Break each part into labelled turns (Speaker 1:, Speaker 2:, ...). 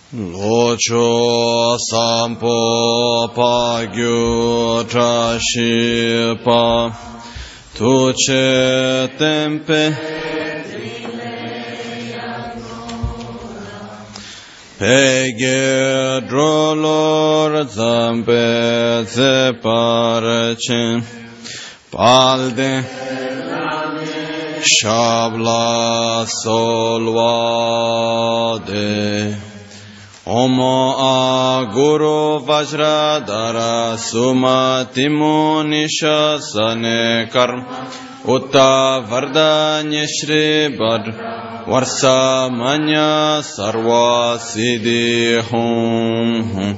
Speaker 1: Locho sampo pagyo trashipa tuce tempe peghe drolor zampe zeparcin palde shabla solvade Omo a Guru Vajradhara Sumati Munisha Sane Karma Utta Vardanya Shri Badra Varsa Manya Sarva Siddhi Hum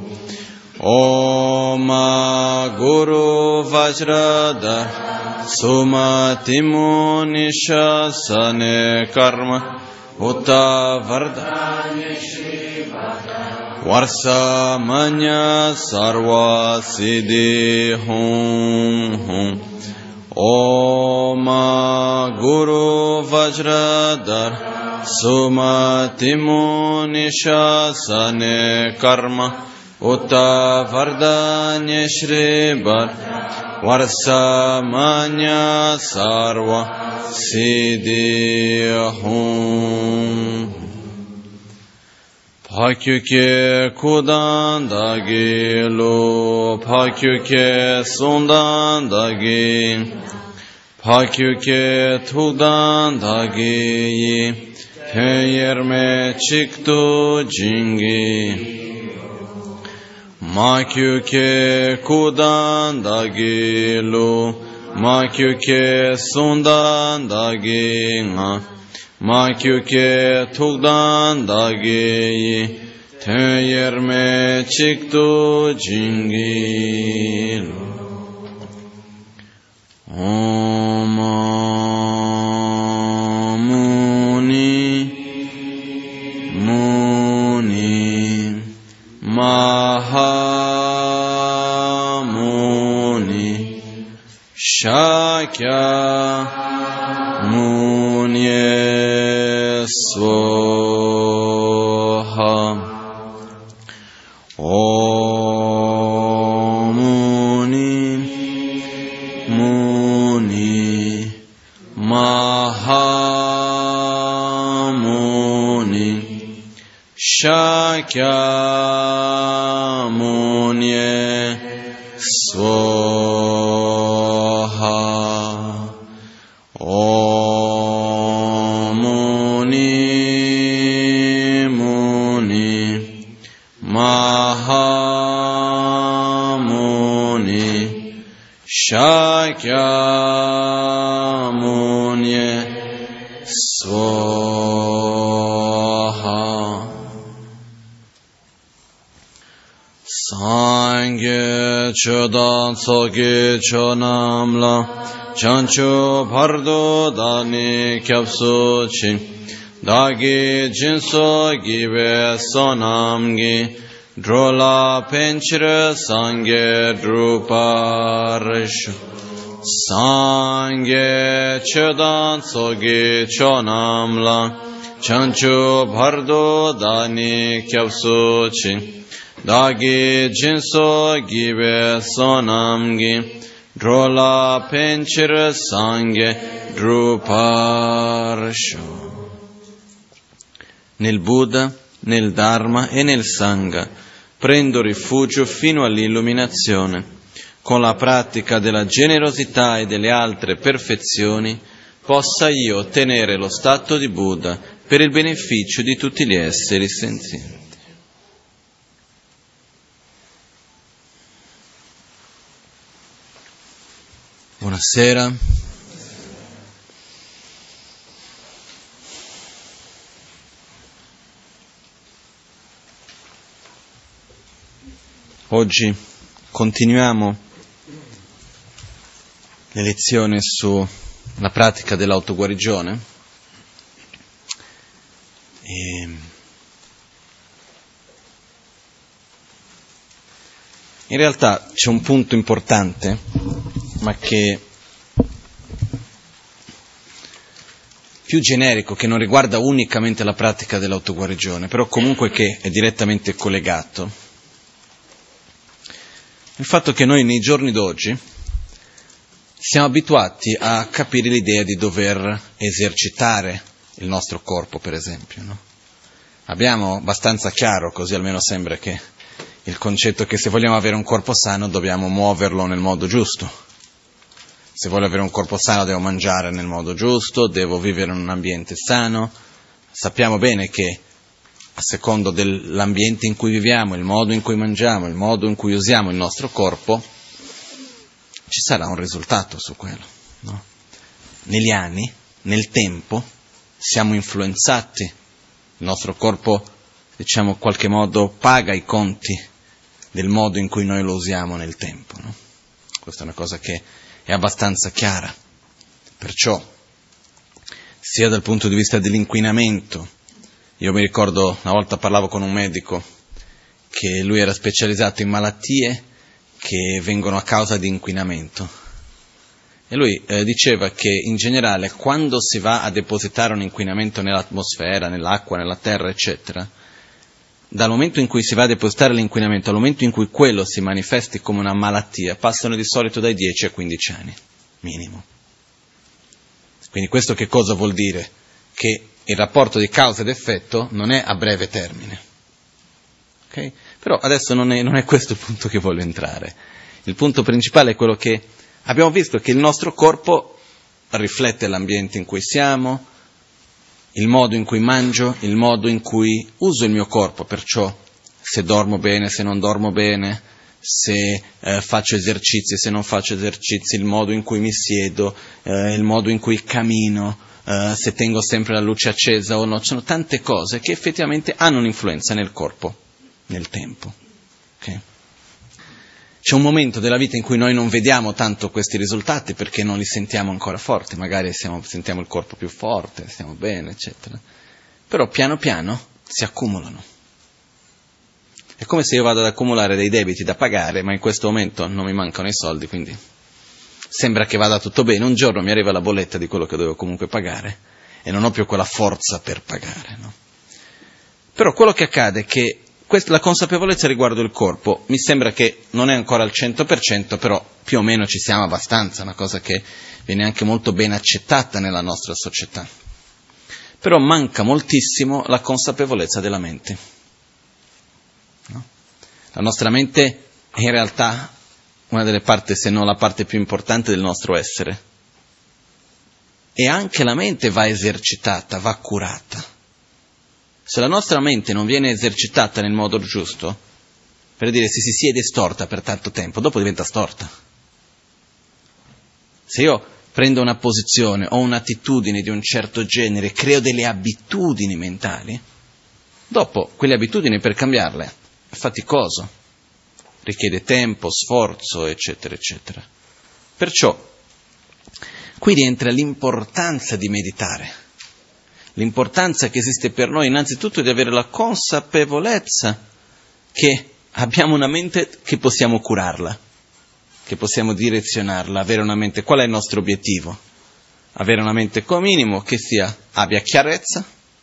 Speaker 1: Om a Guru Vajradhara Sumati Munisha Sane Karma Utta Vardanya Shri Varsa Manya Sarva Siddhi Hum Om Guru Vajradhara Sumati Munisha Sane Karma Utta Vardanya Shri Varsa Manya Sarva Siddhi Hum Pakyuke kudan dagi lo, pakyuke sundan dagi, pakyuke tudan dagi, peyerme çıktı cingi. Makyuke kudan dagi lo, makyuke sundan dagi, Makyuke tukdan dagi teyerme çıktı cingil Om Muni Muni Mahamuni Shakya Munye Swaha Om Muni Mahamuni Shakya Munye Swaha Shakyamunye Swaha Sangye Chodan Sogi Chonamla Chancho Pardo Dani Kyapsu Chin Dagi Jinso Give Sonamgi Drola Penchira Sangye Druparishu Sangye Chodan Sogi Chonamla Chancho Bhardo Dani Kyapsu Chin Dagi Jinso Give Sonamgi Drola Penchira Sangye Druparishu Nel Buddha, nel Dharma e nel Sangha prendo rifugio fino all'illuminazione. Con la pratica della generosità e delle altre perfezioni possa io ottenere lo stato di Buddha per il beneficio di tutti gli esseri senzienti. Buonasera. Oggi continuiamo le lezioni sulla pratica dell'autoguarigione in realtà c'è un punto importante, ma che più generico, che non riguarda unicamente la pratica dell'autoguarigione, però comunque che è direttamente collegato. Il fatto che noi nei giorni d'oggi siamo abituati a capire l'idea di dover esercitare il nostro corpo, per esempio, no? Abbiamo abbastanza chiaro, così almeno sembra, che il concetto che se vogliamo avere un corpo sano dobbiamo muoverlo nel modo giusto. Se voglio avere un corpo sano devo mangiare nel modo giusto, devo vivere in un ambiente sano. Sappiamo bene che a secondo dell'ambiente in cui viviamo, il modo in cui mangiamo, il modo in cui usiamo il nostro corpo, ci sarà un risultato su quello, no? Negli anni, nel tempo, siamo influenzati, il nostro corpo, diciamo, in qualche modo paga i conti del modo in cui noi lo usiamo nel tempo, no? Questa è una cosa che è abbastanza chiara. Perciò, sia dal punto di vista dell'inquinamento, io mi ricordo, una volta parlavo con un medico, che lui era specializzato in malattie che vengono a causa di inquinamento. E lui diceva che in generale quando si va a depositare un inquinamento nell'atmosfera, nell'acqua, nella terra, eccetera, dal momento in cui si va a depositare l'inquinamento al momento in cui quello si manifesti come una malattia, passano di solito dai 10 a 15 anni, minimo. Quindi questo che cosa vuol dire? Che il rapporto di causa ed effetto non è a breve termine. Okay? Però adesso non è questo il punto che voglio entrare. Il punto principale è quello che abbiamo visto, che il nostro corpo riflette l'ambiente in cui siamo, il modo in cui mangio, il modo in cui uso il mio corpo, perciò se dormo bene, se non dormo bene, se faccio esercizi, se non faccio esercizi, il modo in cui mi siedo, il modo in cui cammino, se tengo sempre la luce accesa o no. Ci sono tante cose che effettivamente hanno un'influenza nel corpo, nel tempo. Okay? C'è un momento della vita in cui noi non vediamo tanto questi risultati perché non li sentiamo ancora forti, magari sentiamo il corpo più forte, stiamo bene, eccetera. Però piano piano si accumulano. È come se io vado ad accumulare dei debiti da pagare, ma in questo momento non mi mancano i soldi, quindi sembra che vada tutto bene. Un giorno mi arriva la bolletta di quello che dovevo comunque pagare e non ho più quella forza per pagare, no? Però quello che accade è che la consapevolezza riguardo il corpo mi sembra che non è ancora al 100%, però più o meno ci siamo abbastanza, una cosa che viene anche molto ben accettata nella nostra società. Però manca moltissimo la consapevolezza della mente. No? La nostra mente è in realtà una delle parti, se non la parte più importante del nostro essere. E anche la mente va esercitata, va curata. Se la nostra mente non viene esercitata nel modo giusto, per dire, se si siede storta per tanto tempo, dopo diventa storta. Se io prendo una posizione o un'attitudine di un certo genere, creo delle abitudini mentali, dopo quelle abitudini per cambiarle è faticoso, richiede tempo, sforzo, eccetera, eccetera. Perciò qui rientra l'importanza di meditare. L'importanza che esiste per noi innanzitutto di avere la consapevolezza che abbiamo una mente che possiamo curarla, che possiamo direzionarla, avere una mente. Qual è il nostro obiettivo? Avere una mente come minimo che abbia chiarezza,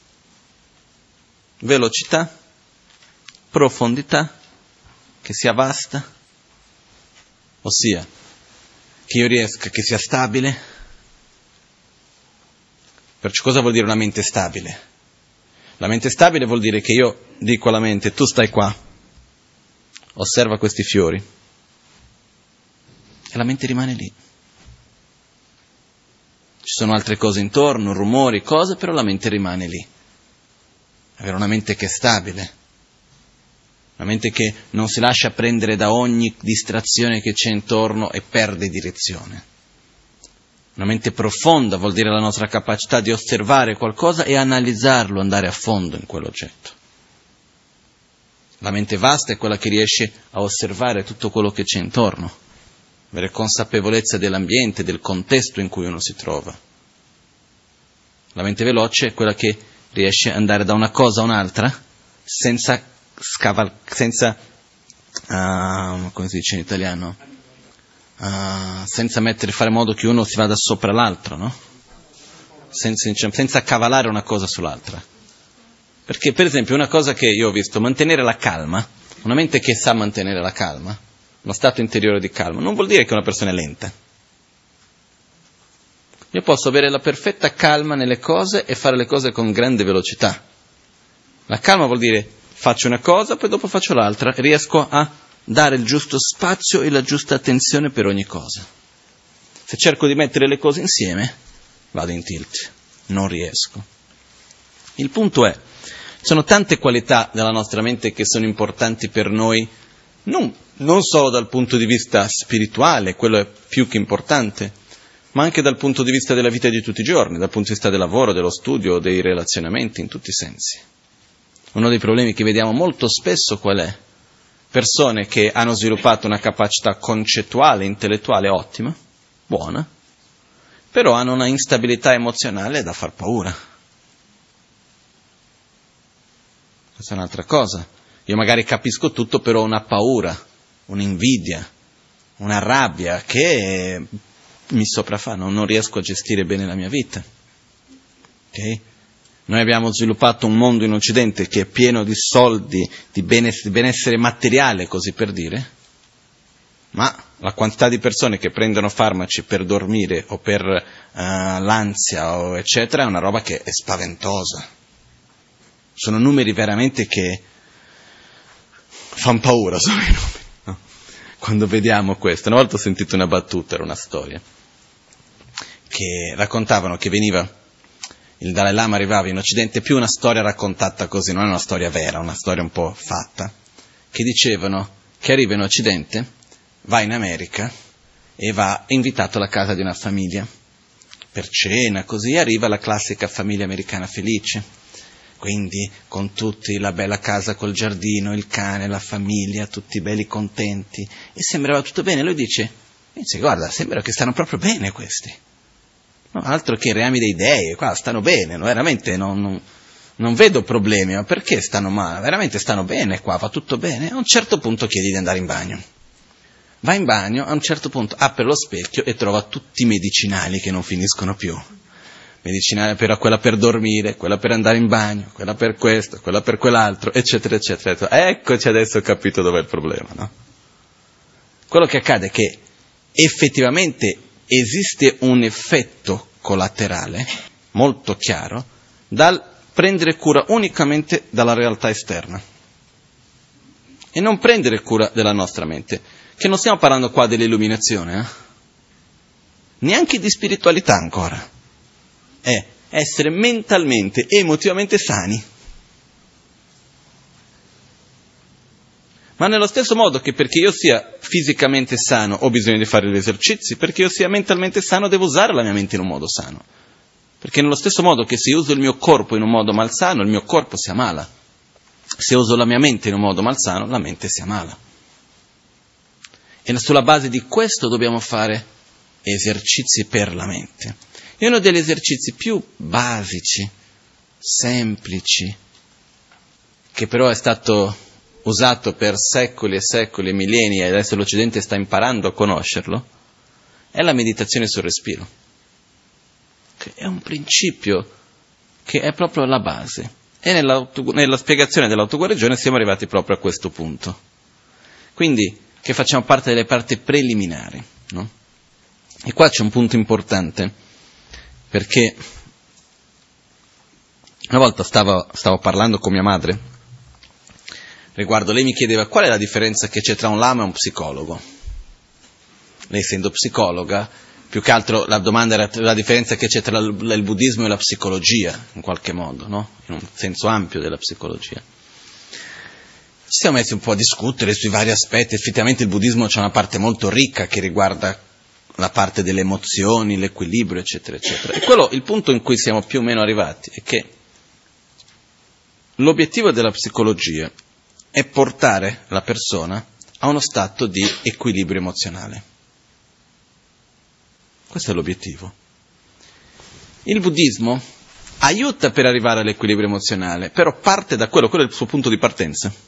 Speaker 1: velocità, profondità, che sia vasta, ossia che io riesca, che sia stabile. Perciò cosa vuol dire una mente stabile? La mente stabile vuol dire che io dico alla mente, tu stai qua, osserva questi fiori, e la mente rimane lì. Ci sono altre cose intorno, rumori, cose, però la mente rimane lì. Avere una mente che è stabile, una mente che non si lascia prendere da ogni distrazione che c'è intorno e perde direzione. Una mente profonda vuol dire la nostra capacità di osservare qualcosa e analizzarlo, andare a fondo in quell'oggetto. La mente vasta è quella che riesce a osservare tutto quello che c'è intorno, avere consapevolezza dell'ambiente, del contesto in cui uno si trova. La mente veloce è quella che riesce ad andare da una cosa a un'altra senza come si dice in italiano? Senza fare in modo che uno si vada sopra l'altro, no? senza cavalare una cosa sull'altra. Perché, per esempio, una cosa che io ho visto, mantenere la calma, una mente che sa mantenere la calma, uno stato interiore di calma, non vuol dire che una persona è lenta. Io posso avere la perfetta calma nelle cose e fare le cose con grande velocità. La calma vuol dire faccio una cosa, poi dopo faccio l'altra, riesco a dare il giusto spazio e la giusta attenzione per ogni cosa. Se cerco di mettere le cose insieme, vado in tilt, non riesco. Il punto è, sono tante qualità della nostra mente che sono importanti per noi, non solo dal punto di vista spirituale, quello è più che importante, ma anche dal punto di vista della vita di tutti i giorni, dal punto di vista del lavoro, dello studio, dei relazionamenti, in tutti i sensi. Uno dei problemi che vediamo molto spesso qual è? Persone che hanno sviluppato una capacità concettuale, intellettuale ottima, buona, però hanno una instabilità emozionale da far paura. Questa è un'altra cosa. Io magari capisco tutto, però ho una paura, un'invidia, una rabbia che mi sopraffa, non riesco a gestire bene la mia vita. Ok? Noi abbiamo sviluppato un mondo in Occidente che è pieno di soldi, di benessere materiale, così per dire, ma la quantità di persone che prendono farmaci per dormire o per l'ansia o eccetera è una roba che è spaventosa. Sono numeri veramente che fanno paura, sono i numeri, no? Quando vediamo questo. Una volta ho sentito una battuta, era una storia, che raccontavano che il Dalai Lama arrivava in Occidente, più una storia raccontata così, non è una storia vera, una storia un po' fatta, che dicevano che arriva in Occidente, va in America e va invitato alla casa di una famiglia, per cena, così arriva la classica famiglia americana felice. Quindi con tutti la bella casa col giardino, il cane, la famiglia, tutti belli contenti, e sembrava tutto bene. Lui dice, guarda, sembra che stanno proprio bene questi. No, altro che i reami dei dei, qua stanno bene, no? Veramente non vedo problemi, ma perché stanno male? Veramente stanno bene qua, va tutto bene. A un certo punto chiedi di andare in bagno. Va in bagno, a un certo punto apre lo specchio e trova tutti i medicinali che non finiscono più. Medicinale per quella per dormire, quella per andare in bagno, quella per questo, quella per quell'altro, eccetera, eccetera. Eccoci, adesso ho capito dov'è il problema, no? Quello che accade è che effettivamente esiste un effetto collaterale molto chiaro dal prendere cura unicamente della realtà esterna e non prendere cura della nostra mente, che non stiamo parlando qua dell'illuminazione, neanche di spiritualità ancora. È essere mentalmente, emotivamente sani. Ma nello stesso modo che perché io sia fisicamente sano ho bisogno di fare gli esercizi, perché io sia mentalmente sano devo usare la mia mente in un modo sano. Perché nello stesso modo che se io uso il mio corpo in un modo malsano, il mio corpo si ammala. Se uso la mia mente in un modo malsano, la mente si ammala. E sulla base di questo dobbiamo fare esercizi per la mente. E uno degli esercizi più basici, semplici, che però è stato usato per secoli e secoli, millenni, e adesso l'Occidente sta imparando a conoscerlo, è la meditazione sul respiro. Che è un principio che è proprio la base. E nella spiegazione dell'autoguarigione siamo arrivati proprio a questo punto. Quindi, che facciamo parte delle parti preliminari, no? E qua c'è un punto importante. Perché una volta stavo parlando con mia madre riguardo, lei mi chiedeva qual è la differenza che c'è tra un lama e un psicologo. Lei essendo psicologa, più che altro la domanda era la differenza che c'è tra il buddismo e la psicologia, in qualche modo, no? In un senso ampio della psicologia. Ci siamo messi un po' a discutere sui vari aspetti. Effettivamente il buddismo c'è una parte molto ricca che riguarda la parte delle emozioni, l'equilibrio, eccetera, eccetera. E il punto in cui siamo più o meno arrivati è che l'obiettivo della psicologia è portare la persona a uno stato di equilibrio emozionale. Questo è l'obiettivo. Il buddismo aiuta per arrivare all'equilibrio emozionale, però parte da quello è il suo punto di partenza.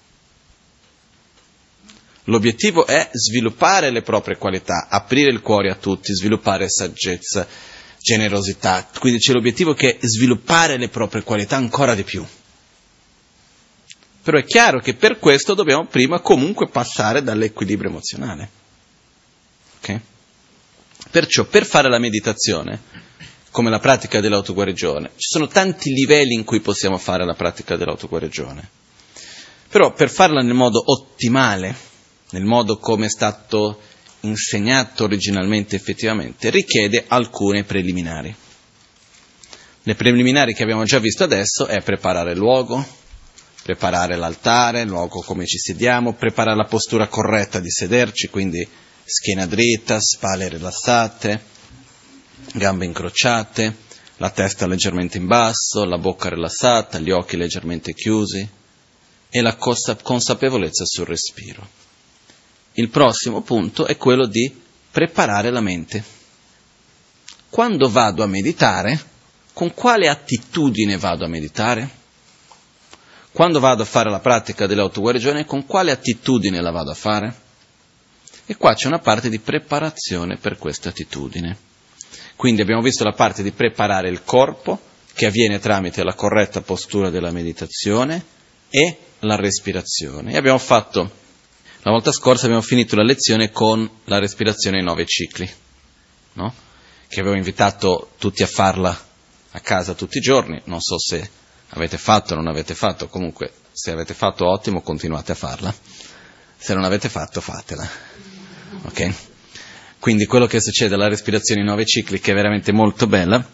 Speaker 1: L'obiettivo è sviluppare le proprie qualità, aprire il cuore a tutti, sviluppare saggezza, generosità, quindi c'è l'obiettivo che è sviluppare le proprie qualità ancora di più. Però è chiaro che per questo dobbiamo prima comunque passare dall'equilibrio emozionale. Ok? Perciò per fare la meditazione, come la pratica dell'autoguarigione, ci sono tanti livelli in cui possiamo fare la pratica dell'autoguarigione. Però per farla nel modo ottimale, nel modo come è stato insegnato originalmente effettivamente, richiede alcune preliminari. Le preliminari che abbiamo già visto adesso è preparare il luogo, preparare l'altare, il luogo come ci sediamo, preparare la postura corretta di sederci, quindi schiena dritta, spalle rilassate, gambe incrociate, la testa leggermente in basso, la bocca rilassata, gli occhi leggermente chiusi e la consapevolezza sul respiro. Il prossimo punto è quello di preparare la mente. Quando vado a meditare, con quale attitudine vado a meditare? Quando vado a fare la pratica dell'autoguarigione, con quale attitudine la vado a fare? E qua c'è una parte di preparazione per questa attitudine. Quindi abbiamo visto la parte di preparare il corpo, che avviene tramite la corretta postura della meditazione e la respirazione. E abbiamo fatto, la volta scorsa abbiamo finito la lezione con la respirazione in 9 cicli, no? Che avevo invitato tutti a farla a casa tutti i giorni, non so se avete fatto o non avete fatto, comunque se avete fatto ottimo, continuate a farla, se non avete fatto fatela, ok? Quindi quello che succede alla respirazione in 9 cicli, che è veramente molto bella,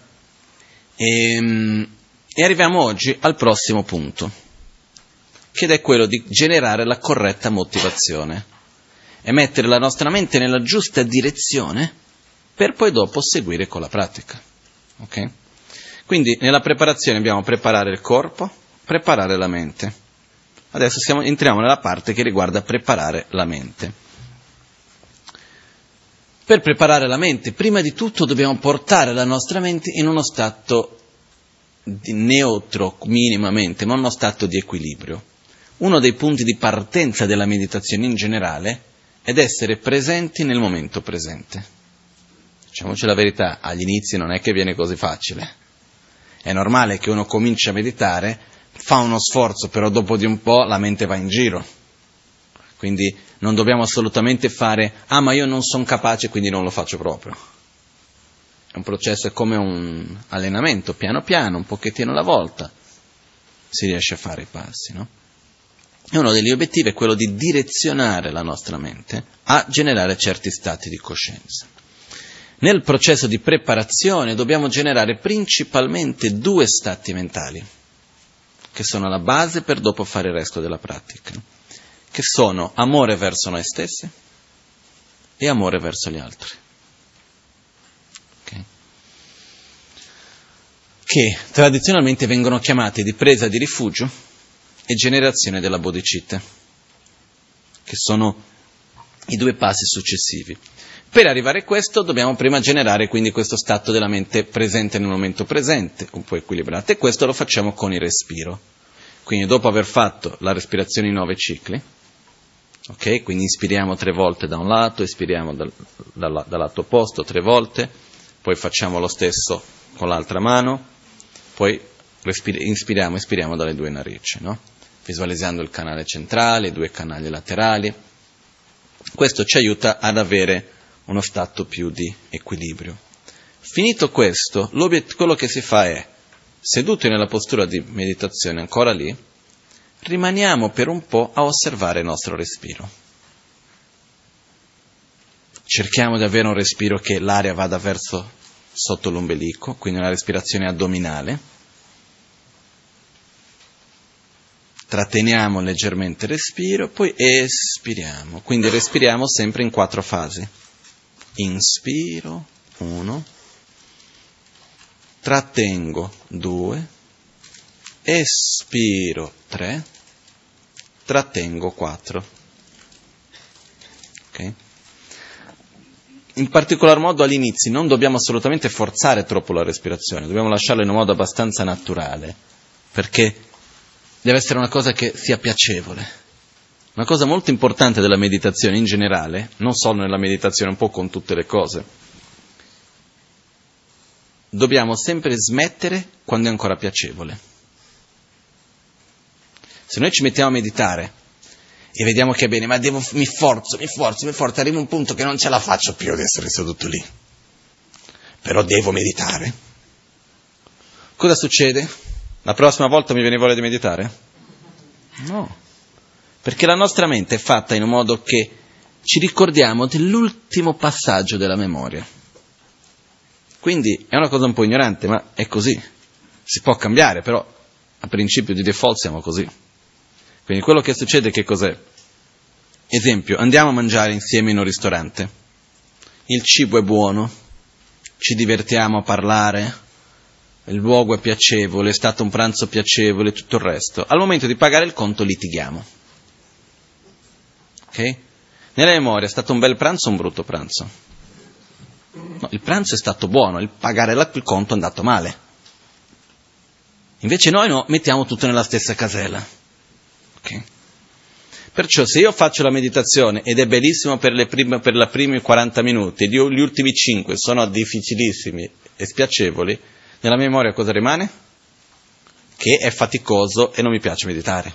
Speaker 1: e arriviamo oggi al prossimo punto, che è quello di generare la corretta motivazione e mettere la nostra mente nella giusta direzione per poi dopo seguire con la pratica, ok? Quindi nella preparazione dobbiamo preparare il corpo, preparare la mente. Adesso entriamo nella parte che riguarda preparare la mente. Per preparare la mente, prima di tutto dobbiamo portare la nostra mente in uno stato di neutro, minimamente, ma uno stato di equilibrio. Uno dei punti di partenza della meditazione in generale è essere presenti nel momento presente. Diciamoci la verità, agli inizi non è che viene così facile. È normale che uno cominci a meditare, fa uno sforzo, però dopo di un po' la mente va in giro. Quindi non dobbiamo assolutamente fare, ma io non sono capace, quindi non lo faccio proprio. È un processo, è come un allenamento, piano piano, un pochettino alla volta, si riesce a fare i passi, no? E uno degli obiettivi è quello di direzionare la nostra mente a generare certi stati di coscienza. Nel processo di preparazione dobbiamo generare principalmente 2 stati mentali, che sono la base per dopo fare il resto della pratica, che sono amore verso noi stessi e amore verso gli altri. Okay? Che tradizionalmente vengono chiamati di presa di rifugio e generazione della bodhicitta, che sono i 2 passi successivi. Per arrivare a questo dobbiamo prima generare quindi questo stato della mente presente nel momento presente, un po' equilibrato, e questo lo facciamo con il respiro. Quindi dopo aver fatto la respirazione in 9 cicli, ok? Quindi inspiriamo 3 volte da un lato, espiriamo dal lato opposto 3 volte, poi facciamo lo stesso con l'altra mano, poi inspiriamo, espiriamo dalle 2 narici, no? Visualizzando il canale centrale, i 2 canali laterali. Questo ci aiuta ad avere uno stato più di equilibrio. Finito questo, quello che si fa è, seduti nella postura di meditazione ancora lì, rimaniamo per un po' a osservare il nostro respiro. Cerchiamo di avere un respiro che l'aria vada verso sotto l'ombelico, quindi una respirazione addominale. Tratteniamo leggermente il respiro, poi espiriamo. Quindi respiriamo sempre in 4 fasi. Inspiro, 1, trattengo, 2, espiro, 3, trattengo, 4. Ok? In particolar modo all'inizio non dobbiamo assolutamente forzare troppo la respirazione, dobbiamo lasciarla in un modo abbastanza naturale, perché deve essere una cosa che sia piacevole. Una cosa molto importante della meditazione in generale, non solo nella meditazione, un po' con tutte le cose, dobbiamo sempre smettere quando è ancora piacevole. Se noi ci mettiamo a meditare e vediamo che è bene, ma mi forzo, arriva un punto che non ce la faccio più ad essere seduto lì, però devo meditare. Cosa succede? La prossima volta mi viene voglia di meditare? No, perché la nostra mente è fatta in un modo che ci ricordiamo dell'ultimo passaggio della memoria. Quindi è una cosa un po' ignorante, ma è così. Si può cambiare, però a principio di default siamo così. Quindi quello che succede che cos'è? Esempio, andiamo a mangiare insieme in un ristorante. Il cibo è buono, ci divertiamo a parlare, il luogo è piacevole, è stato un pranzo piacevole, tutto il resto. Al momento di pagare il conto litighiamo. Ok? Nella memoria è stato un bel pranzo o un brutto pranzo? No, il pranzo è stato buono, il pagare il conto è andato male. Invece noi no, mettiamo tutto nella stessa casella. Okay. Perciò se io faccio la meditazione ed è bellissimo per i primi 40 minuti, gli ultimi 5 sono difficilissimi e spiacevoli, nella memoria cosa rimane? Che è faticoso e non mi piace meditare.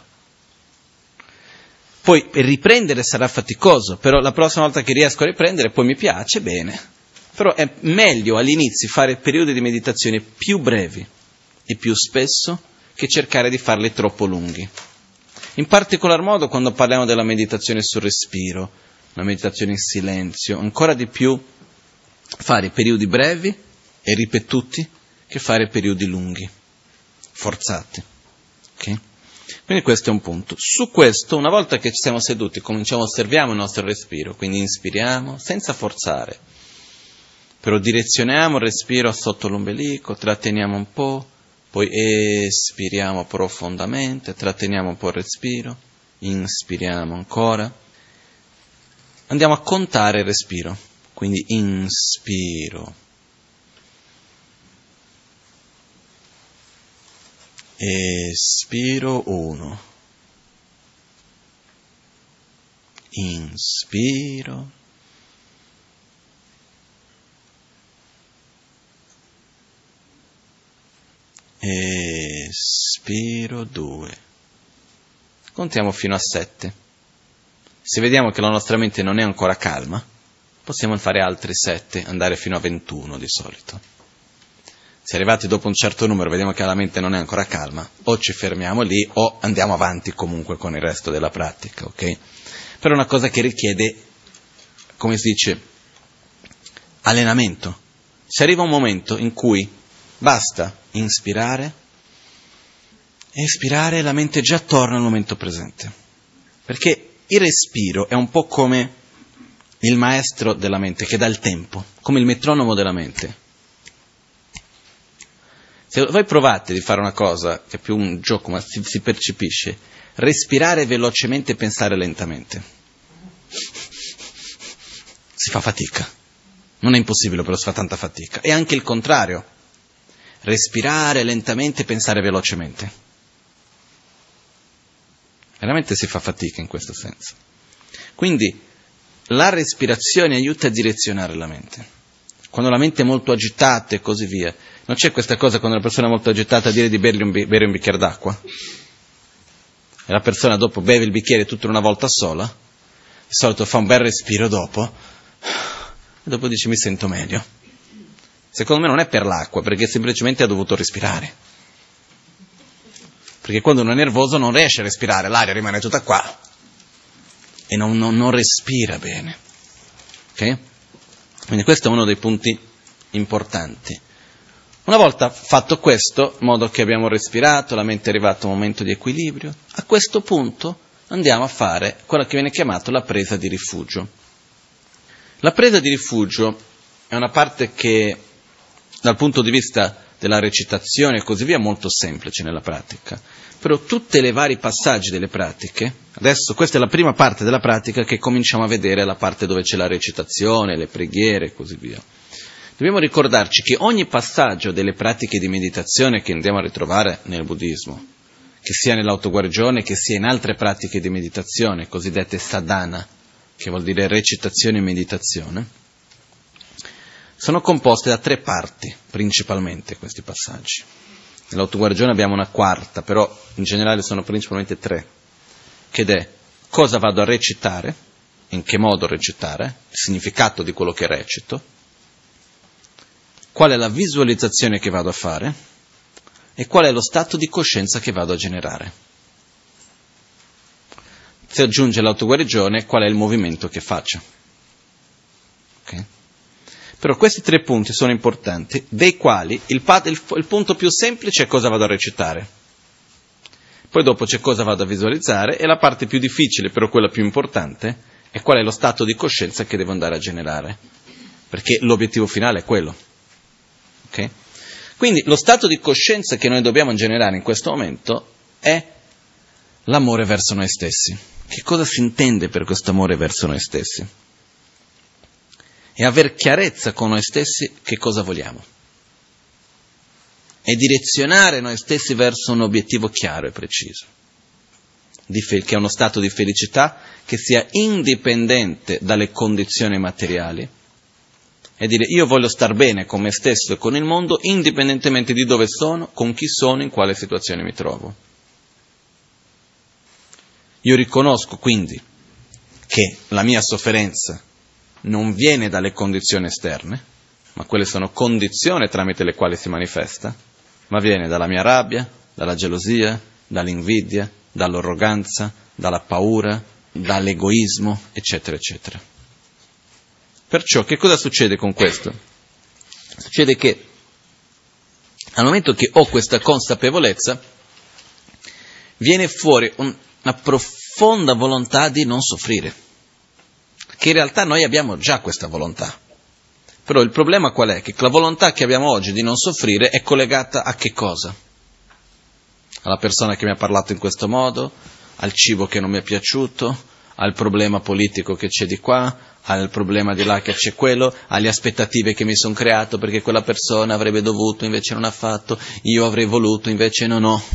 Speaker 1: Poi per riprendere sarà faticoso, però la prossima volta che riesco a riprendere poi mi piace, bene. Però è meglio all'inizio fare periodi di meditazione più brevi e più spesso che cercare di farli troppo lunghi. In particolar modo quando parliamo della meditazione sul respiro, la meditazione in silenzio, ancora di più fare periodi brevi e ripetuti che fare periodi lunghi, forzati. Okay? Quindi questo è un punto. Su questo, una volta che ci siamo seduti, osserviamo il nostro respiro, quindi inspiriamo senza forzare, però direzioniamo il respiro sotto l'ombelico, tratteniamo un po', poi espiriamo profondamente, tratteniamo un po' il respiro, inspiriamo ancora. Andiamo a contare il respiro, quindi inspiro, espiro 1, inspiro, espiro 2. Contiamo fino a 7. Se vediamo che la nostra mente non è ancora calma, possiamo fare altri 7, andare fino a 21 di solito. Se arrivati dopo un certo numero vediamo che la mente non è ancora calma, o ci fermiamo lì o andiamo avanti comunque con il resto della pratica, ok? Però è una cosa che richiede, come si dice, allenamento. Se arriva un momento in cui basta inspirare, espirare, la mente già torna al momento presente. Perché il respiro è un po' come il maestro della mente che dà il tempo, come il metronomo della mente. Se voi provate di fare una cosa che è più un gioco, ma si percepisce, respirare velocemente e pensare lentamente. Si fa fatica. Non è impossibile, però si fa tanta fatica. E anche il contrario. Respirare lentamente e pensare velocemente. Veramente si fa fatica in questo senso. Quindi la respirazione aiuta a direzionare la mente. Quando la mente è molto agitata e così via, non c'è questa cosa quando una persona è molto agitata a dire di bere un bicchiere d'acqua? E la persona dopo beve il bicchiere tutto in una volta sola, di solito fa un bel respiro dopo, e dopo dice mi sento meglio. Secondo me non è per l'acqua, perché semplicemente ha dovuto respirare. Perché quando uno è nervoso non riesce a respirare, l'aria rimane tutta qua e non respira bene. Ok? Quindi questo è uno dei punti importanti. Una volta fatto questo, in modo che abbiamo respirato, la mente è arrivata a un momento di equilibrio, a questo punto andiamo a fare quello che viene chiamato la presa di rifugio. La presa di rifugio è una parte che, dal punto di vista della recitazione e così via, è molto semplice nella pratica. Però tutti i vari passaggi delle pratiche, adesso questa è la prima parte della pratica che cominciamo a vedere, la parte dove c'è la recitazione, le preghiere e così via. Dobbiamo ricordarci che ogni passaggio delle pratiche di meditazione che andiamo a ritrovare nel buddismo, che sia nell'autoguarigione, che sia in altre pratiche di meditazione, cosiddette sadhana, che vuol dire recitazione e meditazione, sono composte da 3 parti, principalmente, questi passaggi. Nell'autoguarigione abbiamo una quarta, però in generale sono principalmente 3, che è cosa vado a recitare, in che modo recitare, il significato di quello che recito, qual è la visualizzazione che vado a fare e qual è lo stato di coscienza che vado a generare. Si aggiunge l'autoguarigione, qual è il movimento che faccio. Okay? Però questi 3 punti sono importanti, dei quali il punto più semplice è cosa vado a recitare. Poi dopo c'è cosa vado a visualizzare e la parte più difficile, però quella più importante, è qual è lo stato di coscienza che devo andare a generare. Perché l'obiettivo finale è quello. Okay? Quindi lo stato di coscienza che noi dobbiamo generare in questo momento è l'amore verso noi stessi. Che cosa si intende per questo amore verso noi stessi? È aver chiarezza con noi stessi che cosa vogliamo. È direzionare noi stessi verso un obiettivo chiaro e preciso, che è uno stato di felicità che sia indipendente dalle condizioni materiali. E dire io voglio star bene con me stesso e con il mondo indipendentemente di dove sono, con chi sono, in quale situazione mi trovo. Io riconosco quindi che la mia sofferenza non viene dalle condizioni esterne, ma quelle sono condizioni tramite le quali si manifesta, ma viene dalla mia rabbia, dalla gelosia, dall'invidia, dall'arroganza, dalla paura, dall'egoismo, eccetera, eccetera. Perciò che cosa succede con questo? Succede che al momento che ho questa consapevolezza viene fuori una profonda volontà di non soffrire, che in realtà noi abbiamo già questa volontà. Però il problema qual è? Che la volontà che abbiamo oggi di non soffrire è collegata a che cosa? Alla persona che mi ha parlato in questo modo, al cibo che non mi è piaciuto, al problema politico che c'è di qua, al problema di là che c'è quello, alle aspettative che mi sono creato perché quella persona avrebbe dovuto, invece non ha fatto, io avrei voluto, invece non ho.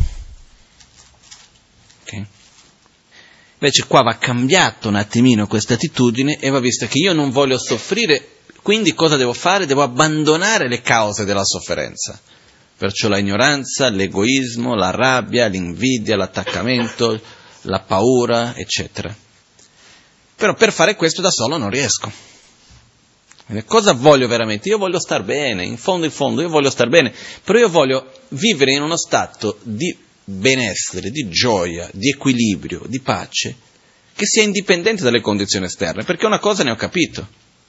Speaker 1: Okay? Invece qua va cambiato un attimino questa attitudine e va vista che io non voglio soffrire, quindi cosa devo fare? Devo abbandonare le cause della sofferenza. Perciò la ignoranza, l'egoismo, la rabbia, l'invidia, l'attaccamento, la paura, eccetera. Però per fare questo da solo non riesco. Quindi cosa voglio veramente? Io voglio star bene, in fondo io voglio star bene, però io voglio vivere in uno stato di benessere, di gioia, di equilibrio, di pace, che sia indipendente dalle condizioni esterne, perché una cosa ne ho capito.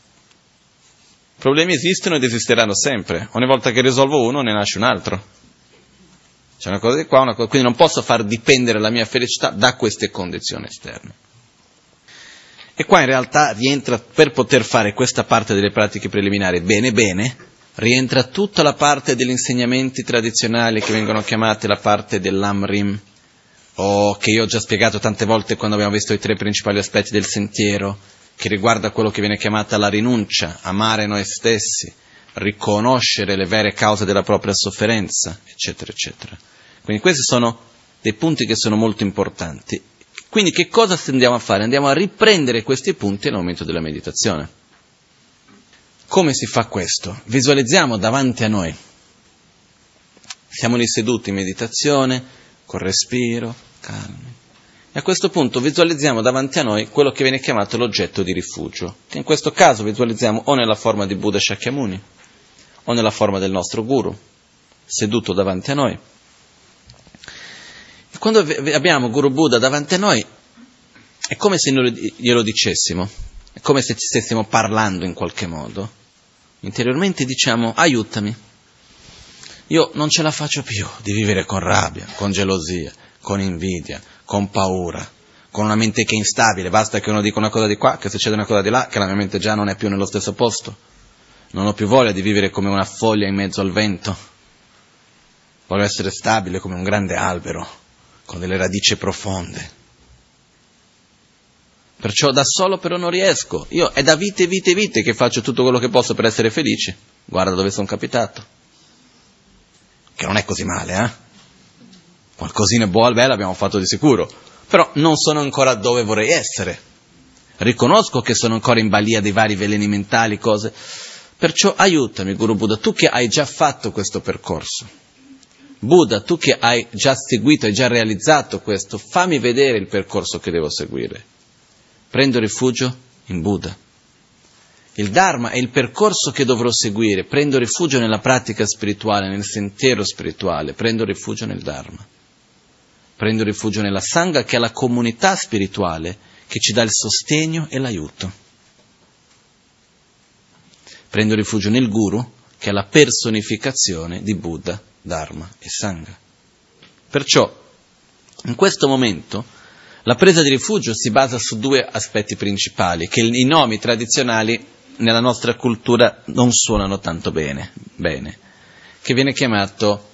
Speaker 1: I problemi esistono ed esisteranno sempre, ogni volta che risolvo uno ne nasce un altro. C'è una cosa di qua, una cosa, quindi non posso far dipendere la mia felicità da queste condizioni esterne. E qua in realtà rientra, per poter fare questa parte delle pratiche preliminari bene, rientra tutta la parte degli insegnamenti tradizionali che vengono chiamate la parte dell'Amrim, o che io ho già spiegato tante volte quando abbiamo visto i 3 principali aspetti del sentiero, che riguarda quello che viene chiamata la rinuncia, amare noi stessi, riconoscere le vere cause della propria sofferenza, eccetera, eccetera. Quindi questi sono dei punti che sono molto importanti. Quindi che cosa andiamo a fare? Andiamo a riprendere questi punti nel momento della meditazione. Come si fa questo? Visualizziamo davanti a noi. Siamo lì seduti in meditazione, col respiro, calmi. E a questo punto visualizziamo davanti a noi quello che viene chiamato l'oggetto di rifugio, che in questo caso visualizziamo o nella forma di Buddha Shakyamuni, o nella forma del nostro guru, seduto davanti a noi. E quando abbiamo Guru Buddha davanti a noi, è come se noi glielo dicessimo, è come se ci stessimo parlando in qualche modo. Interiormente diciamo, aiutami, io non ce la faccio più di vivere con rabbia, con gelosia, con invidia, con paura, con una mente che è instabile, basta che uno dica una cosa di qua, che succede una cosa di là, che la mia mente già non è più nello stesso posto. Non ho più voglia di vivere come una foglia in mezzo al vento. Voglio essere stabile come un grande albero, con delle radici profonde. Perciò da solo però non riesco. Io è da vite che faccio tutto quello che posso per essere felice. Guarda dove sono capitato. Che non è così male, eh? Qualcosina buona, bella abbiamo fatto di sicuro. Però non sono ancora dove vorrei essere. Riconosco che sono ancora in balia dei vari veleni mentali, cose. Perciò aiutami, Guru Buddha, tu che hai già fatto questo percorso. Buddha, tu che hai già seguito, hai già realizzato questo, fammi vedere il percorso che devo seguire. Prendo rifugio in Buddha. Il Dharma è il percorso che dovrò seguire. Prendo rifugio nella pratica spirituale, nel sentiero spirituale. Prendo rifugio nel Dharma. Prendo rifugio nella Sangha, che è la comunità spirituale che ci dà il sostegno e l'aiuto. Prendo rifugio nel Guru, che è la personificazione di Buddha, Dharma e Sangha. Perciò, in questo momento, la presa di rifugio si basa su due aspetti principali, che i nomi tradizionali nella nostra cultura non suonano tanto bene, che viene chiamato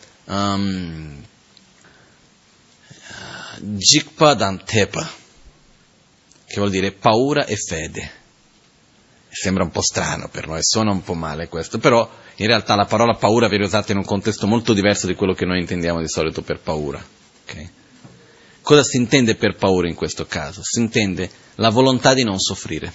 Speaker 1: Jikpa Dantepa, che vuol dire paura e fede. Sembra un po' strano per noi, suona un po' male questo, però in realtà la parola paura viene usata in un contesto molto diverso di quello che noi intendiamo di solito per paura. Okay? Cosa si intende per paura in questo caso? Si intende la volontà di non soffrire.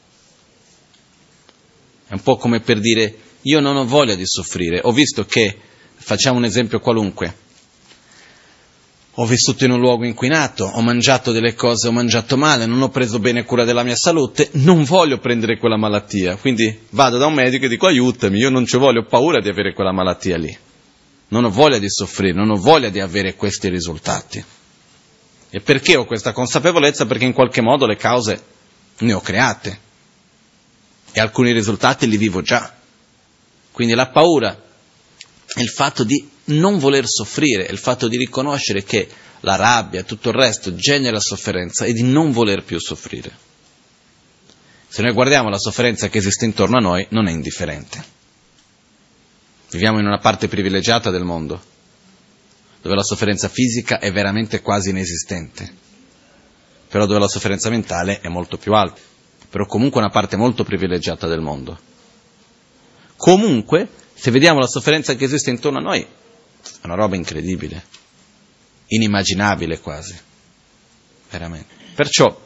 Speaker 1: È un po' come per dire, io non ho voglia di soffrire, ho visto che, facciamo un esempio qualunque, ho vissuto in un luogo inquinato, ho mangiato delle cose, ho mangiato male, non ho preso bene cura della mia salute, non voglio prendere quella malattia, quindi vado da un medico e dico aiutami, io non ci voglio, ho paura di avere quella malattia lì, non ho voglia di soffrire, non ho voglia di avere questi risultati. E perché ho questa consapevolezza? Perché in qualche modo le cause ne ho create e alcuni risultati li vivo già. Quindi la paura è il fatto di non voler soffrire, è il fatto di riconoscere che la rabbia e tutto il resto genera sofferenza e di non voler più soffrire. Se noi guardiamo la sofferenza che esiste intorno a noi, non è indifferente. Viviamo in una parte privilegiata del mondo, dove la sofferenza fisica è veramente quasi inesistente, però dove la sofferenza mentale è molto più alta, però comunque una parte molto privilegiata del mondo. Comunque, se vediamo la sofferenza che esiste intorno a noi, è una roba incredibile, inimmaginabile quasi, veramente. Perciò,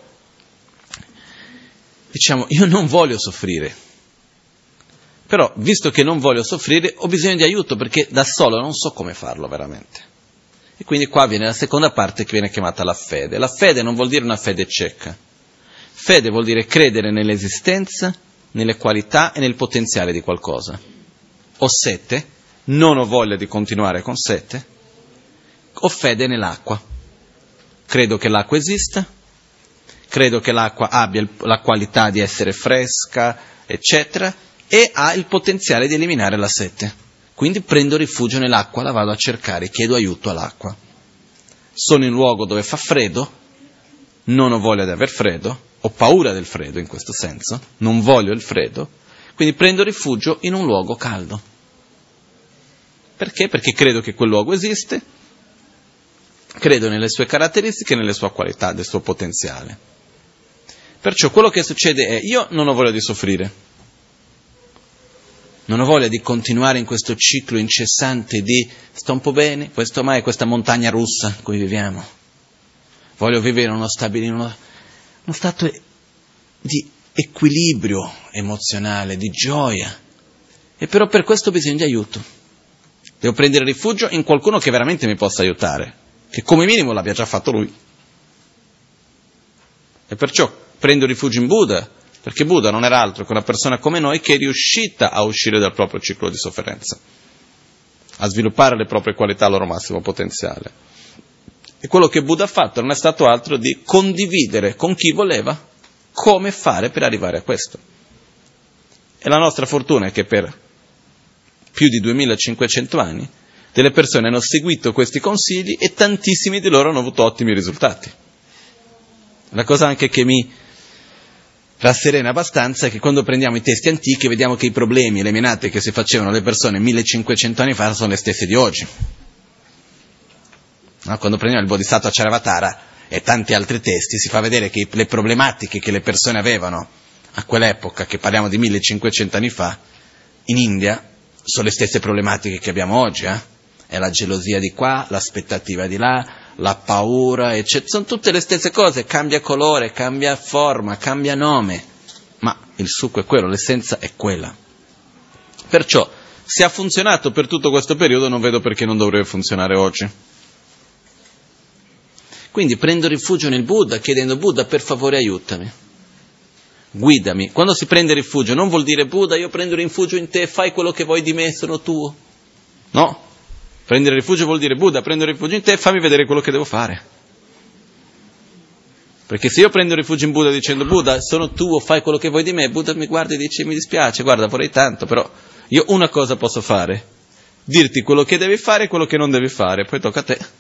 Speaker 1: diciamo, io non voglio soffrire, però, visto che non voglio soffrire, ho bisogno di aiuto, perché da solo non so come farlo veramente. E quindi qua viene la seconda parte che viene chiamata la fede. La fede non vuol dire una fede cieca. Fede vuol dire credere nell'esistenza, nelle qualità e nel potenziale di qualcosa. Ho sete, non ho voglia di continuare con sete, ho fede nell'acqua. Credo che l'acqua esista, credo che l'acqua abbia la qualità di essere fresca, eccetera, e ha il potenziale di eliminare la sete. Quindi prendo rifugio nell'acqua, la vado a cercare, chiedo aiuto all'acqua. Sono in un luogo dove fa freddo, non ho voglia di aver freddo, ho paura del freddo in questo senso, non voglio il freddo, quindi prendo rifugio in un luogo caldo. Perché? Perché credo che quel luogo esiste, credo nelle sue caratteristiche e nelle sue qualità, del suo potenziale. Perciò quello che succede è, io non ho voglia di soffrire, non ho voglia di continuare in questo ciclo incessante di sto un po' bene, questo mai è questa montagna russa in cui viviamo. Voglio vivere in uno stato di equilibrio emozionale, di gioia. E però per questo ho bisogno di aiuto. Devo prendere rifugio in qualcuno che veramente mi possa aiutare, che come minimo l'abbia già fatto lui. E perciò prendo rifugio in Buddha, perché Buddha non era altro che una persona come noi che è riuscita a uscire dal proprio ciclo di sofferenza, a sviluppare le proprie qualità al loro massimo potenziale. E quello che Buddha ha fatto non è stato altro di condividere con chi voleva come fare per arrivare a questo. E la nostra fortuna è che per più di 2500 anni delle persone hanno seguito questi consigli e tantissimi di loro hanno avuto ottimi risultati. La cosa anche che mi rasserena abbastanza è che quando prendiamo i testi antichi vediamo che i problemi e le menate che si facevano alle persone 1500 anni fa sono le stesse di oggi. No? Quando prendiamo il Bodhisattva Charyavatara e tanti altri testi si fa vedere che le problematiche che le persone avevano a quell'epoca, che parliamo di 1500 anni fa, in India sono le stesse problematiche che abbiamo oggi. È la gelosia di qua, l'aspettativa di là, la paura, eccetera. Sono tutte le stesse cose, cambia colore, cambia forma, cambia nome, ma il succo è quello, l'essenza è quella. Perciò, se ha funzionato per tutto questo periodo, non vedo perché non dovrebbe funzionare oggi. Quindi prendo rifugio nel Buddha, chiedendo: Buddha, per favore aiutami, guidami. Quando si prende rifugio non vuol dire: Buddha, io prendo rifugio in te, fai quello che vuoi di me, sono tuo. No, prendere rifugio vuol dire: Buddha, prendo rifugio in te, fammi vedere quello che devo fare. Perché se io prendo rifugio in Buddha dicendo: Buddha, sono tuo, fai quello che vuoi di me, Buddha mi guarda e dice: mi dispiace, guarda, vorrei tanto, però io una cosa posso fare: dirti quello che devi fare e quello che non devi fare, poi tocca a te.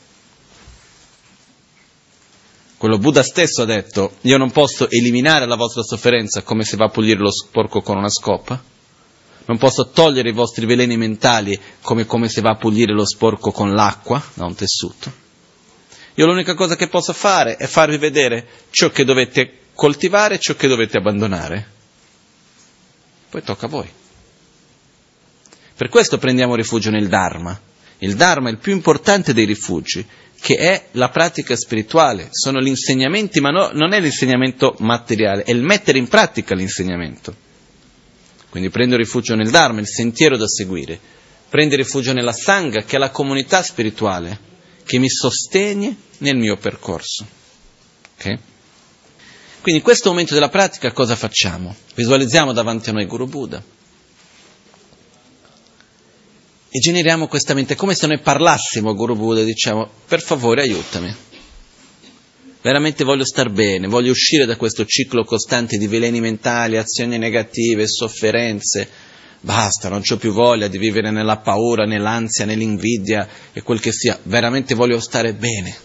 Speaker 1: Quello Buddha stesso ha detto: io non posso eliminare la vostra sofferenza come si va a pulire lo sporco con una scopa, non posso togliere i vostri veleni mentali come si va a pulire lo sporco con l'acqua da un tessuto. Io l'unica cosa che posso fare è farvi vedere ciò che dovete coltivare e ciò che dovete abbandonare. Poi tocca a voi. Per questo prendiamo rifugio nel Dharma. Il Dharma è il più importante dei rifugi, che è la pratica spirituale, sono gli insegnamenti, ma non è l'insegnamento materiale, è il mettere in pratica l'insegnamento. Quindi prendo rifugio nel Dharma, il sentiero da seguire, prendo rifugio nella Sangha, che è la comunità spirituale, che mi sostiene nel mio percorso. Okay? Quindi in questo momento della pratica cosa facciamo? Visualizziamo davanti a noi Guru Buddha e generiamo questa mente, come se noi parlassimo a Guru Buddha e diciamo: per favore aiutami, veramente voglio star bene, voglio uscire da questo ciclo costante di veleni mentali, azioni negative, sofferenze, basta, non c'ho più voglia di vivere nella paura, nell'ansia, nell'invidia e quel che sia, veramente voglio stare bene.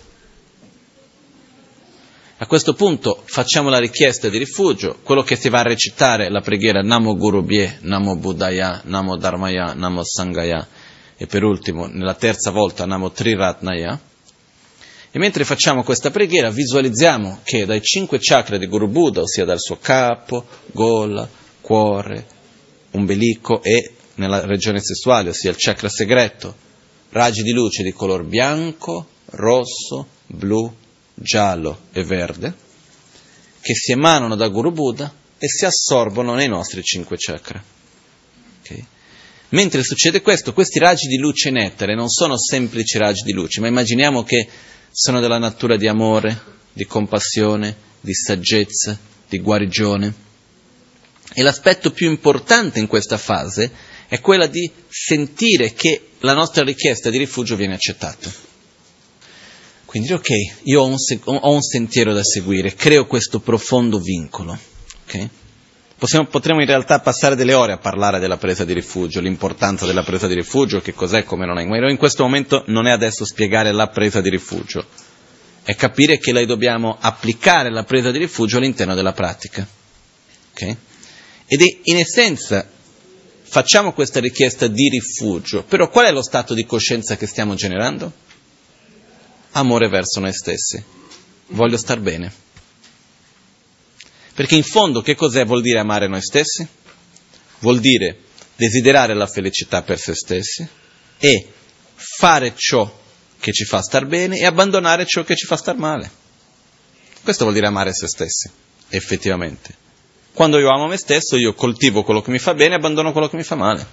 Speaker 1: A questo punto facciamo la richiesta di rifugio, quello che si va a recitare è la preghiera Namo Guru Bhye, Namo Buddhaya, Namo Dharmaya, Namo Sanghaya e per ultimo, nella terza volta, Namo Triratnaya. E mentre facciamo questa preghiera visualizziamo che dai 5 chakra di Guru Buddha, ossia dal suo capo, gola, cuore, ombelico e nella regione sessuale, ossia il chakra segreto, raggi di luce di color bianco, rosso, blu, giallo e verde, che si emanano da Guru Buddha e si assorbono nei nostri 5 chakra. Okay? Mentre succede questo, questi raggi di luce nettare non sono semplici raggi di luce, ma immaginiamo che sono della natura di amore, di compassione, di saggezza, di guarigione. E l'aspetto più importante in questa fase è quella di sentire che la nostra richiesta di rifugio viene accettata. Quindi ok, io ho un sentiero da seguire, creo questo profondo vincolo. Okay? Potremmo in realtà passare delle ore a parlare della presa di rifugio, l'importanza della presa di rifugio, che cos'è, come non è. Ma in questo momento non è adesso spiegare la presa di rifugio, è capire che noi dobbiamo applicare la presa di rifugio all'interno della pratica. Okay? Ed in essenza facciamo questa richiesta di rifugio, però qual è lo stato di coscienza che stiamo generando? Amore verso noi stessi. Voglio star bene. Perché in fondo che cos'è? Vuol dire amare noi stessi? Vuol dire desiderare la felicità per se stessi e fare ciò che ci fa star bene e abbandonare ciò che ci fa star male. Questo vuol dire amare se stessi, effettivamente. Quando io amo me stesso, io coltivo quello che mi fa bene e abbandono quello che mi fa male.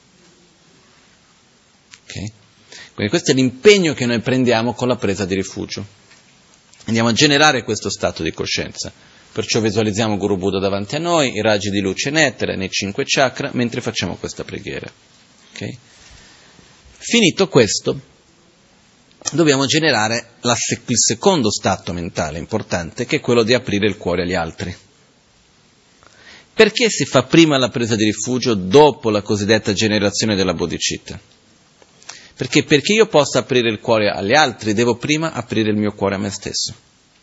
Speaker 1: Ok? Quindi questo è l'impegno che noi prendiamo con la presa di rifugio. Andiamo a generare questo stato di coscienza. Perciò visualizziamo Guru Buddha davanti a noi, i raggi di luce nettare nei 5 chakra, mentre facciamo questa preghiera. Okay? Finito questo, dobbiamo generare il secondo stato mentale importante, che è quello di aprire il cuore agli altri. Perché si fa prima la presa di rifugio dopo la cosiddetta generazione della bodhicitta? Perché io possa aprire il cuore agli altri, devo prima aprire il mio cuore a me stesso.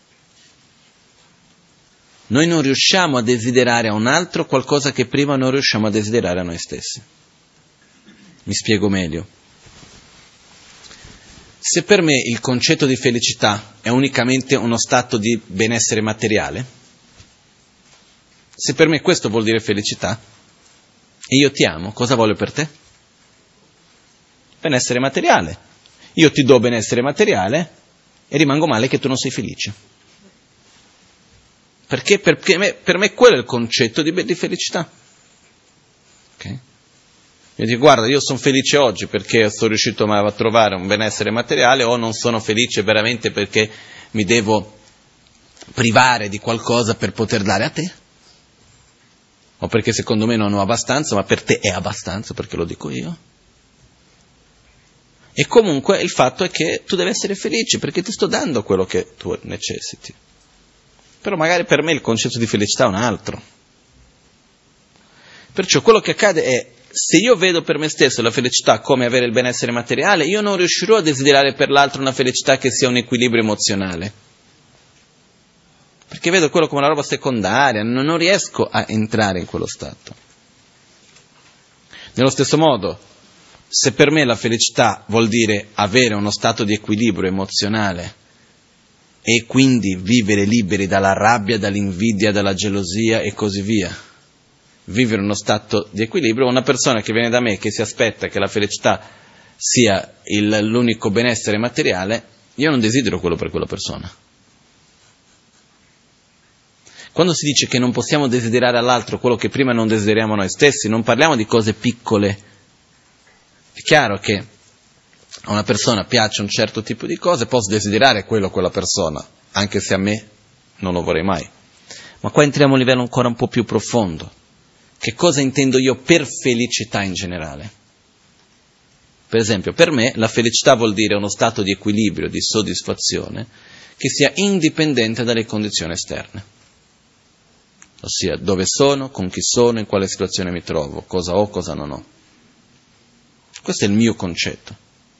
Speaker 1: Noi non riusciamo a desiderare a un altro qualcosa che prima non riusciamo a desiderare a noi stessi. Mi spiego meglio. Se per me il concetto di felicità è unicamente uno stato di benessere materiale, se per me questo vuol dire felicità, e io ti amo, cosa voglio per te? Benessere materiale. Io ti do benessere materiale e rimango male che tu non sei felice. Perché per me quello è il concetto di felicità. Okay? Io dico, guarda, io sono felice oggi perché sono riuscito a trovare un benessere materiale, o non sono felice veramente perché mi devo privare di qualcosa per poter dare a te, o perché secondo me non ho abbastanza, ma per te è abbastanza perché lo dico io. E comunque il fatto è che tu devi essere felice perché ti sto dando quello che tu necessiti. Però magari per me il concetto di felicità è un altro. Perciò quello che accade è, se io vedo per me stesso la felicità come avere il benessere materiale, io non riuscirò a desiderare per l'altro una felicità che sia un equilibrio emozionale. Perché vedo quello come una roba secondaria, non riesco a entrare in quello stato. Nello stesso modo, se per me la felicità vuol dire avere uno stato di equilibrio emozionale e quindi vivere liberi dalla rabbia, dall'invidia, dalla gelosia e così via, vivere uno stato di equilibrio, una persona che viene da me che si aspetta che la felicità sia l'unico benessere materiale, io non desidero quello per quella persona. Quando si dice che non possiamo desiderare all'altro quello che prima non desideriamo noi stessi, non parliamo di cose piccole. È chiaro che a una persona piace un certo tipo di cose, posso desiderare quella persona, anche se a me non lo vorrei mai. Ma qua entriamo a un livello ancora un po' più profondo. Che cosa intendo io per felicità in generale? Per esempio, per me la felicità vuol dire uno stato di equilibrio, di soddisfazione, che sia indipendente dalle condizioni esterne. Ossia, dove sono, con chi sono, in quale situazione mi trovo, cosa ho, cosa non ho. Questo è il mio concetto.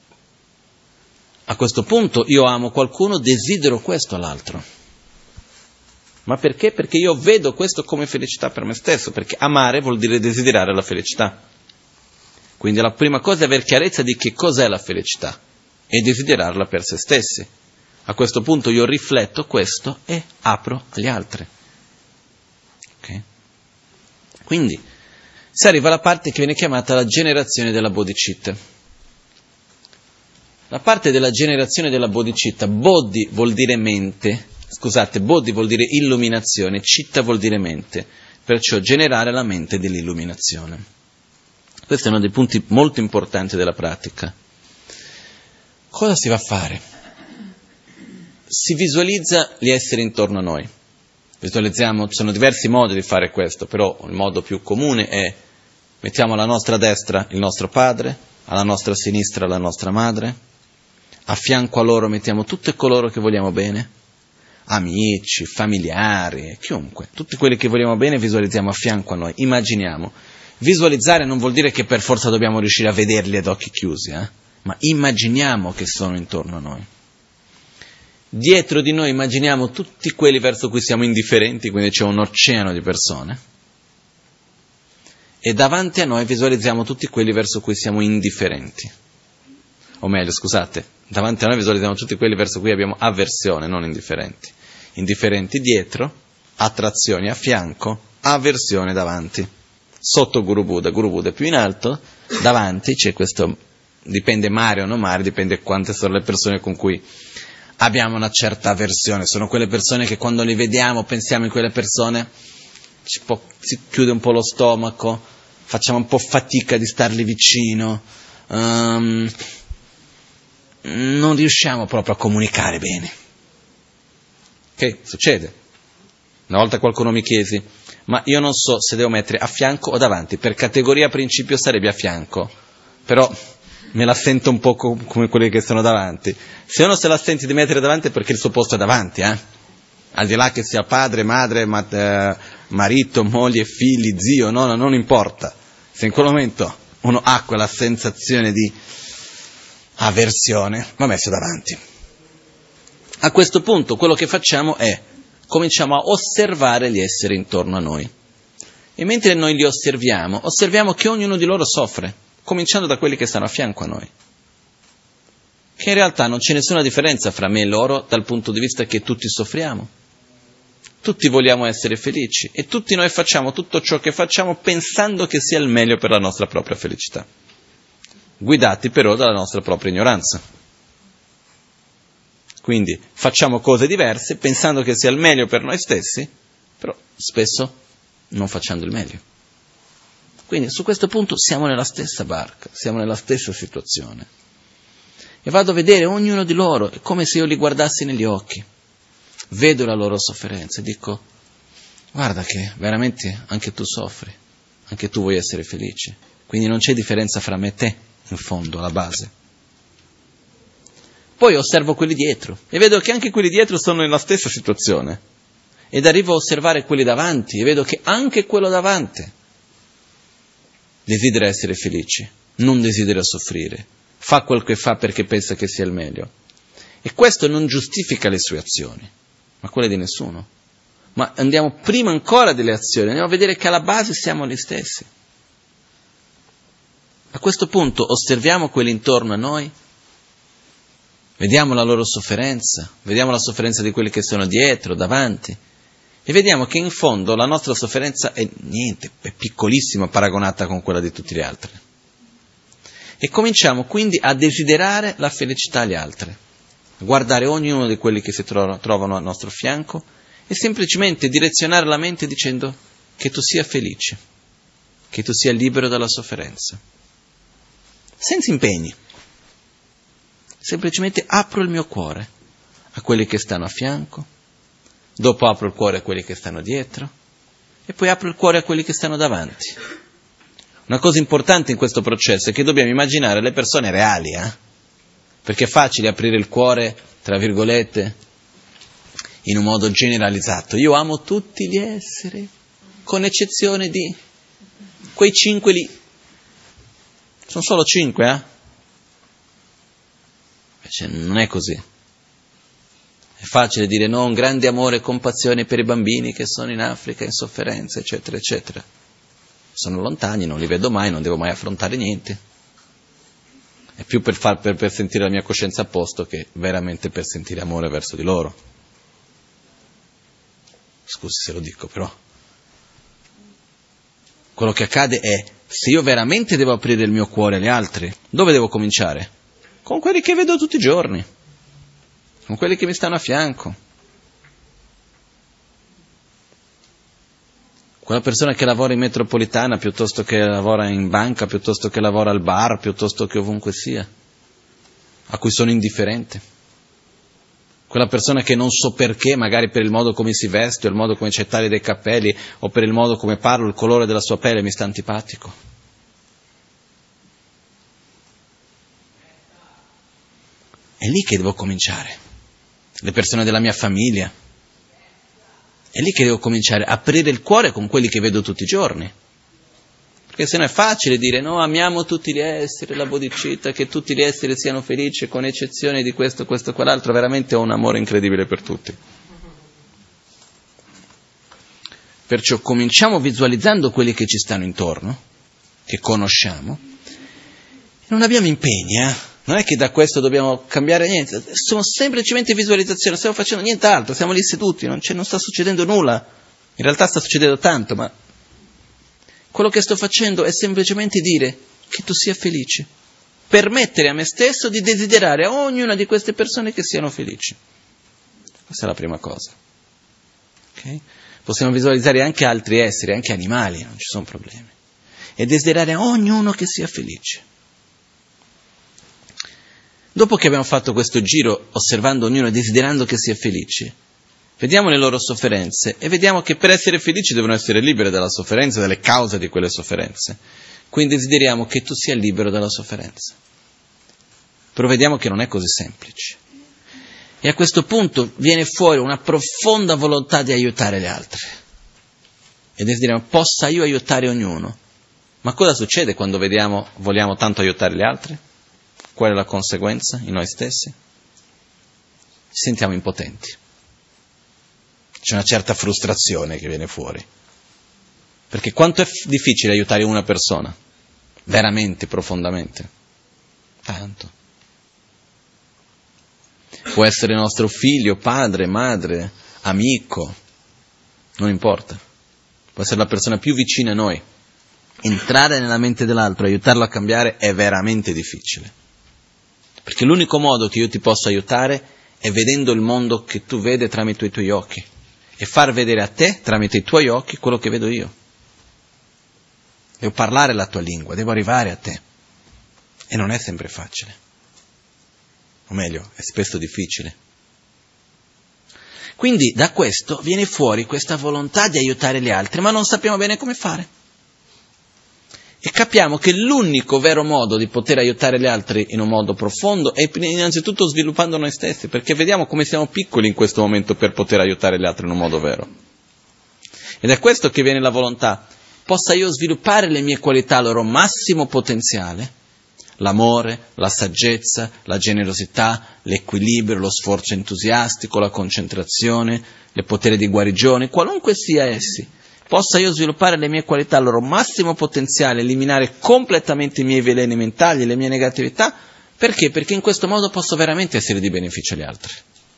Speaker 1: A questo punto io amo qualcuno, desidero questo all'altro. Ma perché? Perché io vedo questo come felicità per me stesso, perché amare vuol dire desiderare la felicità. Quindi la prima cosa è avere chiarezza di che cos'è la felicità e desiderarla per se stessi. A questo punto io rifletto questo e apro agli altri. Okay? Quindi si arriva alla parte che viene chiamata la generazione della bodhicitta. La parte della generazione della bodhicitta, bodhi vuol dire mente, bodhi vuol dire illuminazione, citta vuol dire mente, perciò generare la mente dell'illuminazione. Questo è uno dei punti molto importanti della pratica. Cosa si va a fare? Si visualizza gli esseri intorno a noi. Visualizziamo, ci sono diversi modi di fare questo, però il modo più comune è mettiamo alla nostra destra il nostro padre, alla nostra sinistra la nostra madre, a fianco a loro mettiamo tutti coloro che vogliamo bene, amici, familiari, chiunque, tutti quelli che vogliamo bene visualizziamo a fianco a noi, immaginiamo. Visualizzare non vuol dire che per forza dobbiamo riuscire a vederli ad occhi chiusi, ma immaginiamo che sono intorno a noi. Dietro di noi immaginiamo tutti quelli verso cui siamo indifferenti, quindi c'è un oceano di persone, e davanti a noi visualizziamo tutti quelli verso cui siamo indifferenti. O meglio, scusate, davanti a noi visualizziamo tutti quelli verso cui abbiamo avversione, non indifferenti. Indifferenti dietro, attrazioni a fianco, avversione davanti. Sotto Guru Buddha è più in alto, davanti c'è questo, dipende mare o non mare, dipende quante sono le persone con cui abbiamo una certa avversione. Sono quelle persone che quando li vediamo pensiamo in quelle persone, si chiude un po' lo stomaco, facciamo un po' fatica di starli vicino, non riusciamo proprio a comunicare bene. Ok? Succede. Una volta qualcuno mi chiese, ma io non so se devo mettere a fianco o davanti, per categoria a principio sarebbe a fianco, però me la sento un po' come quelli che sono davanti. Se uno se la sente di mettere davanti è perché il suo posto è davanti, al di là che sia padre, madre, marito, moglie, figli, zio, nonno, non importa. Se in quel momento uno ha quella sensazione di avversione, va messo davanti. A questo punto quello che facciamo è cominciamo a osservare gli esseri intorno a noi. E mentre noi li osserviamo che ognuno di loro soffre, cominciando da quelli che stanno a fianco a noi. Che in realtà non c'è nessuna differenza fra me e loro dal punto di vista che tutti soffriamo. Tutti vogliamo essere felici e tutti noi facciamo tutto ciò che facciamo pensando che sia il meglio per la nostra propria felicità. Guidati però dalla nostra propria ignoranza. Quindi facciamo cose diverse pensando che sia il meglio per noi stessi, però spesso non facendo il meglio.
Speaker 2: Quindi su questo punto siamo nella stessa barca, siamo nella stessa situazione. E vado a vedere ognuno di loro, è come se io li guardassi negli occhi. Vedo la loro sofferenza e dico, guarda che veramente anche tu soffri, anche tu vuoi essere felice. Quindi non c'è differenza fra me e te, in fondo, alla base. Poi osservo quelli dietro e vedo che anche quelli dietro sono nella stessa situazione. Ed arrivo a osservare quelli davanti e vedo che anche quello davanti desidera essere felice, non desidera soffrire, fa quel che fa perché pensa che sia il meglio. E questo non giustifica le sue azioni, ma quelle di nessuno. Ma andiamo prima ancora delle azioni, andiamo a vedere che alla base siamo gli stessi. A questo punto osserviamo quelli intorno a noi, vediamo la loro sofferenza, vediamo la sofferenza di quelli che sono dietro, davanti, e vediamo che in fondo la nostra sofferenza è niente, è piccolissima paragonata con quella di tutti gli altri. E cominciamo quindi a desiderare la felicità agli altri, a guardare ognuno di quelli che si trovano al nostro fianco e semplicemente direzionare la mente dicendo che tu sia felice, che tu sia libero dalla sofferenza. Senza impegni. Semplicemente apro il mio cuore a quelli che stanno a fianco, dopo apro il cuore a quelli che stanno dietro e poi apro il cuore a quelli che stanno davanti. Una cosa importante in questo processo è che dobbiamo immaginare le persone reali, perché è facile aprire il cuore, tra virgolette, in un modo generalizzato. Io amo tutti gli esseri, con eccezione di quei 5 lì. Sono solo 5, Invece non è così. È facile dire no, un grande amore e compassione per i bambini che sono in Africa, in sofferenza, eccetera, eccetera. Sono lontani, non li vedo mai, non devo mai affrontare niente. È più per sentire la mia coscienza a posto che veramente per sentire amore verso di loro. Scusi se lo dico, però. Quello che accade è, se io veramente devo aprire il mio cuore agli altri, dove devo cominciare? Con quelli che vedo tutti i giorni, con quelli che mi stanno a fianco. Quella persona che lavora in metropolitana, piuttosto che lavora in banca, piuttosto che lavora al bar, piuttosto che ovunque sia, a cui sono indifferente. Quella persona che non so perché, magari per il modo come si veste, o il modo come c'è taglia dei capelli, o per il modo come parlo, il colore della sua pelle mi sta antipatico. È lì che devo cominciare. Le persone della mia famiglia. È lì che devo cominciare a aprire il cuore con quelli che vedo tutti i giorni. Perché se no è facile dire no, amiamo tutti gli esseri, la bodhicitta, che tutti gli esseri siano felici, con eccezione di questo, questo, quell'altro, veramente ho un amore incredibile per tutti. Perciò cominciamo visualizzando quelli che ci stanno intorno, che conosciamo, e non abbiamo impegni, Non è che da questo dobbiamo cambiare niente, sono semplicemente visualizzazioni, non stiamo facendo nient'altro, siamo lì seduti, non sta succedendo nulla, in realtà sta succedendo tanto, ma quello che sto facendo è semplicemente dire che tu sia felice, permettere a me stesso di desiderare a ognuna di queste persone che siano felici. Questa è la prima cosa. Okay? Possiamo visualizzare anche altri esseri, anche animali, non ci sono problemi, e desiderare a ognuno che sia felice. Dopo che abbiamo fatto questo giro, osservando ognuno e desiderando che sia felice, vediamo le loro sofferenze e vediamo che per essere felici devono essere libere dalla sofferenza, dalle cause di quelle sofferenze. Quindi desideriamo che tu sia libero dalla sofferenza. Però vediamo che non è così semplice. E a questo punto viene fuori una profonda volontà di aiutare gli altri. E desideriamo, possa io aiutare ognuno. Ma cosa succede quando vogliamo tanto aiutare gli altri? Qual è la conseguenza in noi stessi? Ci sentiamo impotenti. C'è una certa frustrazione che viene fuori. Perché quanto è difficile aiutare una persona? Veramente, profondamente. Tanto. Può essere nostro figlio, padre, madre, amico, non importa. Può essere la persona più vicina a noi. Entrare nella mente dell'altro, aiutarlo a cambiare è veramente difficile. Perché l'unico modo che io ti posso aiutare è vedendo il mondo che tu vedi tramite i tuoi occhi e far vedere a te, tramite i tuoi occhi, quello che vedo io. devo parlare la tua lingua, devo arrivare a te. E non è sempre facile. O meglio, è spesso difficile. Quindi da questo viene fuori questa volontà di aiutare gli altri, ma non sappiamo bene come fare. E capiamo che l'unico vero modo di poter aiutare gli altri in un modo profondo è innanzitutto sviluppando noi stessi, perché vediamo come siamo piccoli in questo momento per poter aiutare gli altri in un modo vero. Ed è questo che viene la volontà. Possa io sviluppare le mie qualità al loro massimo potenziale, l'amore, la saggezza, la generosità, l'equilibrio, lo sforzo entusiastico, la concentrazione, il potere di guarigione, qualunque sia essi. Possa io sviluppare le mie qualità al loro massimo potenziale, eliminare completamente i miei veleni mentali, le mie negatività. Perché? Perché in questo modo posso veramente essere di beneficio agli altri.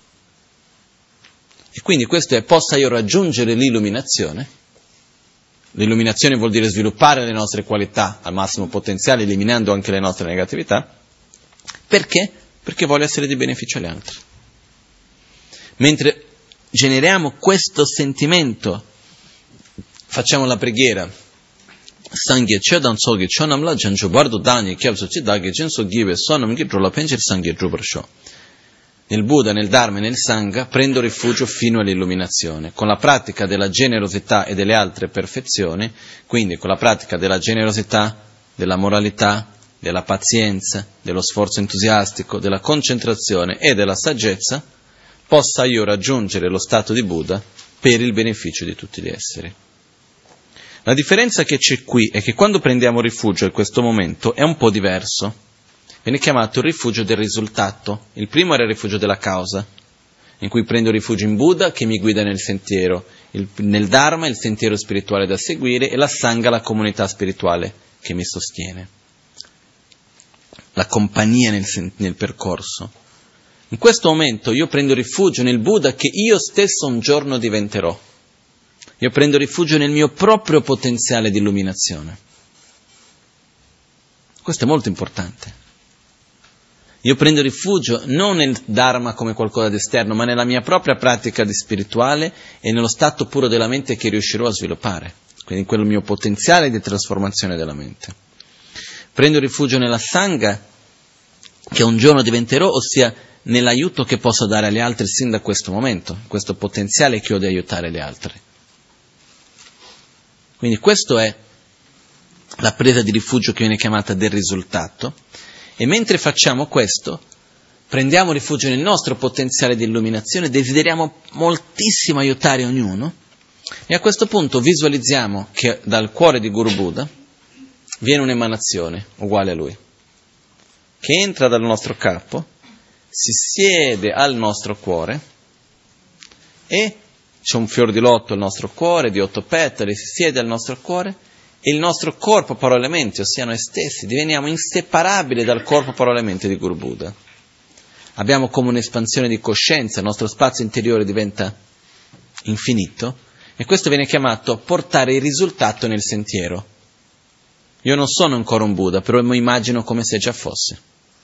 Speaker 2: E quindi questo è: possa io raggiungere l'illuminazione. L'illuminazione vuol dire sviluppare le nostre qualità al massimo potenziale, eliminando anche le nostre negatività. Perché? Perché voglio essere di beneficio agli altri. Mentre generiamo questo sentimento, facciamo la preghiera. Sangye chedan sogi chonam la janju bardo dani kyabso chidage jinso give sonam gidro la pencher sangye drubarsho. Nel Buddha, nel Dharma e nel Sangha prendo rifugio fino all'illuminazione, con la pratica della generosità e delle altre perfezioni, quindi con la pratica della generosità, della moralità, della pazienza, dello sforzo entusiastico, della concentrazione e della saggezza, possa io raggiungere lo stato di Buddha per il beneficio di tutti gli esseri. La differenza che c'è qui è che quando prendiamo rifugio in questo momento è un po' diverso. Viene chiamato il rifugio del risultato. Il primo era il rifugio della causa, in cui prendo rifugio in Buddha che mi guida nel sentiero, nel Dharma il sentiero spirituale da seguire e la Sangha la spirituale che mi sostiene, la compagnia nel percorso. In questo momento io prendo rifugio nel Buddha che io stesso un giorno diventerò. Io prendo rifugio nel mio proprio potenziale di illuminazione. Questo è molto importante. Io prendo rifugio non nel Dharma come qualcosa di esterno, ma nella mia propria pratica di spirituale e nello stato puro della mente che riuscirò a sviluppare, quindi in quel mio potenziale di trasformazione della mente. Prendo rifugio nella Sangha che un giorno diventerò, ossia nell'aiuto che posso dare agli altri sin da questo momento, questo potenziale che ho di aiutare gli altri. Quindi questo è la presa di rifugio che viene chiamata del risultato. E mentre facciamo questo, prendiamo rifugio nel nostro potenziale di illuminazione, desideriamo moltissimo aiutare ognuno, e a questo punto visualizziamo che dal cuore di Guru Buddha viene un'emanazione uguale a lui, che entra dal nostro capo, si siede al nostro cuore, e c'è un fior di lotto al nostro cuore, di 8 petali, si siede al nostro cuore, e il nostro corpo, parole e mente, ossia noi stessi, diveniamo inseparabili dal corpo, parole e mente di Guru Buddha. Abbiamo come un'espansione di coscienza, il nostro spazio interiore diventa infinito, e questo viene chiamato portare il risultato nel sentiero. Io non sono ancora un Buddha, però mi immagino come se già fosse.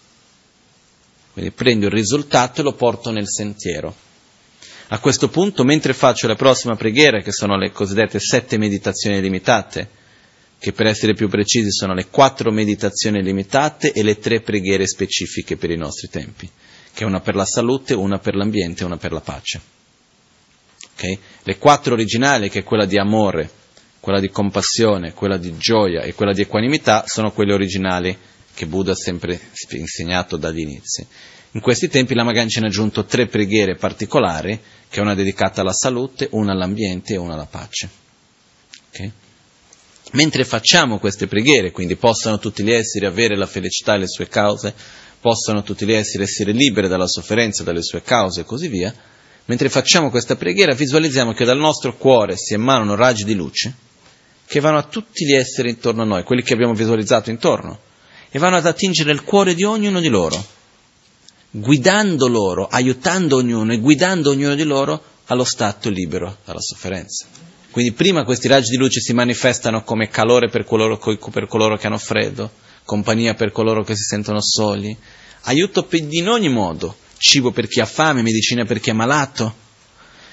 Speaker 2: Quindi prendo il risultato e lo porto nel sentiero. A questo punto, mentre faccio la prossima preghiera, che sono le cosiddette 7 meditazioni limitate, che per essere più precisi sono le 4 meditazioni limitate e le 3 preghiere specifiche per i nostri tempi, che è una per la salute, una per l'ambiente e una per la pace. Okay? Le 4 originali, che è quella di amore, quella di compassione, quella di gioia e quella di equanimità, sono quelle originali che Buddha ha sempre insegnato dagli inizi. In questi tempi la Magancia ne ha aggiunto 3 preghiere particolari, che è una dedicata alla salute, una all'ambiente e una alla pace. Okay? Mentre facciamo queste preghiere, quindi possano tutti gli esseri avere la felicità e le sue cause, possano tutti gli esseri essere liberi dalla sofferenza, dalle sue cause e così via, mentre facciamo questa preghiera visualizziamo che dal nostro cuore si emanano raggi di luce che vanno a tutti gli esseri intorno a noi, quelli che abbiamo visualizzato intorno, e vanno ad attingere il cuore di ognuno di loro, guidando loro, aiutando ognuno e guidando ognuno di loro allo stato libero dalla sofferenza. Quindi prima questi raggi di luce si manifestano come calore per coloro che hanno freddo, compagnia per coloro che si sentono soli, aiuto in ogni modo, cibo per chi ha fame, medicina per chi è malato,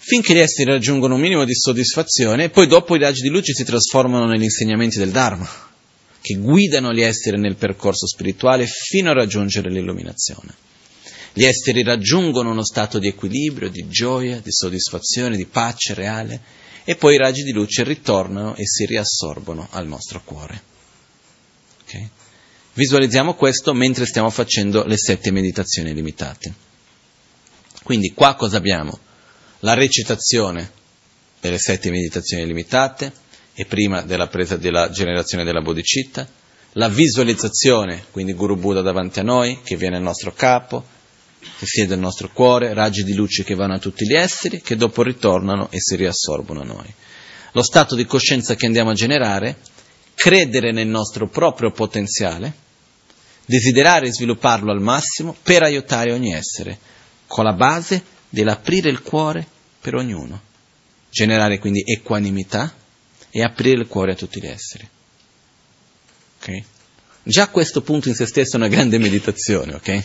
Speaker 2: finché gli esseri raggiungono un minimo di soddisfazione e poi dopo i raggi di luce si trasformano negli insegnamenti del Dharma, che guidano gli esseri nel percorso spirituale fino a raggiungere l'illuminazione. Gli esseri raggiungono uno stato di equilibrio, di gioia, di soddisfazione, di pace reale e poi i raggi di luce ritornano e si riassorbono al nostro cuore. Okay? Visualizziamo questo mentre stiamo facendo le 7 meditazioni limitate. Quindi qua cosa abbiamo? La recitazione delle 7 meditazioni limitate e prima della generazione della bodhicitta, la visualizzazione, quindi Guru Buddha davanti a noi, che viene al nostro capo, che siede al nostro cuore, raggi di luce che vanno a tutti gli esseri, che dopo ritornano e si riassorbono a noi. Lo stato di coscienza che andiamo a generare, credere nel nostro proprio potenziale, desiderare svilupparlo al massimo per aiutare ogni essere, con la base dell'aprire il cuore per ognuno, generare quindi equanimità e aprire il cuore a tutti gli esseri. Okay? Già questo punto in se stesso è una grande meditazione, ok?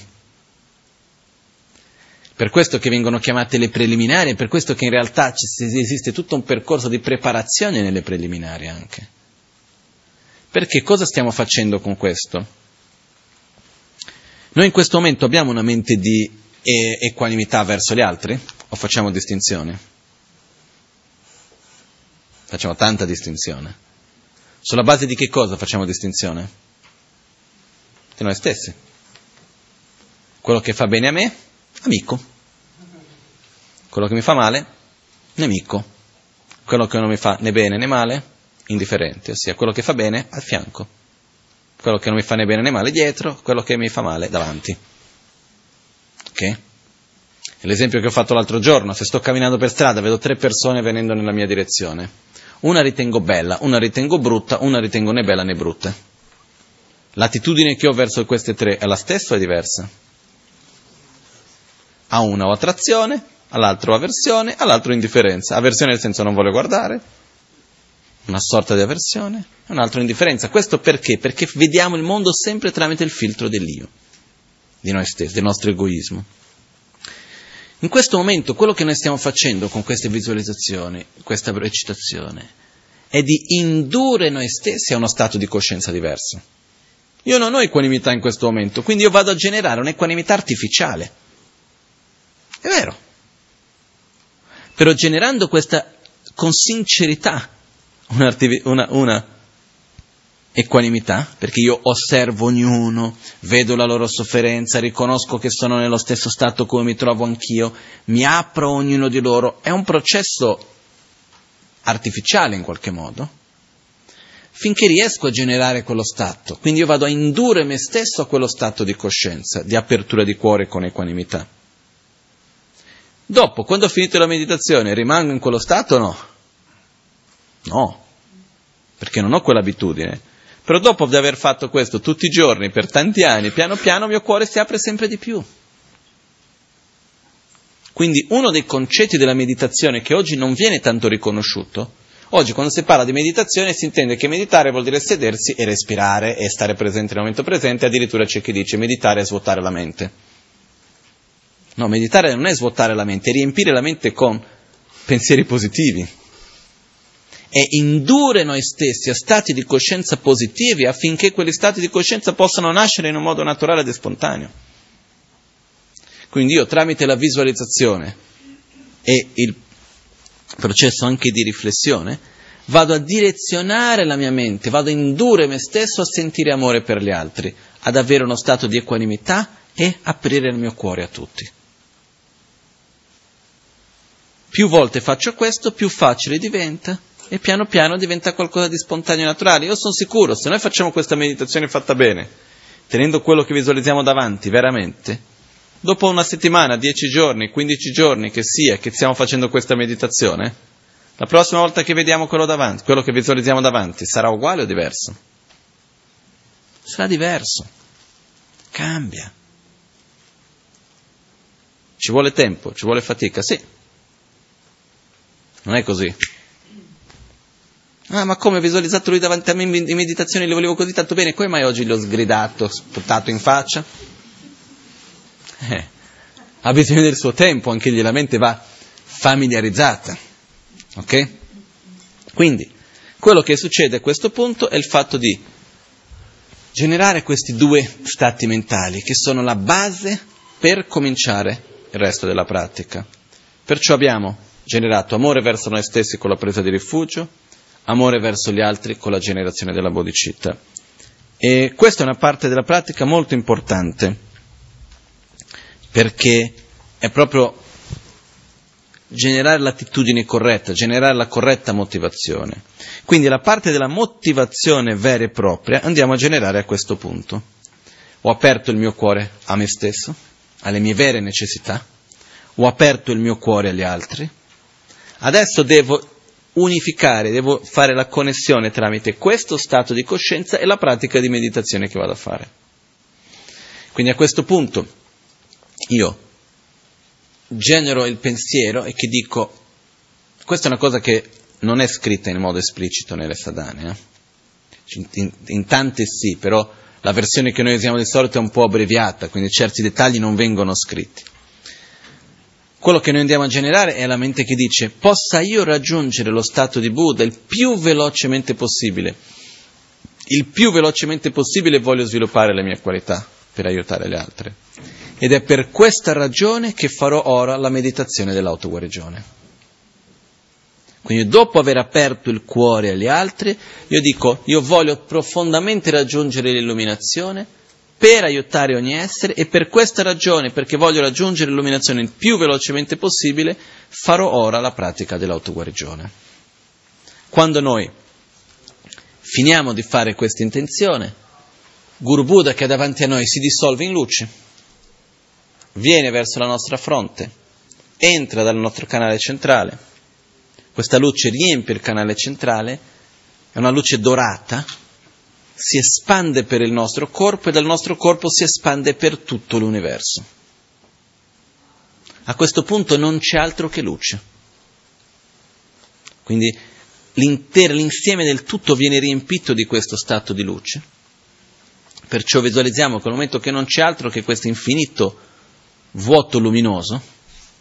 Speaker 2: Per questo che vengono chiamate le preliminari, per questo che in realtà esiste tutto un percorso di preparazione nelle preliminari anche. Perché cosa stiamo facendo con questo? Noi in questo momento abbiamo una mente di equanimità verso gli altri? O facciamo distinzione? Facciamo tanta distinzione. Sulla base di che cosa facciamo distinzione? Di noi stessi. Quello che fa bene a me, amico. Quello che mi fa male, nemico. Quello che non mi fa né bene né male, indifferente. Ossia, quello che fa bene, al fianco. Quello che non mi fa né bene né male, dietro. Quello che mi fa male, davanti. Ok? L'esempio che ho fatto l'altro giorno, se sto camminando per strada, vedo 3 persone venendo nella mia direzione. Una ritengo bella, una ritengo brutta, una ritengo né bella né brutta. L'attitudine che ho verso queste 3 è la stessa o è diversa? A una ho attrazione, all'altro ho avversione, all'altro indifferenza. Avversione nel senso non voglio guardare, una sorta di avversione, un altro indifferenza. Questo perché? Perché vediamo il mondo sempre tramite il filtro dell'io, di noi stessi, del nostro egoismo. In questo momento quello che noi stiamo facendo con queste visualizzazioni, questa recitazione, è di indurre noi stessi a uno stato di coscienza diverso. Io non ho equanimità in questo momento, quindi io vado a generare un'equanimità artificiale. È vero. Però generando questa con sincerità, una equanimità, perché io osservo ognuno, vedo la loro sofferenza, riconosco che sono nello stesso stato come mi trovo anch'io, mi apro a ognuno di loro, è un processo artificiale in qualche modo, finché riesco a generare quello stato, quindi io vado a indurre me stesso a quello stato di coscienza, di apertura di cuore con equanimità. Dopo, quando ho finito la meditazione, rimango in quello stato o no? No, perché non ho quell'abitudine. Però dopo di aver fatto questo tutti i giorni, per tanti anni, piano piano il mio cuore si apre sempre di più. Quindi uno dei concetti della meditazione che oggi non viene tanto riconosciuto, oggi quando si parla di meditazione si intende che meditare vuol dire sedersi e respirare e stare presente nel momento presente, addirittura c'è chi dice meditare è svuotare la mente. No, meditare non è svuotare la mente, è riempire la mente con pensieri positivi. È indurre noi stessi a stati di coscienza positivi affinché quegli stati di coscienza possano nascere in un modo naturale e spontaneo. Quindi io tramite la visualizzazione e il processo anche di riflessione vado a direzionare la mia mente, vado a indurre me stesso a sentire amore per gli altri, ad avere uno stato di equanimità e aprire il mio cuore a tutti. Più volte faccio questo, più facile diventa e piano piano diventa qualcosa di spontaneo e naturale. Io sono sicuro, se noi facciamo questa meditazione fatta bene, tenendo quello che visualizziamo davanti, veramente, dopo una settimana, 10 giorni, 15 giorni che sia, che stiamo facendo questa meditazione, la prossima volta che vediamo quello davanti, quello che visualizziamo davanti, sarà uguale o diverso? Sarà diverso. Cambia. Ci vuole tempo, ci vuole fatica, sì. Non è così. Ah, ma come ho visualizzato lui davanti a me in meditazione, li volevo così tanto bene, come mai oggi gli ho sgridato, sputato in faccia? Ha bisogno del suo tempo, anche lì la mente va familiarizzata. Ok? Quindi, quello che succede a questo punto è il fatto di generare questi due stati mentali, che sono la base per cominciare il resto della pratica. Perciò abbiamo generato amore verso noi stessi con la presa di rifugio, amore verso gli altri con la generazione della bodhicitta. E questa è una parte della pratica molto importante, perché è proprio generare l'attitudine corretta, generare la corretta motivazione. Quindi la parte della motivazione vera e propria andiamo a generare a questo punto. Ho aperto il mio cuore a me stesso, alle mie vere necessità, ho aperto il mio cuore agli altri, adesso devo unificare, devo fare la connessione tramite questo stato di coscienza e la pratica di meditazione che vado a fare. Quindi a questo punto io genero il pensiero e che dico, questa è una cosa che non è scritta in modo esplicito nelle sadhane, in tante sì, però la versione che noi usiamo di solito è un po' abbreviata, quindi certi dettagli non vengono scritti. Quello che noi andiamo a generare è la mente che dice, possa io raggiungere lo stato di Buddha il più velocemente possibile. Il più velocemente possibile voglio sviluppare le mie qualità per aiutare le altre. Ed è per questa ragione che farò ora la meditazione dell'autoguarigione. Quindi dopo aver aperto il cuore agli altri, io dico, io voglio profondamente raggiungere l'illuminazione per aiutare ogni essere e per questa ragione, perché voglio raggiungere l'illuminazione il più velocemente possibile, farò ora la pratica dell'autoguarigione. Quando noi finiamo di fare questa intenzione, Guru Buddha che è davanti a noi si dissolve in luce, viene verso la nostra fronte, entra dal nostro canale centrale, questa luce riempie il canale centrale, è una luce dorata, si espande per il nostro corpo e dal nostro corpo si espande per tutto l'universo. A questo punto non c'è altro che luce. Quindi l'insieme del tutto viene riempito di questo stato di luce. Perciò visualizziamo che nel momento che non c'è altro che questo infinito vuoto luminoso,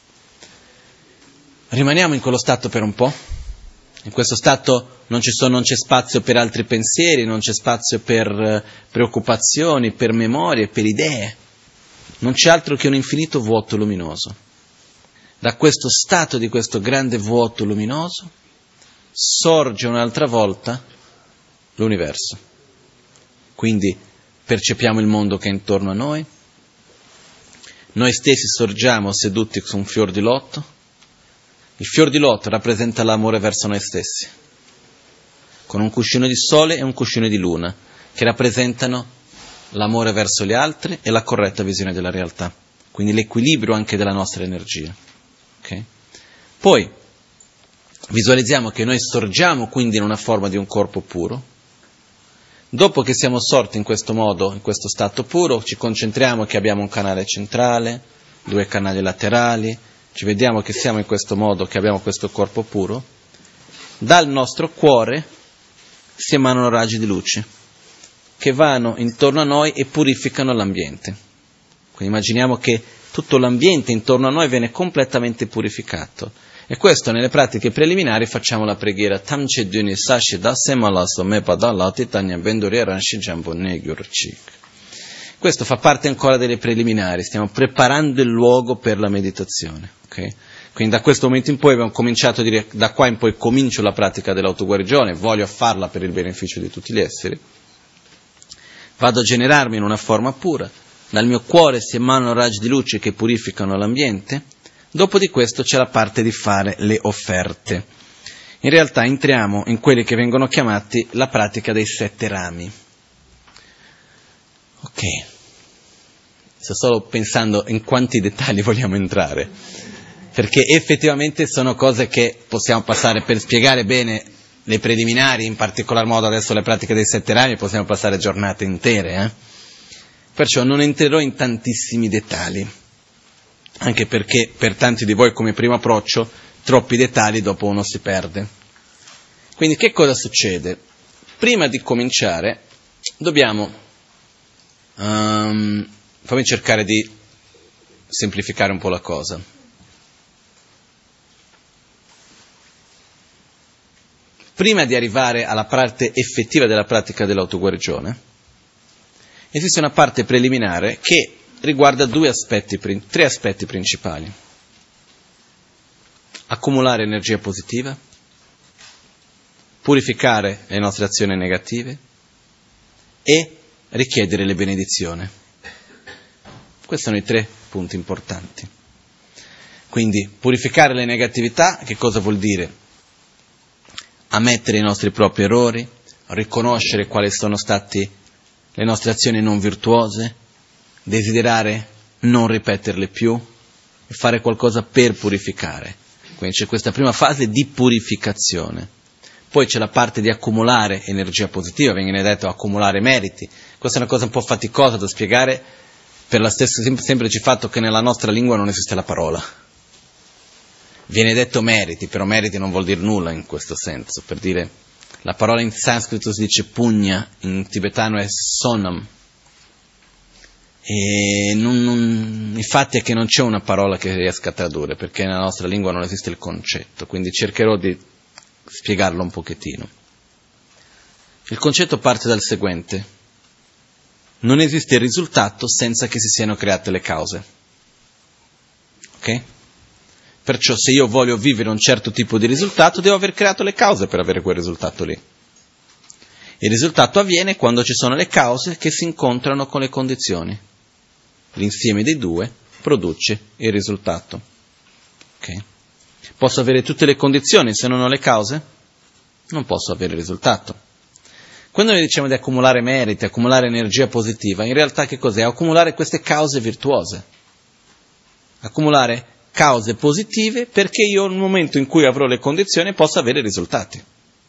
Speaker 2: rimaniamo in quello stato per un po'. In questo stato non c'è spazio per altri pensieri, non c'è spazio per preoccupazioni, per memorie, per idee. Non c'è altro che un infinito vuoto luminoso. Da questo stato di questo grande vuoto luminoso sorge un'altra volta l'universo. Quindi percepiamo il mondo che è intorno a noi. Noi stessi sorgiamo seduti su un fior di lotto. Il fior di lotto rappresenta l'amore verso noi stessi, con un cuscino di sole e un cuscino di luna, che rappresentano l'amore verso gli altri e la corretta visione della realtà, quindi l'equilibrio anche della nostra energia. Okay? Poi visualizziamo che noi sorgiamo quindi in una forma di un corpo puro. Dopo che siamo sorti in questo modo, in questo stato puro, ci concentriamo che abbiamo un canale centrale, 2 canali laterali, ci vediamo che siamo in questo modo, che abbiamo questo corpo puro, dal nostro cuore si emanano raggi di luce che vanno intorno a noi e purificano l'ambiente. Quindi immaginiamo che tutto l'ambiente intorno a noi viene completamente purificato. E questo nelle pratiche preliminari facciamo la preghiera Tamche Duni Sashi Da Semalaso Me Padalati Tanya Benduri Ranshi Jambone Gyurchik. Questo fa parte ancora delle preliminari, stiamo preparando il luogo per la meditazione. Okay? Quindi da questo momento in poi abbiamo cominciato a dire, da qua in poi comincio la pratica dell'autoguarigione, voglio farla per il beneficio di tutti gli esseri, vado a generarmi in una forma pura, dal mio cuore si emanano raggi di luce che purificano l'ambiente, dopo di questo c'è la parte di fare le offerte. In realtà entriamo in quelli che vengono chiamati la pratica dei 7 rami. Ok, sto solo pensando in quanti dettagli vogliamo entrare, perché effettivamente sono cose che possiamo passare per spiegare bene le preliminari, in particolar modo adesso le pratiche dei 7 rami, possiamo passare giornate intere, Perciò non entrerò in tantissimi dettagli, anche perché per tanti di voi come primo approccio troppi dettagli dopo uno si perde. Quindi che cosa succede? Prima di cominciare dobbiamo fammi cercare di semplificare un po' la cosa. prima di arrivare alla parte effettiva della pratica dell'autoguarigione, esiste una parte preliminare che riguarda tre aspetti principali. Accumulare energia positiva, purificare le nostre azioni negative e richiedere le benedizioni. Questi sono i 3 punti importanti. Quindi purificare le negatività, che cosa vuol dire? Ammettere i nostri propri errori, riconoscere quali sono state le nostre azioni non virtuose, desiderare non ripeterle più e fare qualcosa per purificare. Quindi c'è questa prima fase di purificazione. Poi c'è la parte di accumulare energia positiva, viene detto accumulare meriti. Questa è una cosa un po' faticosa da spiegare per lo stesso semplice fatto che nella nostra lingua non esiste la parola. Viene detto meriti, però meriti non vuol dire nulla in questo senso. Per dire, la parola in sanscrito si dice punya, in tibetano è sonam. E il fatto è che non c'è una parola che riesca a tradurre, perché nella nostra lingua non esiste il concetto, quindi cercherò di spiegarlo un pochettino. Il concetto parte dal seguente: non esiste risultato senza che si siano create le cause. Ok? Perciò se io voglio vivere un certo tipo di risultato, devo aver creato le cause per avere quel risultato lì. Il risultato avviene quando ci sono le cause che si incontrano con le condizioni. L'insieme dei due produce il risultato. Ok? Posso avere tutte le condizioni, se non ho le cause, non posso avere il risultato. Quando noi diciamo di accumulare meriti, accumulare energia positiva, in realtà che cos'è? Accumulare queste cause virtuose. Accumulare cause positive perché io nel momento in cui avrò le condizioni posso avere risultati.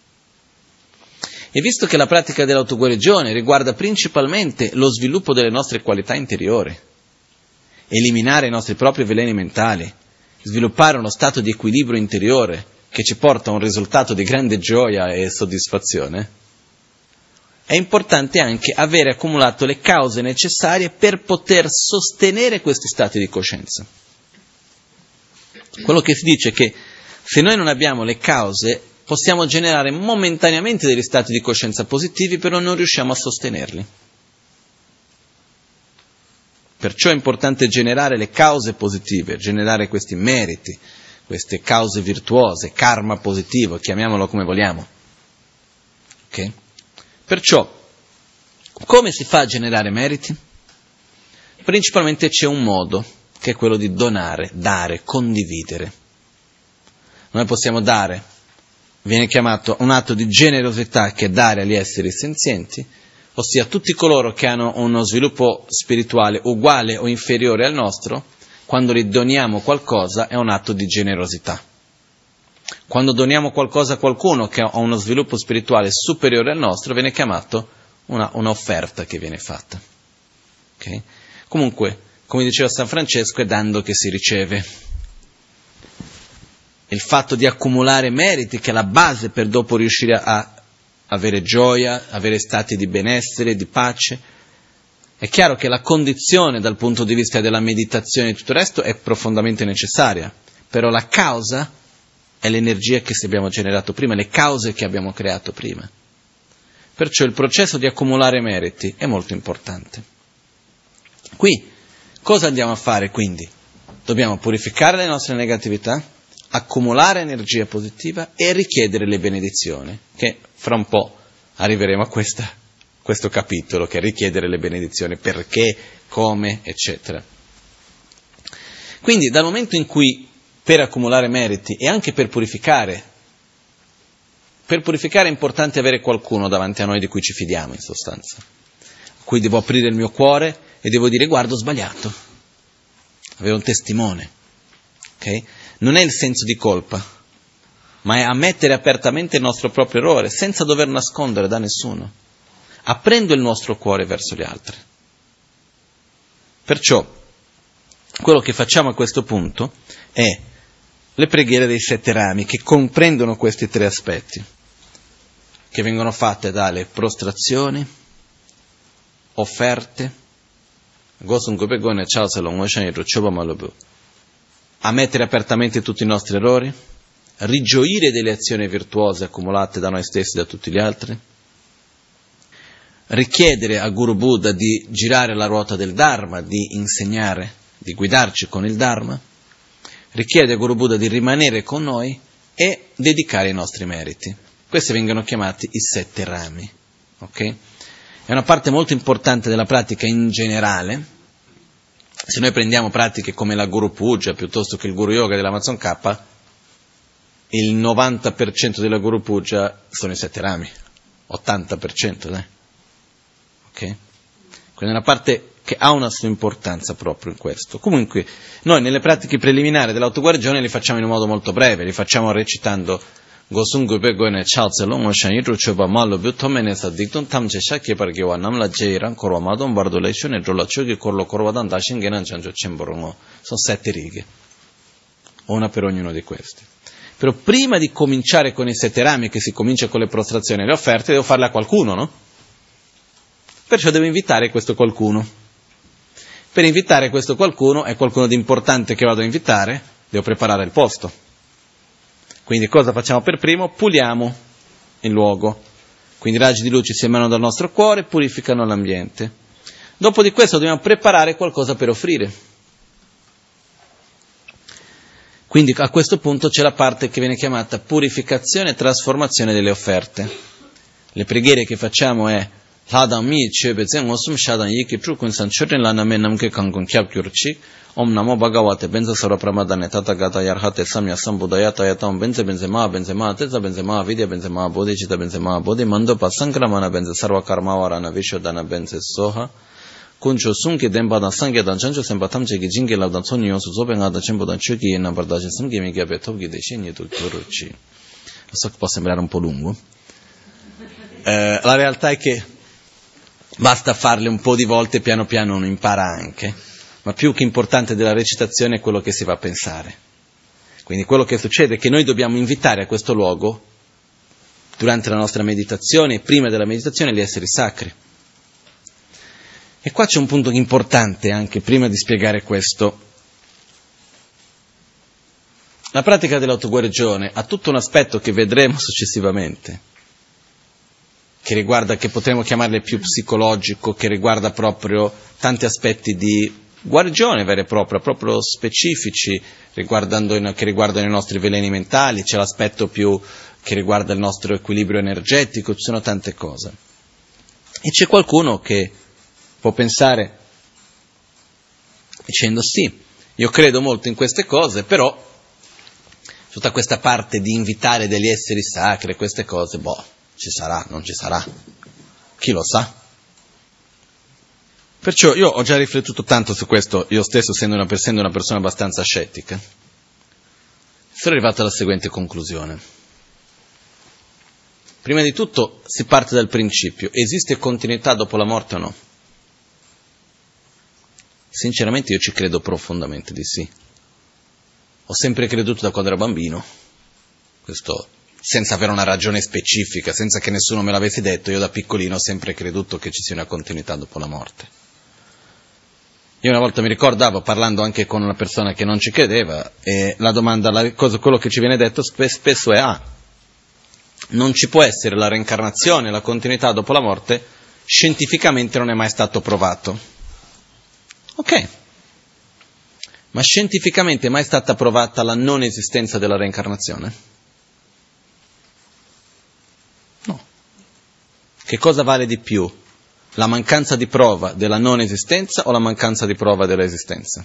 Speaker 2: E visto che la pratica dell'autoguarigione riguarda principalmente lo sviluppo delle nostre qualità interiori, eliminare i nostri propri veleni mentali, sviluppare uno stato di equilibrio interiore che ci porta a un risultato di grande gioia e soddisfazione, è importante anche avere accumulato le cause necessarie per poter sostenere questi stati di coscienza. Quello che si dice è che se noi non abbiamo le cause, possiamo generare momentaneamente degli stati di coscienza positivi, però non riusciamo a sostenerli. Perciò è importante generare le cause positive, generare questi meriti, queste cause virtuose, karma positivo, chiamiamolo come vogliamo. Ok? Perciò, come si fa a generare meriti? Principalmente c'è un modo, che è quello di donare, dare, condividere. Noi possiamo dare, viene chiamato un atto di generosità che è dare agli esseri senzienti, ossia tutti coloro che hanno uno sviluppo spirituale uguale o inferiore al nostro, quando gli doniamo qualcosa è un atto di generosità. Quando doniamo qualcosa a qualcuno che ha uno sviluppo spirituale superiore al nostro, viene chiamato un'offerta che viene fatta. Okay? Comunque, come diceva San Francesco, è dando che si riceve. Il fatto di accumulare meriti, che è la base per dopo riuscire a avere gioia, avere stati di benessere, di pace. È chiaro che la condizione dal punto di vista della meditazione e tutto il resto è profondamente necessaria, però la causa è l'energia che abbiamo generato prima, le cause che abbiamo creato prima. Perciò il processo di accumulare meriti è molto importante. Qui, cosa andiamo a fare quindi? Dobbiamo purificare le nostre negatività, accumulare energia positiva e richiedere le benedizioni, che fra un po' arriveremo a questo capitolo, che è richiedere le benedizioni, perché, come, eccetera. Quindi dal momento in cui per accumulare meriti e anche per purificare è importante avere qualcuno davanti a noi di cui ci fidiamo in sostanza, a cui devo aprire il mio cuore e devo dire guarda ho sbagliato, avere un testimone, ok? Non è il senso di colpa, ma è ammettere apertamente il nostro proprio errore, senza dover nascondere da nessuno, aprendo il nostro cuore verso gli altri. Perciò, quello che facciamo a questo punto è le preghiere dei 7 rami, che comprendono questi 3 aspetti, che vengono fatte dalle prostrazioni, offerte, ammettere apertamente tutti i nostri errori, rigioire delle azioni virtuose accumulate da noi stessi e da tutti gli altri, richiedere a Guru Buddha di girare la ruota del Dharma, di insegnare, di guidarci con il Dharma, richiede a Guru Buddha di rimanere con noi e dedicare i nostri meriti. Questi vengono chiamati i 7 rami. Okay? È una parte molto importante della pratica in generale. Se noi prendiamo pratiche come la Guru Puja piuttosto che il Guru Yoga dell'Amazon K, il 90% della Guru Puja sono i 7 rami, 80%, dai. Okay? Quindi è una parte che ha una sua importanza proprio in questo. Comunque, noi nelle pratiche preliminari dell'autoguarigione li facciamo in un modo molto breve, li facciamo recitando Gosungu Begoine Chalze Longo Shaniru Choba Malo Butomene Sadikton Tamche Shakye Pargewa Namla Jeiran Korwa Madon Bardolation e Drola Chogi Korlo Korwadan Dashin Genan Chanjo Cemborongo. Sono 7 righe, una per ognuno di questi. Però prima di cominciare con i 7 rami, che si comincia con le prostrazioni e le offerte, devo farle a qualcuno, no? Perciò devo invitare questo qualcuno. Per invitare questo qualcuno, è qualcuno di importante che vado a invitare, devo preparare il posto. Quindi cosa facciamo per primo? Puliamo il luogo. Quindi i raggi di luce si emanano dal nostro cuore e purificano l'ambiente. Dopo di questo dobbiamo preparare qualcosa per offrire. Quindi a questo punto c'è la parte che viene chiamata purificazione e trasformazione delle offerte. Le preghiere che facciamo è Ladam mi chebe zen osum shadan yiki trukun san chorin lana me namke kangun kyab kyurchi om namo bhagavate benza sara pramadane tata gata yarhate samya sambudayata yatam benze benzema teza benzema vidya benzema bodhicita benzema bodhi mando pasankramana benze sarva karma varana vishodana benze soha kuncho sunke demba dan sangya dan chancho sembatam chegi jinge lavdan soni yosu zobenga dan chembo dan chuki yena bardaje samge mi gyabe tobgi deshin yetu kyurchi. Lo so che può sembrare un po' lungo. La realtà è che basta farle un po' di volte, piano piano uno impara anche, ma più che importante della recitazione è quello che si va a pensare. Quindi quello che succede è che noi dobbiamo invitare a questo luogo, durante la nostra meditazione e prima della meditazione, gli esseri sacri. E qua c'è un punto importante anche, prima di spiegare questo. La pratica dell'autoguarigione ha tutto un aspetto che vedremo successivamente, che riguarda, che potremmo chiamarle più psicologico, che riguarda proprio tanti aspetti di guarigione vera e propria, proprio specifici, che riguardano i nostri veleni mentali, c'è l'aspetto più che riguarda il nostro equilibrio energetico, ci sono tante cose. E c'è qualcuno che può pensare, dicendo sì, io credo molto in queste cose, però tutta questa parte di invitare degli esseri sacri, queste cose, ci sarà, non ci sarà, chi lo sa? Perciò io ho già riflettuto tanto su questo, io stesso essendo una persona abbastanza scettica. Sono arrivato alla seguente conclusione. Prima di tutto si parte dal principio, esiste continuità dopo la morte o no? Sinceramente io ci credo profondamente di sì. Ho sempre creduto da quando ero bambino, questo senza avere una ragione specifica, senza che nessuno me l'avesse detto, io da piccolino ho sempre creduto che ci sia una continuità dopo la morte. Io una volta mi ricordavo, parlando anche con una persona che non ci credeva, e la domanda, quello che ci viene detto spesso è non ci può essere la reincarnazione, la continuità dopo la morte, scientificamente non è mai stato provato. Ok, ma scientificamente è mai stata provata la non esistenza della reincarnazione? No. Che cosa vale di più? La mancanza di prova della non esistenza o la mancanza di prova dell'esistenza?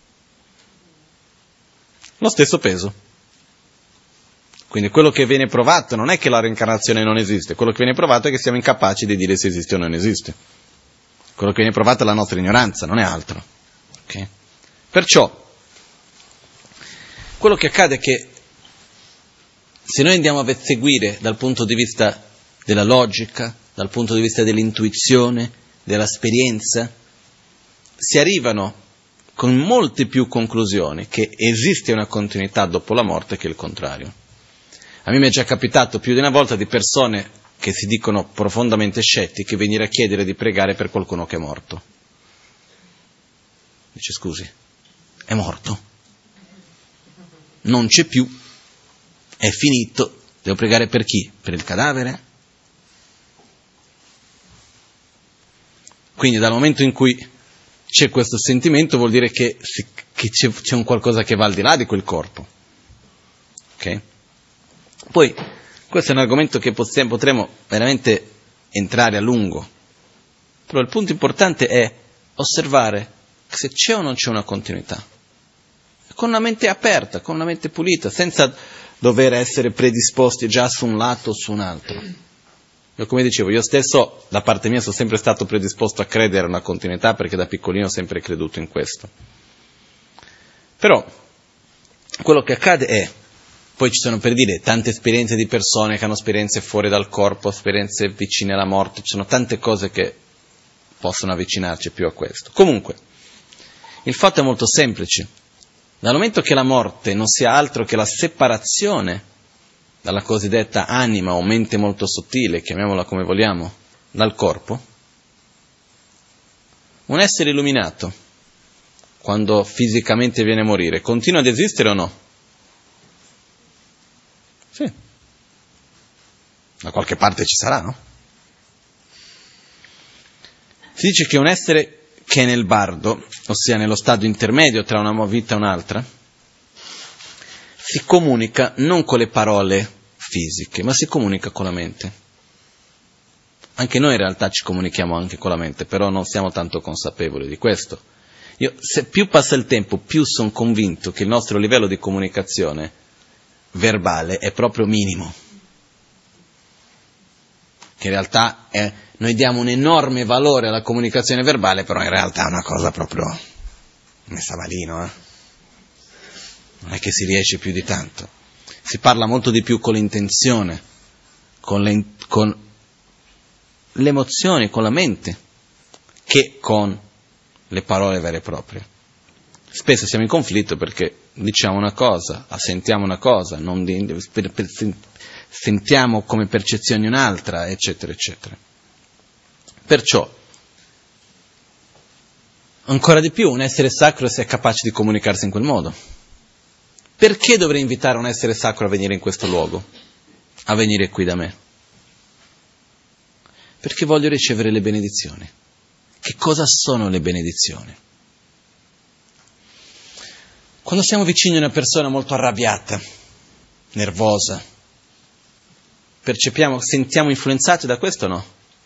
Speaker 2: Lo stesso peso. Quindi quello che viene provato non è che la reincarnazione non esiste, quello che viene provato è che siamo incapaci di dire se esiste o non esiste. Quello che viene provato è la nostra ignoranza, non è altro. Okay? Perciò, quello che accade è che se noi andiamo a seguire dal punto di vista della logica, dal punto di vista dell'intuizione, dell'esperienza, si arrivano con molte più conclusioni che esiste una continuità dopo la morte che il contrario. A me mi è già capitato più di una volta di persone che si dicono profondamente scettiche venire a chiedere di pregare per qualcuno che è morto. Dice scusi, è morto? Non c'è più. è finito, devo pregare per chi? Per il cadavere? Quindi dal momento in cui c'è questo sentimento vuol dire che c'è un qualcosa che va al di là di quel corpo. Okay? Poi, questo è un argomento che potremo veramente entrare a lungo, però il punto importante è osservare se c'è o non c'è una continuità, con una mente aperta, con una mente pulita, senza dover essere predisposti già su un lato o su un altro. Io, come dicevo, io stesso da parte mia sono sempre stato predisposto a credere a una continuità, perché da piccolino ho sempre creduto in questo. Però quello che accade è, poi ci sono, per dire, tante esperienze di persone che hanno esperienze fuori dal corpo, esperienze vicine alla morte, ci sono tante cose che possono avvicinarci più a questo. Comunque, il fatto è molto semplice. Dal momento che la morte non sia altro che la separazione dalla cosiddetta anima o mente molto sottile, chiamiamola come vogliamo, dal corpo, un essere illuminato, quando fisicamente viene a morire, continua ad esistere o no? Sì. Da qualche parte ci sarà, no? Si dice che un essere che è nel bardo, ossia nello stadio intermedio tra una vita e un'altra, si comunica non con le parole fisiche, ma si comunica con la mente. Anche noi in realtà ci comunichiamo anche con la mente, però non siamo tanto consapevoli di questo. Se più passa il tempo, più sono convinto che il nostro livello di comunicazione verbale è proprio minimo. Che in realtà noi diamo un enorme valore alla comunicazione verbale, però in realtà è una cosa proprio messa malino, Non è che si riesce più di tanto. Si parla molto di più con l'intenzione, con le emozioni, con la mente, che con le parole vere e proprie. Spesso siamo in conflitto perché diciamo una cosa, sentiamo una cosa, sentiamo come percezioni un'altra, eccetera, eccetera. Perciò, ancora di più, un essere sacro è capace di comunicarsi in quel modo. Perché dovrei invitare un essere sacro a venire in questo luogo? A venire qui da me? Perché voglio ricevere le benedizioni. Che cosa sono le benedizioni? Quando siamo vicini a una persona molto arrabbiata, nervosa, sentiamo influenzati da questo o no?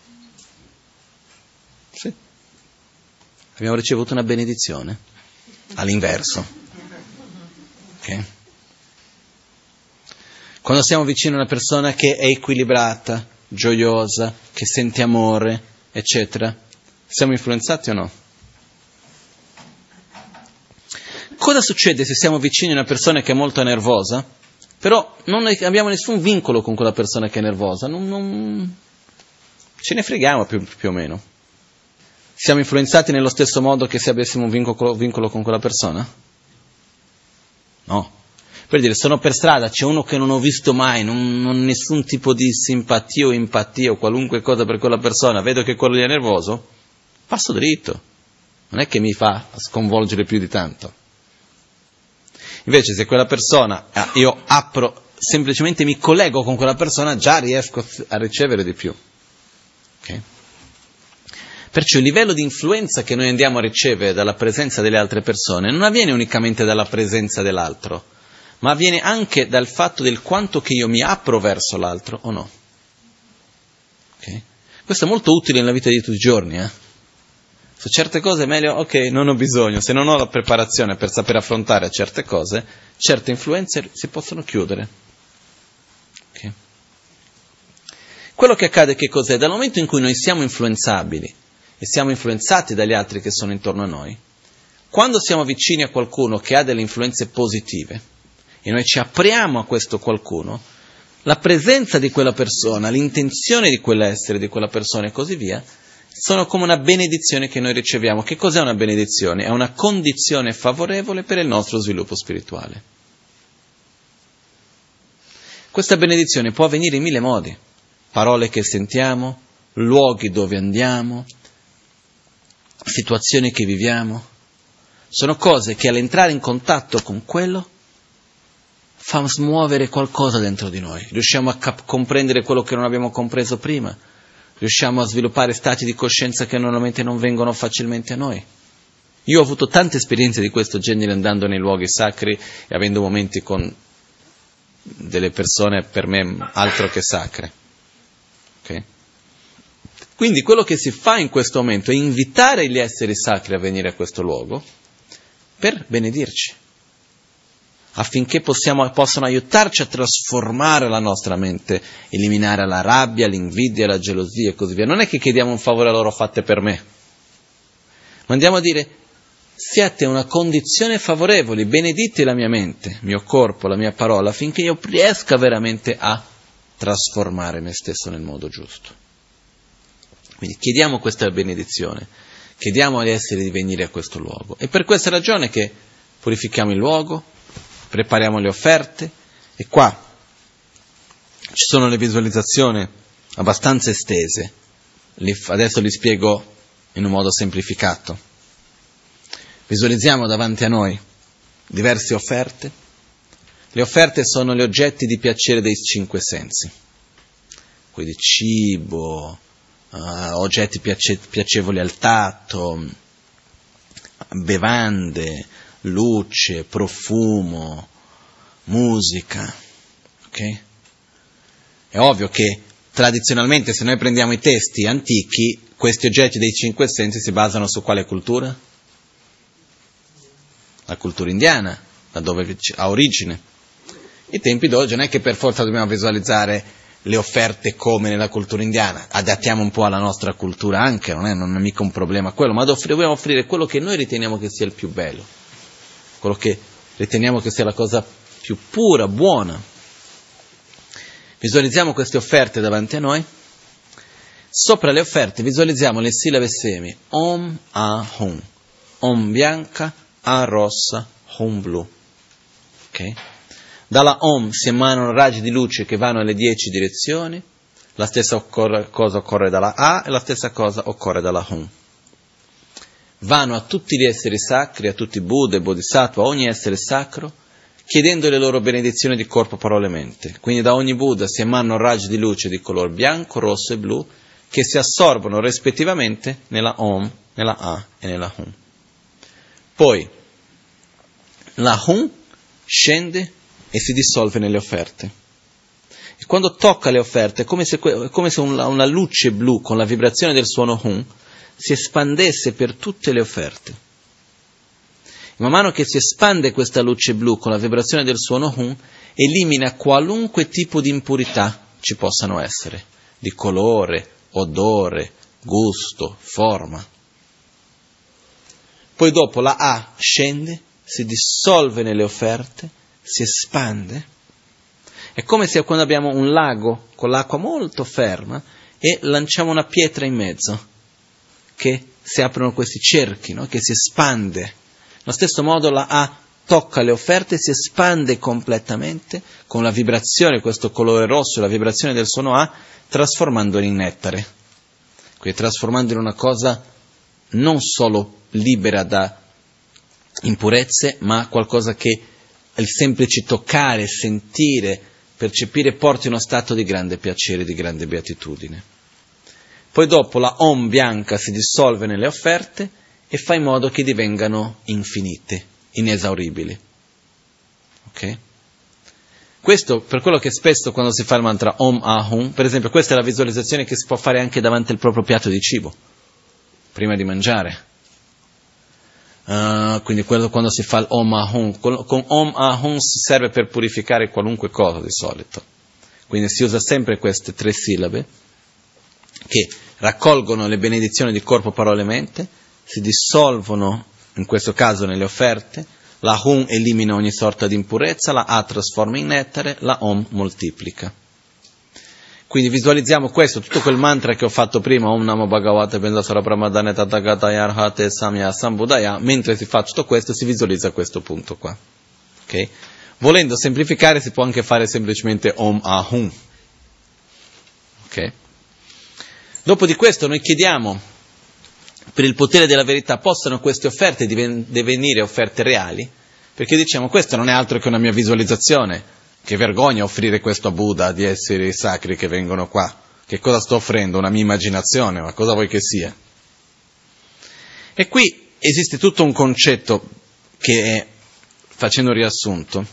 Speaker 2: Sì. Abbiamo ricevuto una benedizione, all'inverso. Okay. Quando siamo vicini a una persona che è equilibrata, gioiosa, che sente amore, eccetera, siamo influenzati o no? Cosa succede se siamo vicini a una persona che è molto nervosa, però non abbiamo nessun vincolo con quella persona che è nervosa, non ce ne freghiamo più o meno? Siamo influenzati nello stesso modo che se avessimo un vincolo con quella persona? No. Per dire, sono per strada, c'è uno che non ho visto mai, non ho nessun tipo di simpatia o empatia o qualunque cosa per quella persona, vedo che quello lì è nervoso, passo dritto, non è che mi fa sconvolgere più di tanto. Invece se quella persona, io semplicemente mi collego con quella persona, già riesco a ricevere di più. Okay? Perciò il livello di influenza che noi andiamo a ricevere dalla presenza delle altre persone non avviene unicamente dalla presenza dell'altro, ma avviene anche dal fatto del quanto che io mi apro verso l'altro o no. Okay? Questo è molto utile nella vita di tutti i giorni. Su certe cose è meglio, ok, non ho bisogno, se non ho la preparazione per saper affrontare certe cose, certe influenze si possono chiudere. Okay? Quello che accade che cos'è? Dal momento in cui noi siamo influenzabili e siamo influenzati dagli altri che sono intorno a noi, quando siamo vicini a qualcuno che ha delle influenze positive e noi ci apriamo a questo qualcuno, la presenza di quella persona, l'intenzione di quell'essere, di quella persona e così via, sono come una benedizione che noi riceviamo. Che cos'è una benedizione? È una condizione favorevole per il nostro sviluppo spirituale. Questa benedizione può avvenire in 1000 modi. Parole che sentiamo, luoghi dove andiamo, situazioni che viviamo. Sono cose che all'entrare in contatto con quello fa smuovere qualcosa dentro di noi, riusciamo a comprendere quello che non abbiamo compreso prima, riusciamo a sviluppare stati di coscienza che normalmente non vengono facilmente a noi. Io ho avuto tante esperienze di questo genere andando nei luoghi sacri e avendo momenti con delle persone per me altro che sacre. Okay? Quindi quello che si fa in questo momento è invitare gli esseri sacri a venire a questo luogo per benedirci, affinché possano aiutarci a trasformare la nostra mente, eliminare la rabbia, l'invidia, la gelosia e così via. Non è che chiediamo un favore a loro fatte per me, ma andiamo a dire: siate una condizione favorevole, benedite la mia mente, il mio corpo, la mia parola, affinché io riesca veramente a trasformare me stesso nel modo giusto. Quindi chiediamo questa benedizione, chiediamo agli esseri di venire a questo luogo. E per questa ragione che purifichiamo il luogo, prepariamo le offerte, e qua ci sono le visualizzazioni abbastanza estese, adesso li spiego in un modo semplificato. Visualizziamo davanti a noi diverse offerte. Le offerte sono gli oggetti di piacere dei 5 sensi, quindi cibo, oggetti piacevoli al tatto, bevande, luce, profumo, musica. Okay? È ovvio che tradizionalmente, se noi prendiamo i testi antichi, questi oggetti dei 5 sensi si basano su quale cultura? La cultura indiana, da dove ha origine. I tempi d'oggi non è che per forza dobbiamo visualizzare le offerte come nella cultura indiana, adattiamo un po' alla nostra cultura anche, non è mica un problema quello, ma dobbiamo offrire quello che noi riteniamo che sia il più bello, quello che riteniamo che sia la cosa più pura, buona. Visualizziamo queste offerte davanti a noi. Sopra le offerte visualizziamo le sillabe semi Om, A, Hum. Om bianca, A rossa, Hum blu. Ok? Dalla Om si emanano raggi di luce che vanno alle 10 direzioni, la stessa cosa occorre dalla A e la stessa cosa occorre dalla Hum. Vanno a tutti gli esseri sacri, a tutti Buddha e Bodhisattva, a ogni essere sacro, chiedendo le loro benedizioni di corpo, parole e mente. Quindi da ogni Buddha si emanano raggi di luce di colore bianco, rosso e blu, che si assorbono rispettivamente nella Om, nella A e nella Hum. Poi la Hum scende e si dissolve nelle offerte. E quando tocca le offerte è come se una luce blu con la vibrazione del suono Hum si espandesse per tutte le offerte. E man mano che si espande questa luce blu con la vibrazione del suono Hum, elimina qualunque tipo di impurità ci possano essere, di colore, odore, gusto, forma. Poi dopo la A scende, si dissolve nelle offerte, si espande. È come se quando abbiamo un lago con l'acqua molto ferma e lanciamo una pietra in mezzo, che si aprono questi cerchi, no? Che si espande. Allo stesso modo la A tocca le offerte e si espande completamente con la vibrazione, questo colore rosso, la vibrazione del suono A, trasformandolo in nettare. Quindi trasformando in una cosa non solo libera da impurezze, ma qualcosa che il semplice toccare, sentire, percepire porti uno stato di grande piacere, di grande beatitudine. Poi dopo la Om bianca si dissolve nelle offerte e fa in modo che divengano infinite, inesauribili. Ok? Questo per quello che spesso quando si fa il mantra Om Ahum, per esempio questa è la visualizzazione che si può fare anche davanti al proprio piatto di cibo, prima di mangiare. Quindi quando si fa l'Om Ahum, con Om Ahum si serve per purificare qualunque cosa di solito. Quindi si usa sempre queste 3 sillabe che raccolgono le benedizioni di corpo, parole e mente, si dissolvono in questo caso nelle offerte, la Hum elimina ogni sorta di impurezza, la A trasforma in nettare, la Om moltiplica. Quindi visualizziamo questo, tutto quel mantra che ho fatto prima, Om Namo Bhagavate Bindasara Brahmadane Tathagata Yarhate Samya Sambuddhaya, mentre si fa tutto questo si visualizza questo punto qua. Okay? Volendo semplificare si può anche fare semplicemente Om Ahum. Okay? Dopo di questo noi chiediamo, per il potere della verità, possano queste offerte divenire offerte reali, Perché diciamo, questo non è altro che una mia visualizzazione, che vergogna offrire questo a Buddha, di esseri sacri che vengono qua. Che cosa sto offrendo? Una mia immaginazione, ma cosa vuoi che sia? E qui esiste tutto un concetto che è, facendo un riassunto,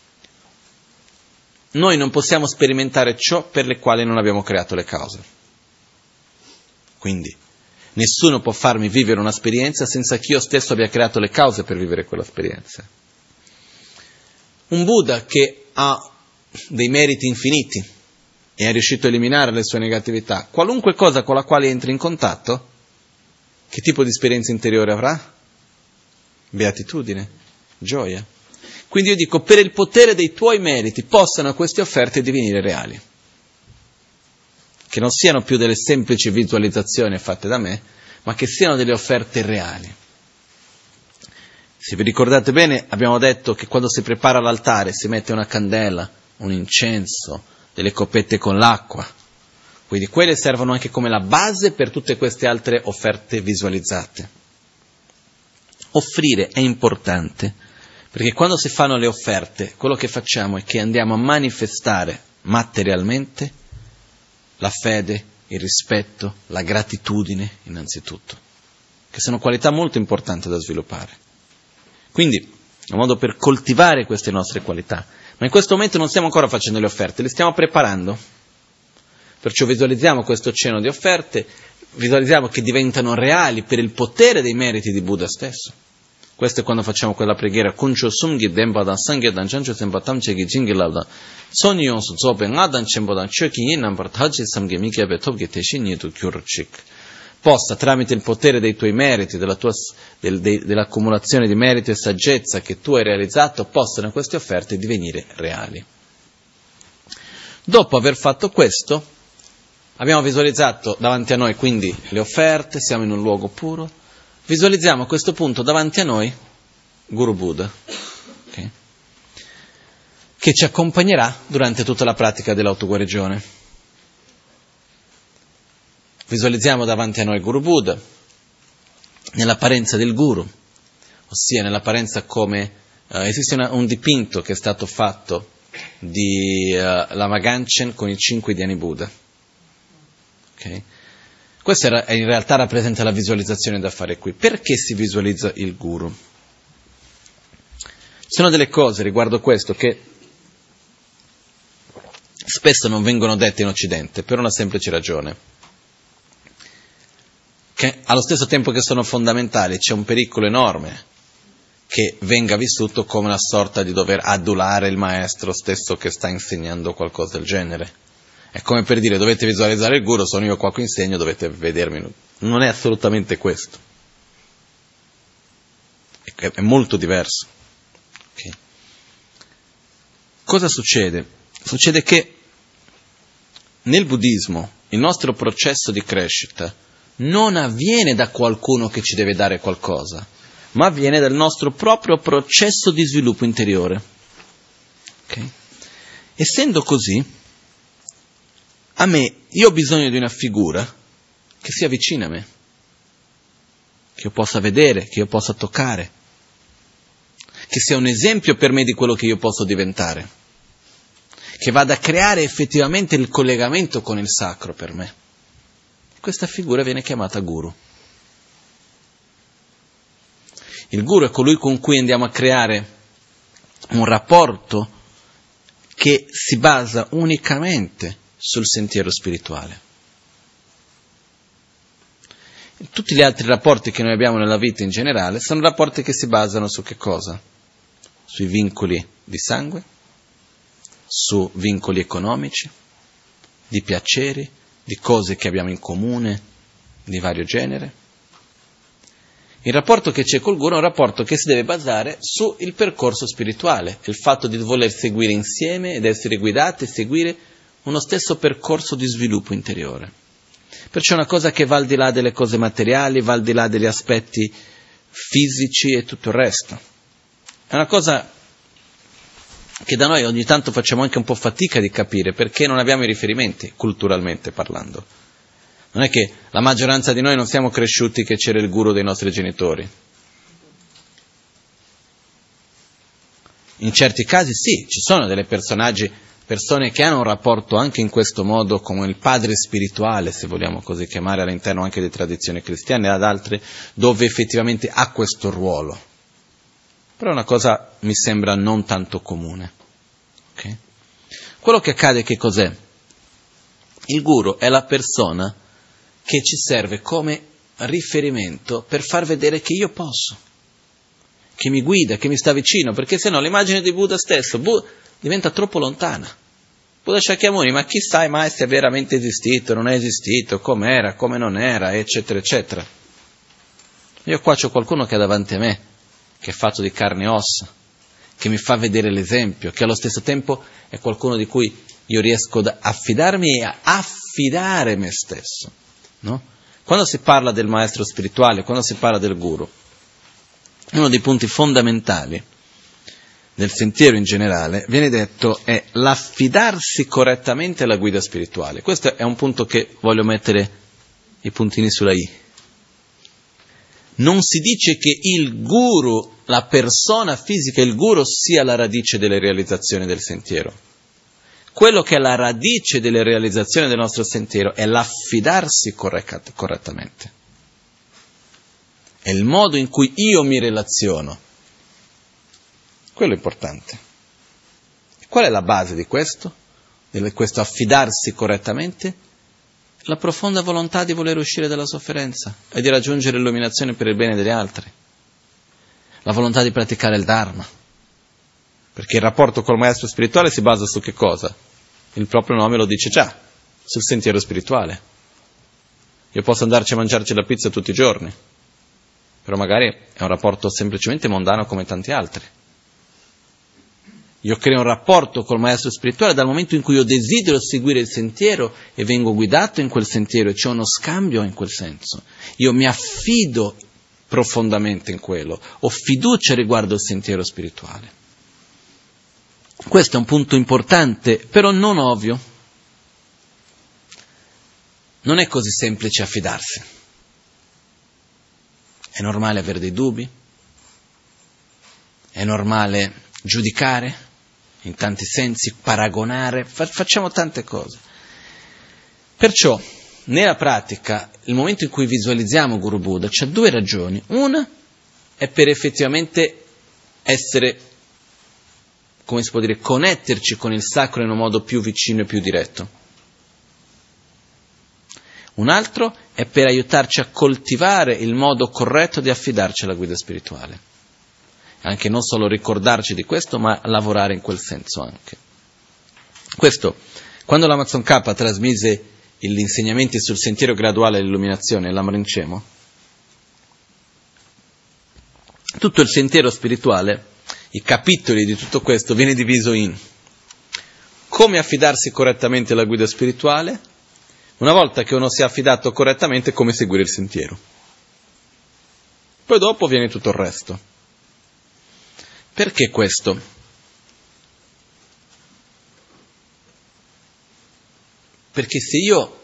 Speaker 2: noi non possiamo sperimentare ciò per le quali non abbiamo creato le cause. Quindi, nessuno può farmi vivere un'esperienza senza che io stesso abbia creato le cause per vivere quell'esperienza. Un Buddha che ha dei meriti infiniti e è riuscito a eliminare le sue negatività, qualunque cosa con la quale entri in contatto, che tipo di esperienza interiore avrà? Beatitudine, gioia. Quindi io dico, per il potere dei tuoi meriti possano queste offerte divenire reali. Che non siano più delle semplici visualizzazioni fatte da me, ma che siano delle offerte reali. Se vi ricordate bene, abbiamo detto che quando si prepara l'altare si mette una candela, un incenso, delle coppette con l'acqua. Quindi quelle servono anche come la base per tutte queste altre offerte visualizzate. Offrire è importante, perché quando si fanno le offerte, quello che facciamo è che andiamo a manifestare materialmente la fede, il rispetto, la gratitudine innanzitutto, che sono qualità molto importanti da sviluppare. Quindi è un modo per coltivare queste nostre qualità, ma in questo momento non stiamo ancora facendo le offerte, le stiamo preparando. Perciò visualizziamo questo oceano di offerte, visualizziamo che diventano reali per il potere dei meriti di Buddha stesso. Questo è quando facciamo quella preghiera Kuncho Sumgi Dempa Dan Sangye Dan Chancho Sempa Tamche Gi Jingi Labda Soni Yonsu Zope Ngadan Chembo Dan Choki Yin Nampartaji Samge Mikya Betobge Teshin Yetu Kyurchik. Possa, tramite il potere dei tuoi meriti, dell'accumulazione di merito e saggezza che tu hai realizzato, possano queste offerte divenire reali. Dopo aver fatto questo, abbiamo visualizzato davanti a noi quindi le offerte, siamo in un luogo puro, visualizziamo a questo punto davanti a noi Guru Buddha, okay, che ci accompagnerà durante tutta la pratica dell'autoguarigione. Visualizziamo davanti a noi Guru Buddha nell'apparenza del Guru, ossia nell'apparenza come esiste un dipinto che è stato fatto di Lama Ganchen con i 5 Dhyani Buddha. Okay. Questo in realtà rappresenta la visualizzazione da fare qui. Perché si visualizza il Guru? Ci sono delle cose riguardo questo che spesso non vengono dette in Occidente, per una semplice ragione. Che allo stesso tempo che sono fondamentali, c'è un pericolo enorme che venga vissuto come una sorta di dover adulare il maestro stesso che sta insegnando qualcosa del genere. È come per dire, dovete visualizzare il Guru, sono io qua che insegno, dovete vedermi. Non è assolutamente questo. È molto diverso. Okay. Cosa succede? Succede che nel buddismo il nostro processo di crescita non avviene da qualcuno che ci deve dare qualcosa, ma avviene dal nostro proprio processo di sviluppo interiore. Okay? Essendo così, io ho bisogno di una figura che sia vicina a me, che io possa vedere, che io possa toccare, che sia un esempio per me di quello che io posso diventare, che vada a creare effettivamente il collegamento con il sacro per me. Questa figura viene chiamata Guru. Il Guru è colui con cui andiamo a creare un rapporto che si basa unicamente sul sentiero spirituale. Tutti gli altri rapporti che noi abbiamo nella vita in generale sono rapporti che si basano su che cosa? Sui vincoli di sangue, su vincoli economici, di piaceri, di cose che abbiamo in comune, di vario genere. Il rapporto che c'è col Guru è un rapporto che si deve basare sul percorso spirituale, il fatto di voler seguire insieme ed essere guidati e seguire uno stesso percorso di sviluppo interiore. Perciò è una cosa che va al di là delle cose materiali, va al di là degli aspetti fisici e tutto il resto. È una cosa che da noi ogni tanto facciamo anche un po' fatica di capire, perché non abbiamo i riferimenti, culturalmente parlando. Non è che la maggioranza di noi non siamo cresciuti che c'era il Guru dei nostri genitori. In certi casi sì, ci sono delle persone che hanno un rapporto anche in questo modo come il padre spirituale, se vogliamo così chiamare, all'interno anche di tradizioni cristiane, ad altre dove effettivamente ha questo ruolo. Però è una cosa mi sembra non tanto comune. Okay? Quello che accade che cos'è? Il guru è la persona che ci serve come riferimento per far vedere che io posso, che mi guida, che mi sta vicino, perché se no l'immagine di Buddha stesso diventa troppo lontana. Buddha Shakyamuni, ma chi sai mai se è veramente esistito, non è esistito, com'era, come non era, eccetera, eccetera. Io qua c'ho qualcuno che è davanti a me, che è fatto di carne e ossa, che mi fa vedere l'esempio, che allo stesso tempo è qualcuno di cui io riesco ad affidarmi e a affidare me stesso, no? Quando si parla del maestro spirituale, quando si parla del guru, uno dei punti fondamentali del sentiero in generale, viene detto, è l'affidarsi correttamente alla guida spirituale. Questo è un punto che voglio mettere i puntini sulla i. Non si dice che il guru, la persona fisica, il guru sia la radice delle realizzazioni del sentiero. Quello che è la radice delle realizzazioni del nostro sentiero è l'affidarsi correttamente. È il modo in cui io mi relaziono. Quello è importante. Qual è la base di questo? Di questo affidarsi correttamente? La profonda volontà di voler uscire dalla sofferenza e di raggiungere l'illuminazione per il bene degli altri. La volontà di praticare il Dharma. Perché il rapporto col maestro spirituale si basa su che cosa? Il proprio nome lo dice già, sul sentiero spirituale. Io posso andarci a mangiarci la pizza tutti i giorni, però magari è un rapporto semplicemente mondano come tanti altri. Io creo un rapporto col maestro spirituale dal momento in cui io desidero seguire il sentiero e vengo guidato in quel sentiero e c'è uno scambio in quel senso. Io mi affido profondamente in quello, ho fiducia riguardo il sentiero spirituale. Questo è un punto importante, però non ovvio. Non è così semplice affidarsi. È normale avere dei dubbi, è normale giudicare, in tanti sensi, paragonare, facciamo tante cose. Perciò, nella pratica, il momento in cui visualizziamo Guru Buddha, c'è due ragioni. Una è per effettivamente essere, come si può dire, connetterci con il sacro in un modo più vicino e più diretto. Un altro è per aiutarci a coltivare il modo corretto di affidarci alla guida spirituale. Anche non solo ricordarci di questo, ma lavorare in quel senso anche. Questo, quando l'Amazon K trasmise gli insegnamenti sul sentiero graduale all'illuminazione, l'Amrincemo, tutto il sentiero spirituale, i capitoli di tutto questo, viene diviso in come affidarsi correttamente alla guida spirituale, una volta che uno si è affidato correttamente, come seguire il sentiero. Poi dopo viene tutto il resto. Perché questo? Perché se io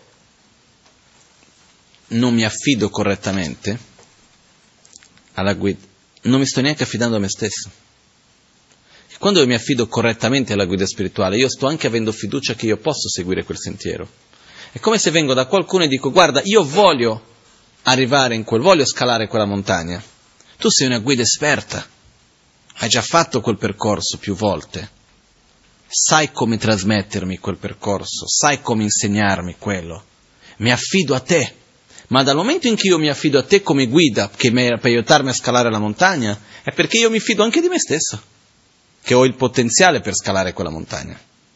Speaker 2: non mi affido correttamente alla guida, non mi sto neanche affidando a me stesso. E quando io mi affido correttamente alla guida spirituale, io sto anche avendo fiducia che io posso seguire quel sentiero. È come se vengo da qualcuno e dico: guarda, io voglio arrivare voglio scalare quella montagna. Tu sei una guida esperta. Hai già fatto quel percorso più volte, sai come trasmettermi quel percorso, sai come insegnarmi quello, mi affido a te, ma dal momento in cui io mi affido a te come guida per aiutarmi a scalare la montagna, è perché io mi fido anche di me stesso, che ho il potenziale per scalare quella montagna.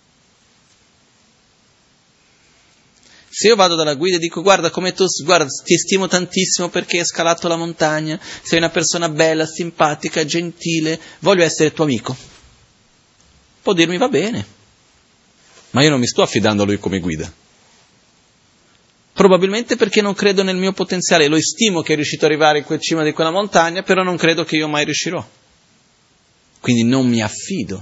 Speaker 2: Se io vado dalla guida e dico: guarda, ti stimo tantissimo perché hai scalato la montagna, sei una persona bella, simpatica, gentile, voglio essere tuo amico. Può dirmi: va bene, ma io non mi sto affidando a lui come guida. Probabilmente perché non credo nel mio potenziale, lo stimo che è riuscito ad arrivare in cima di quella montagna, però non credo che io mai riuscirò. Quindi non mi affido.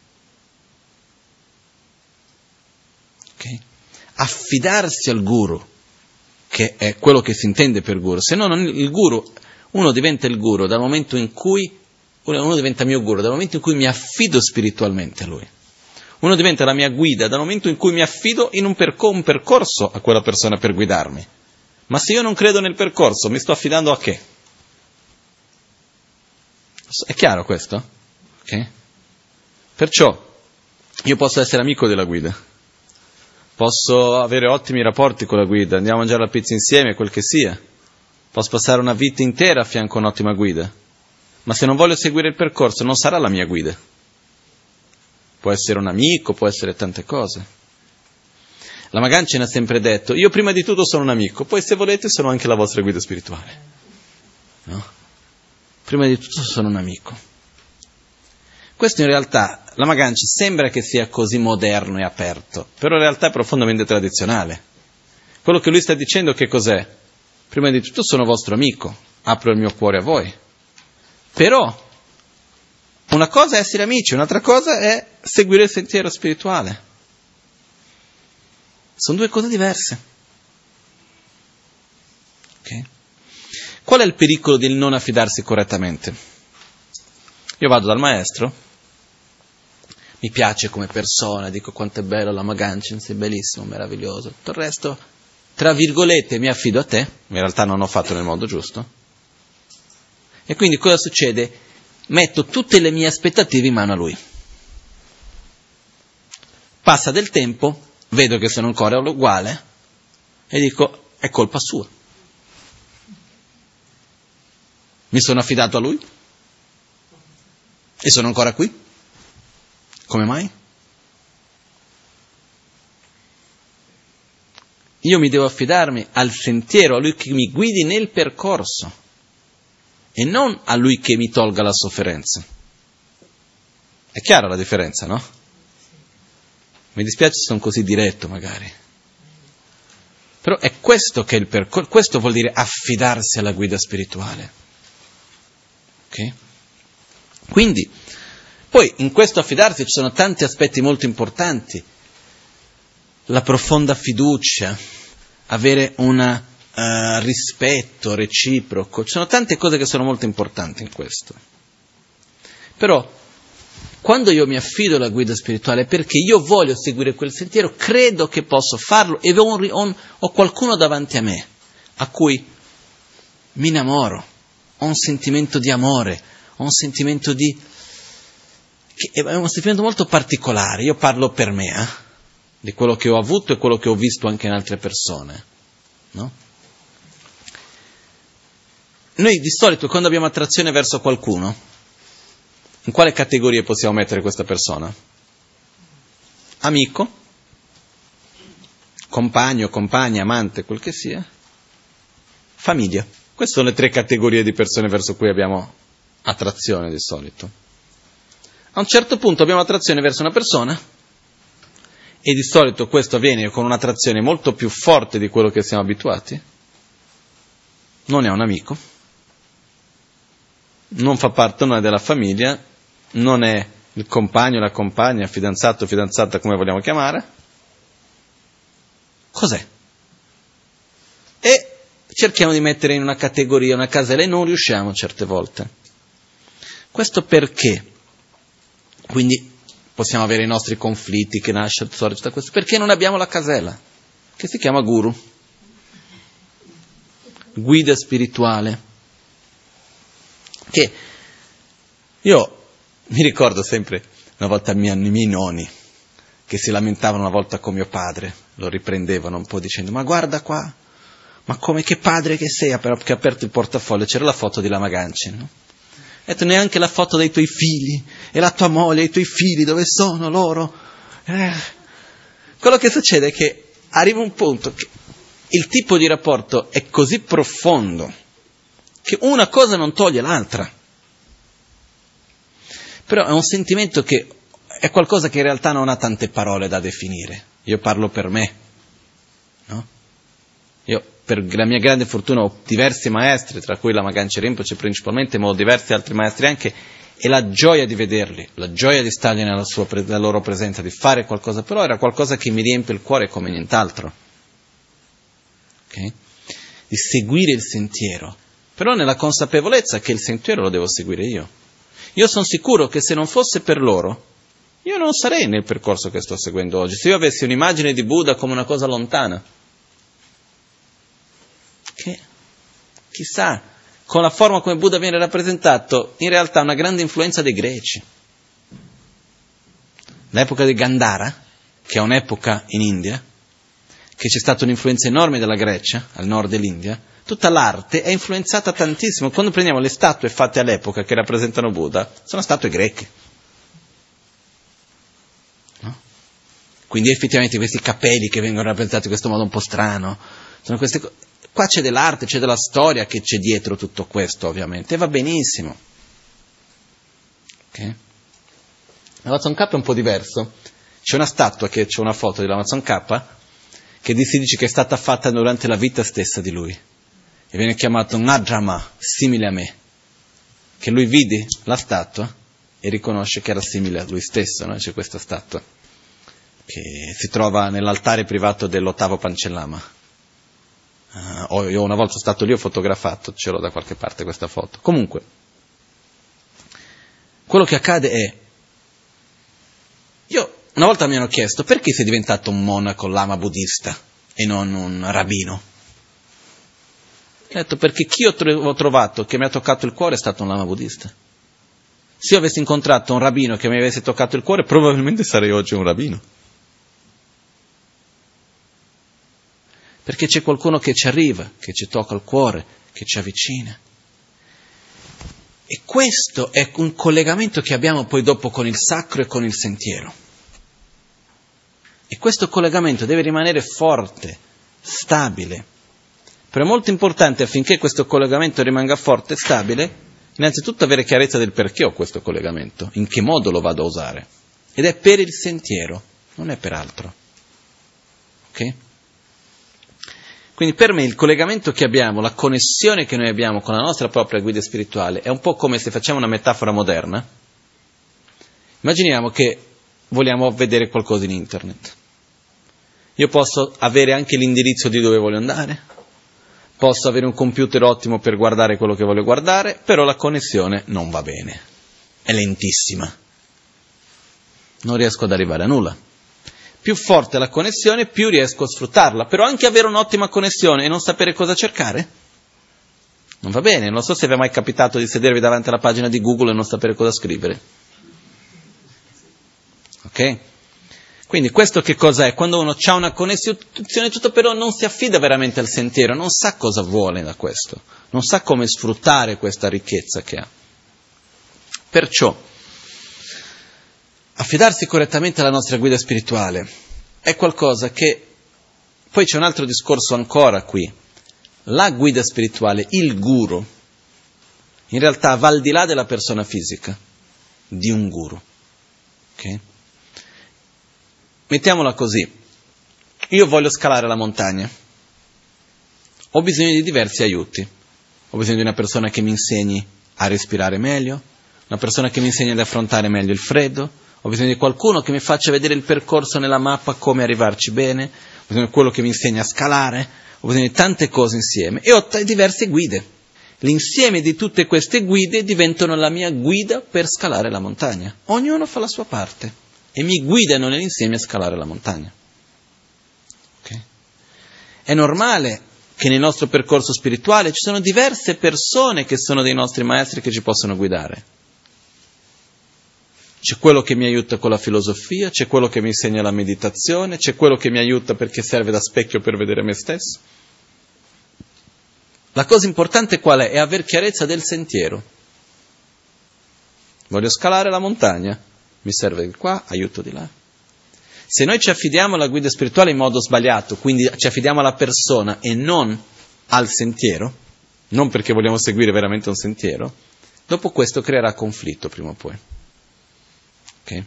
Speaker 2: Ok? Affidarsi al guru, che è quello che si intende per guru, se no il guru, uno diventa il guru dal momento in cui uno diventa mio guru dal momento in cui mi affido spiritualmente a lui. Uno diventa la mia guida dal momento in cui mi affido in un percorso a quella persona per guidarmi. Ma se io non credo nel percorso, mi sto affidando a che? È chiaro questo? Okay? Perciò io posso essere amico della guida, posso avere ottimi rapporti con la guida, andiamo a mangiare la pizza insieme, quel che sia, posso passare una vita intera a fianco a un'ottima guida, ma se non voglio seguire il percorso non sarà la mia guida. Può essere un amico, può essere tante cose. La Magancia ha sempre detto, io prima di tutto sono un amico, poi se volete sono anche la vostra guida spirituale. No? Prima di tutto sono un amico. Questo in realtà, la Magancia sembra che sia così moderno e aperto, però in realtà è profondamente tradizionale. Quello che lui sta dicendo che cos'è? Prima di tutto sono vostro amico, apro il mio cuore a voi. Però, una cosa è essere amici, un'altra cosa è seguire il sentiero spirituale. Sono due cose diverse. Okay? Qual è il pericolo del non affidarsi correttamente? Io vado dal maestro, mi piace come persona, dico quanto è bello la Magancia, sei bellissimo, meraviglioso. Tutto il resto, tra virgolette, mi affido a te, in realtà non ho fatto nel modo giusto. E quindi cosa succede? Metto tutte le mie aspettative in mano a lui. Passa del tempo, vedo che sono ancora uguale e dico, è colpa sua. Mi sono affidato a lui e sono ancora qui. Come mai? Io mi devo affidarmi al sentiero, a lui che mi guidi nel percorso e non a lui che mi tolga la sofferenza. È chiara la differenza, no? Mi dispiace se sono così diretto magari. Però è questo che è il percorso, questo vuol dire affidarsi alla guida spirituale. Ok? Quindi, poi in questo affidarsi ci sono tanti aspetti molto importanti. La profonda fiducia, avere un rispetto reciproco, ci sono tante cose che sono molto importanti in questo. Però, quando io mi affido alla guida spirituale è perché io voglio seguire quel sentiero, credo che posso farlo e ho qualcuno davanti a me a cui mi innamoro, ho un sentimento di amore, ho un sentimento che è un sentimento molto particolare. Io parlo per me, di quello che ho avuto e quello che ho visto anche in altre persone, no? Noi di solito quando abbiamo attrazione verso qualcuno, in quale categoria possiamo mettere questa persona? Amico, compagno, compagna, amante, quel che sia, famiglia. Queste sono le 3 categorie di persone verso cui abbiamo attrazione di solito. A un certo punto abbiamo attrazione verso una persona e di solito questo avviene con un'attrazione molto più forte di quello che siamo abituati. Non è un amico, non fa parte della famiglia, non è il compagno, la compagna, fidanzato, fidanzata, come vogliamo chiamare. Cos'è? E cerchiamo di mettere in una categoria, una casella e non riusciamo certe volte. Questo perché? Quindi possiamo avere i nostri conflitti che nascono da questo, perché non abbiamo la casella, che si chiama guru, guida spirituale. Che io mi ricordo sempre una volta i miei nonni che si lamentavano una volta con mio padre, lo riprendevano un po' dicendo, ma guarda qua, ma come che padre che sei, che ha aperto il portafoglio, c'era la foto di Lama Ganchen, no? E tu neanche la foto dei tuoi figli, e la tua moglie, e i tuoi figli, dove sono loro? Quello che succede è che arriva un punto che il tipo di rapporto è così profondo che una cosa non toglie l'altra. Però è un sentimento che è qualcosa che in realtà non ha tante parole da definire. Io parlo per me, no? Io, per la mia grande fortuna, ho diversi maestri, tra cui Lama Ganchen Rinpoche principalmente, ma ho diversi altri maestri anche, e la gioia di vederli, la gioia di stargli nella loro presenza, di fare qualcosa, però era qualcosa che mi riempie il cuore come nient'altro. Okay? Di seguire il sentiero, però nella consapevolezza che il sentiero lo devo seguire io. Io sono sicuro che se non fosse per loro, io non sarei nel percorso che sto seguendo oggi. Se io avessi un'immagine di Buddha come una cosa lontana, che chissà, con la forma come Buddha viene rappresentato, in realtà ha una grande influenza dei greci. L'epoca di Gandhara, che è un'epoca in India, che c'è stata un'influenza enorme della Grecia, al nord dell'India, tutta l'arte è influenzata tantissimo. Quando prendiamo le statue fatte all'epoca che rappresentano Buddha, sono statue greche. No? Quindi effettivamente questi capelli che vengono rappresentati in questo modo un po' strano, sono queste cose. Qua c'è dell'arte, c'è della storia che c'è dietro tutto questo, ovviamente, e va benissimo. Ok? L'Amazon K è un po' diverso. C'è una statua, c'è una foto dell'Amazon K, che si dice che è stata fatta durante la vita stessa di lui. E viene chiamato Nadrama, simile a me. Che lui vide la statua e riconosce che era simile a lui stesso, no? C'è questa statua, che si trova nell'altare privato dell'8° Pancellama. Io una volta stato lì, ho fotografato, ce l'ho da qualche parte questa foto. Comunque, quello che accade è, una volta mi hanno chiesto perché sei diventato un monaco lama buddista e non un rabbino. Ho detto perché chi ho trovato che mi ha toccato il cuore è stato un lama buddista. Se io avessi incontrato un rabbino che mi avesse toccato il cuore, probabilmente sarei oggi un rabbino. Perché c'è qualcuno che ci arriva, che ci tocca il cuore, che ci avvicina. E questo è un collegamento che abbiamo poi dopo con il sacro e con il sentiero. E questo collegamento deve rimanere forte, stabile. Però è molto importante affinché questo collegamento rimanga forte e stabile, innanzitutto avere chiarezza del perché ho questo collegamento, in che modo lo vado a usare. Ed è per il sentiero, non è per altro. Ok? Quindi per me il collegamento che abbiamo, la connessione che noi abbiamo con la nostra propria guida spirituale è un po' come se facciamo una metafora moderna. Immaginiamo che vogliamo vedere qualcosa in internet. Io posso avere anche l'indirizzo di dove voglio andare, posso avere un computer ottimo per guardare quello che voglio guardare, però la connessione non va bene, è lentissima, non riesco ad arrivare a nulla. Più forte la connessione, più riesco a sfruttarla. Però anche avere un'ottima connessione e non sapere cosa cercare non va bene. Non so se vi è mai capitato di sedervi davanti alla pagina di Google e non sapere cosa scrivere. Ok? Quindi questo che cosa è? Quando uno ha una connessione tutto, però non si affida veramente al sentiero, non sa cosa vuole da questo, non sa come sfruttare questa ricchezza che ha. Perciò affidarsi correttamente alla nostra guida spirituale è qualcosa che, poi c'è un altro discorso ancora qui, la guida spirituale, il guru, in realtà va al di là della persona fisica, di un guru. Ok? Mettiamola così, io voglio scalare la montagna, ho bisogno di diversi aiuti, ho bisogno di una persona che mi insegni a respirare meglio, una persona che mi insegni ad affrontare meglio il freddo, ho bisogno di qualcuno che mi faccia vedere il percorso nella mappa, come arrivarci bene, ho bisogno di quello che mi insegna a scalare, ho bisogno di tante cose insieme e ho diverse guide. L'insieme di tutte queste guide diventano la mia guida per scalare la montagna. Ognuno fa la sua parte e mi guidano nell'insieme a scalare la montagna. Okay? È normale che nel nostro percorso spirituale ci sono diverse persone che sono dei nostri maestri che ci possono guidare. C'è quello che mi aiuta con la filosofia, c'è quello che mi insegna la meditazione, c'è quello che mi aiuta perché serve da specchio per vedere me stesso. La cosa importante qual è? È aver chiarezza del sentiero. Voglio scalare la montagna, mi serve di qua, aiuto di là. Se noi ci affidiamo alla guida spirituale in modo sbagliato, quindi ci affidiamo alla persona e non al sentiero, non perché vogliamo seguire veramente un sentiero, dopo questo creerà conflitto prima o poi. Okay.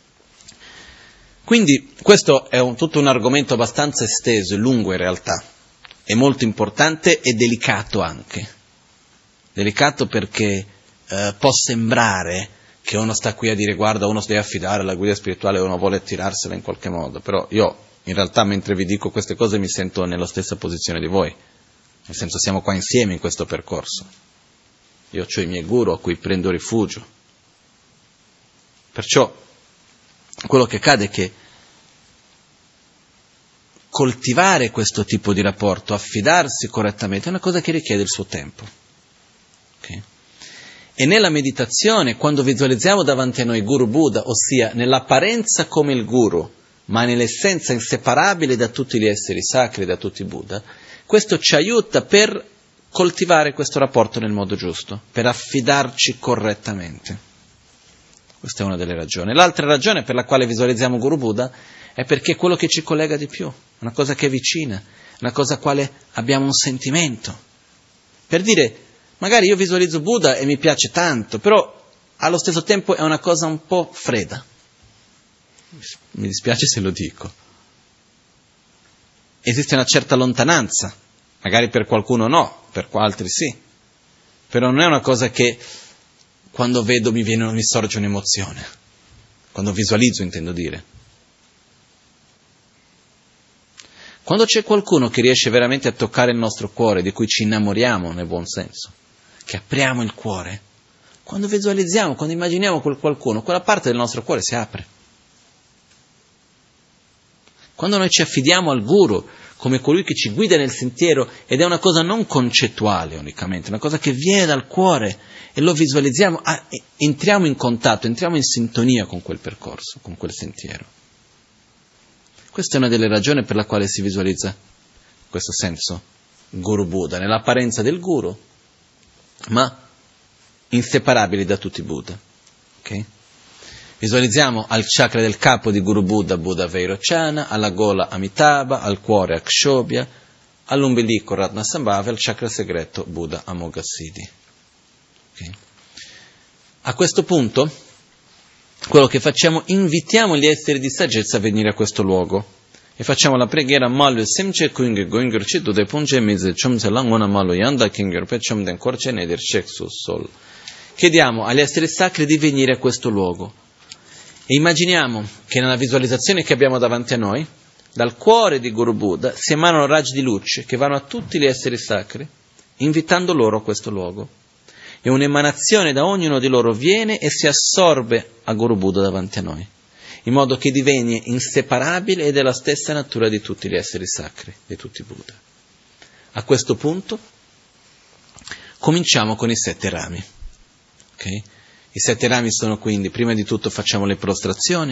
Speaker 2: Quindi questo è tutto un argomento abbastanza esteso e lungo in realtà, è molto importante e delicato anche. Delicato perché può sembrare che uno sta qui a dire guarda, uno si deve affidare alla guida spirituale e uno vuole tirarsela in qualche modo, però io in realtà mentre vi dico queste cose mi sento nella stessa posizione di voi, nel senso siamo qua insieme in questo percorso. Io ho i miei guru a cui prendo rifugio. Perciò quello che accade è che coltivare questo tipo di rapporto, affidarsi correttamente, è una cosa che richiede il suo tempo. Okay? E nella meditazione, quando visualizziamo davanti a noi Guru Buddha, ossia nell'apparenza come il Guru, ma nell'essenza inseparabile da tutti gli esseri sacri, da tutti i Buddha, questo ci aiuta per coltivare questo rapporto nel modo giusto, per affidarci correttamente. Questa è una delle ragioni. L'altra ragione per la quale visualizziamo Guru Buddha è perché è quello che ci collega di più, una cosa che è vicina, una cosa a quale abbiamo un sentimento. Per dire, magari io visualizzo Buddha e mi piace tanto, però allo stesso tempo è una cosa un po' fredda. Mi dispiace se lo dico. Esiste una certa lontananza, magari per qualcuno no, per altri sì, però non è una cosa che quando vedo mi sorge un'emozione, quando visualizzo intendo dire. Quando c'è qualcuno che riesce veramente a toccare il nostro cuore, di cui ci innamoriamo nel buon senso, che apriamo il cuore, quando visualizziamo, quando immaginiamo quel qualcuno, quella parte del nostro cuore si apre. Quando noi ci affidiamo al Guru come colui che ci guida nel sentiero, ed è una cosa non concettuale unicamente, una cosa che viene dal cuore e lo visualizziamo, entriamo in contatto, entriamo in sintonia con quel percorso, con quel sentiero. Questa è una delle ragioni per la quale si visualizza in questo senso Guru Buddha, nell'apparenza del Guru, ma inseparabili da tutti i Buddha. Okay? Visualizziamo al chakra del capo di Guru Buddha, Buddha Vairochana, alla gola Amitabha, al cuore Akshobhya, all'ombelico Ratnasambhava e al chakra segreto Buddha Amoghasiddhi. Okay. A questo punto, quello che facciamo, invitiamo gli esseri di saggezza a venire a questo luogo e facciamo la preghiera Malu Semche Kuingir Goingir Chidu de Punge Mize Chumse Langona Malu Yanda Kingir Pechum Den Korche Neder Sheksu Sol. Chiediamo agli esseri sacri di venire a questo luogo. E immaginiamo che nella visualizzazione che abbiamo davanti a noi, dal cuore di Guru Buddha si emanano raggi di luce che vanno a tutti gli esseri sacri, invitando loro a questo luogo. E un'emanazione da ognuno di loro viene e si assorbe a Guru Buddha davanti a noi, in modo che divenga inseparabile e della stessa natura di tutti gli esseri sacri, di tutti i Buddha. A questo punto cominciamo con i 7 rami. Okay? I 7 rami sono quindi, prima di tutto facciamo le prostrazioni.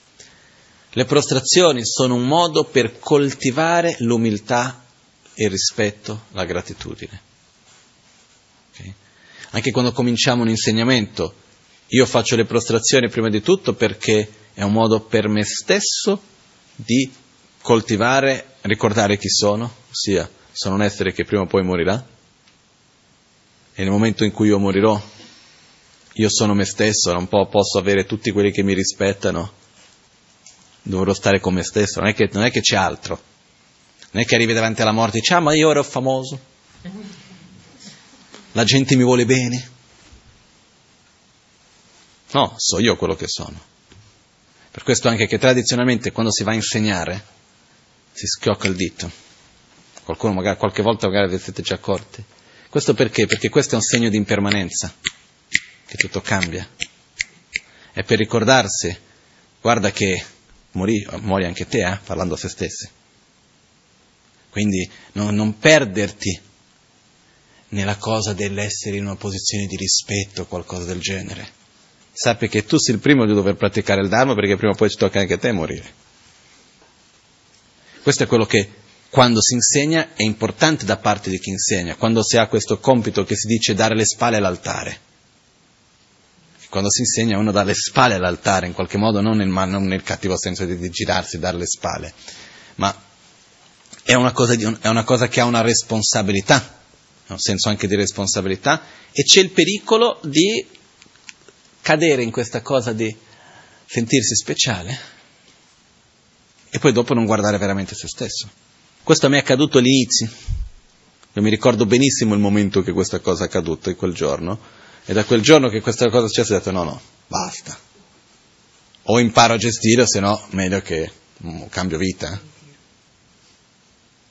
Speaker 2: Le prostrazioni sono un modo per coltivare l'umiltà, il rispetto, la gratitudine. Okay? Anche quando cominciamo un insegnamento, io faccio le prostrazioni prima di tutto perché è un modo per me stesso di coltivare, ricordare chi sono, ossia sono un essere che prima o poi morirà, e nel momento in cui io morirò, io sono me stesso, non posso avere tutti quelli che mi rispettano, dovrò stare con me stesso, non è che c'è altro, non è che arrivi davanti alla morte e dici, ma io ero famoso, la gente mi vuole bene, no, so io quello che sono. Per questo anche che tradizionalmente quando si va a insegnare si schiocca il dito, qualcuno magari, qualche volta magari vi siete già accorti, questo perché? Perché questo è un segno di impermanenza, che tutto cambia, è per ricordarsi, guarda che muori anche te, parlando a se stessi, quindi non perderti nella cosa dell'essere in una posizione di rispetto o qualcosa del genere, sappi che tu sei il primo di dover praticare il Dharma perché prima o poi ci tocca anche a te morire. Questo è quello che quando si insegna è importante da parte di chi insegna, quando si ha questo compito che si dice dare le spalle all'altare. Quando si insegna uno dà le spalle all'altare, in qualche modo non nel cattivo senso di girarsi, dare le spalle, ma è una cosa che ha una responsabilità, un senso anche di responsabilità, e c'è il pericolo di cadere in questa cosa di sentirsi speciale e poi dopo non guardare veramente se stesso. Questo a me è accaduto all'inizio, io mi ricordo benissimo il momento che questa cosa è accaduta, in quel giorno. E da quel giorno che questa cosa è successa ho detto no, basta. O imparo a gestire, o se no meglio che cambio vita.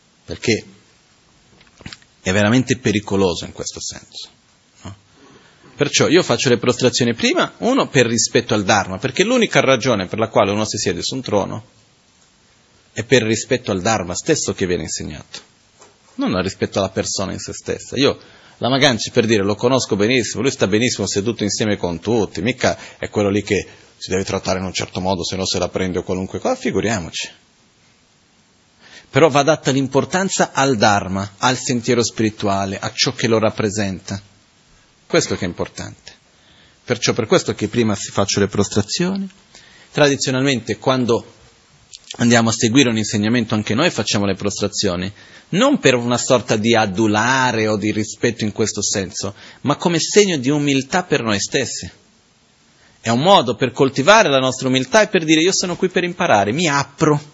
Speaker 2: Perché è veramente pericoloso in questo senso. No? Perciò io faccio le prostrazioni prima, uno per rispetto al Dharma, perché l'unica ragione per la quale uno si siede su un trono è per rispetto al Dharma stesso che viene insegnato, non rispetto alla persona in se stessa. Io Lama Gangchen, per dire, lo conosco benissimo, lui sta benissimo seduto insieme con tutti, mica è quello lì che si deve trattare in un certo modo, se no se la prende o qualunque cosa, figuriamoci. Però va data l'importanza al Dharma, al sentiero spirituale, a ciò che lo rappresenta. Questo che è importante. Perciò per questo che prima si faccio le prostrazioni. Tradizionalmente quando andiamo a seguire un insegnamento anche noi facciamo le prostrazioni, non per una sorta di adulare o di rispetto in questo senso, ma come segno di umiltà per noi stessi. È un modo per coltivare la nostra umiltà e per dire io sono qui per imparare, mi apro.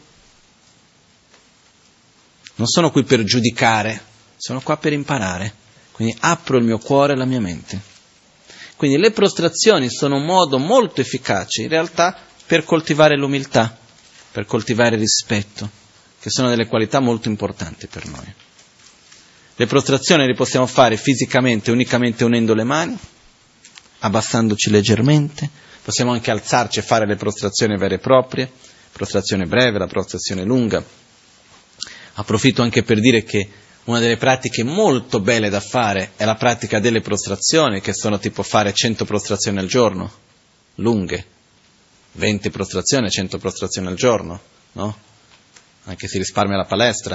Speaker 2: Non sono qui per giudicare, sono qua per imparare. Quindi apro il mio cuore e la mia mente. Quindi le prostrazioni sono un modo molto efficace in realtà per coltivare l'umiltà, per coltivare il rispetto, che sono delle qualità molto importanti per noi. Le prostrazioni le possiamo fare fisicamente unicamente unendo le mani, abbassandoci leggermente, possiamo anche alzarci e fare le prostrazioni vere e proprie, prostrazione breve, la prostrazione lunga. Approfitto anche per dire che una delle pratiche molto belle da fare è la pratica delle prostrazioni, che sono tipo fare 100 prostrazioni al giorno, lunghe, 20 prostrazioni, 100 prostrazioni al giorno, no? Anche si risparmia la palestra.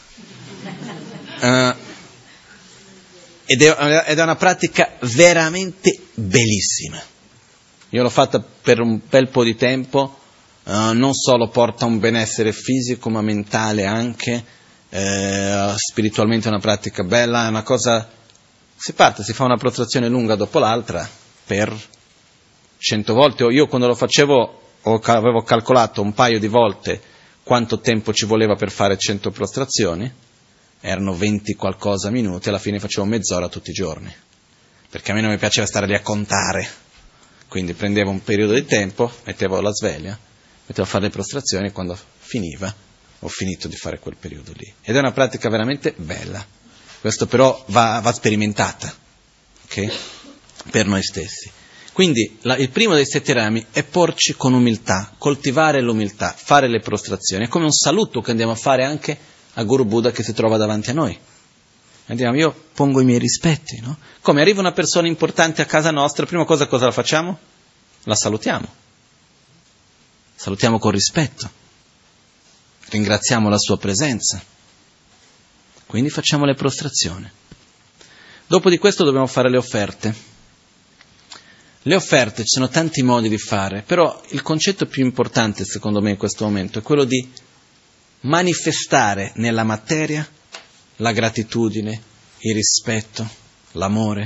Speaker 2: Ed è una pratica veramente bellissima. Io l'ho fatta per un bel po' di tempo, non solo porta un benessere fisico ma mentale anche, spiritualmente è una pratica bella, è una cosa, si parte, si fa una prostrazione lunga dopo l'altra per 100 volte. Io quando lo facevo avevo calcolato un paio di volte quanto tempo ci voleva per fare 100 prostrazioni, erano 20 qualcosa minuti, alla fine facevo mezz'ora tutti i giorni, perché a me non mi piaceva stare lì a contare, quindi prendevo un periodo di tempo, mettevo la sveglia, mettevo a fare le prostrazioni e quando finiva ho finito di fare quel periodo lì. Ed è una pratica veramente bella. Questo però va sperimentata, ok? Per noi stessi. Quindi il primo dei 7 rami è porci con umiltà, coltivare l'umiltà, fare le prostrazioni. È come un saluto che andiamo a fare anche a Guru Buddha che si trova davanti a noi. Andiamo, io pongo i miei rispetti, no? Come arriva una persona importante a casa nostra, prima cosa la facciamo? La salutiamo. Salutiamo con rispetto. Ringraziamo la sua presenza. Quindi facciamo le prostrazioni. Dopo di questo dobbiamo fare le offerte. Le offerte, ci sono tanti modi di fare, però il concetto più importante secondo me in questo momento è quello di manifestare nella materia la gratitudine, il rispetto, l'amore.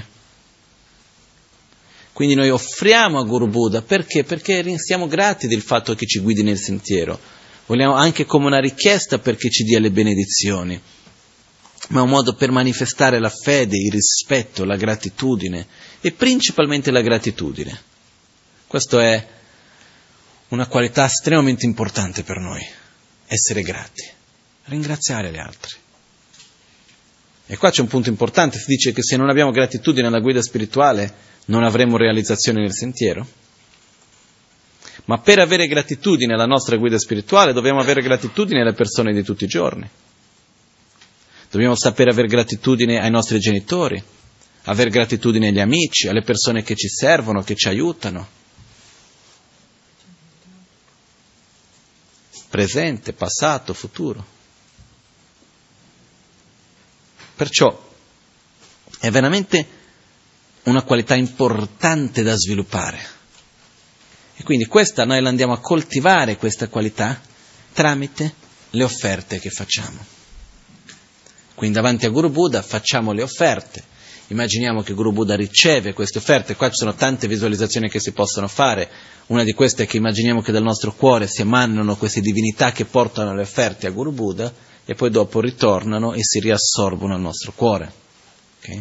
Speaker 2: Quindi noi offriamo a Guru Buddha perché? Perché siamo grati del fatto che ci guidi nel sentiero. Vogliamo anche come una richiesta perché ci dia le benedizioni, ma è un modo per manifestare la fede, il rispetto, la gratitudine e principalmente la gratitudine. Questo è una qualità estremamente importante per noi, essere grati, ringraziare gli altri. E qua c'è un punto importante, si dice che se non abbiamo gratitudine alla guida spirituale non avremo realizzazione nel sentiero. Ma per avere gratitudine alla nostra guida spirituale dobbiamo avere gratitudine alle persone di tutti i giorni. Dobbiamo sapere avere gratitudine ai nostri genitori, avere gratitudine agli amici, alle persone che ci servono, che ci aiutano. Presente, passato, futuro. Perciò è veramente una qualità importante da sviluppare. E quindi questa noi la andiamo a coltivare, questa qualità, tramite le offerte che facciamo. Quindi davanti a Guru Buddha facciamo le offerte. Immaginiamo che Guru Buddha riceve queste offerte. Qua ci sono tante visualizzazioni che si possono fare. Una di queste è che immaginiamo che dal nostro cuore si emanano queste divinità che portano le offerte a Guru Buddha e poi dopo ritornano e si riassorbono al nostro cuore. Ok?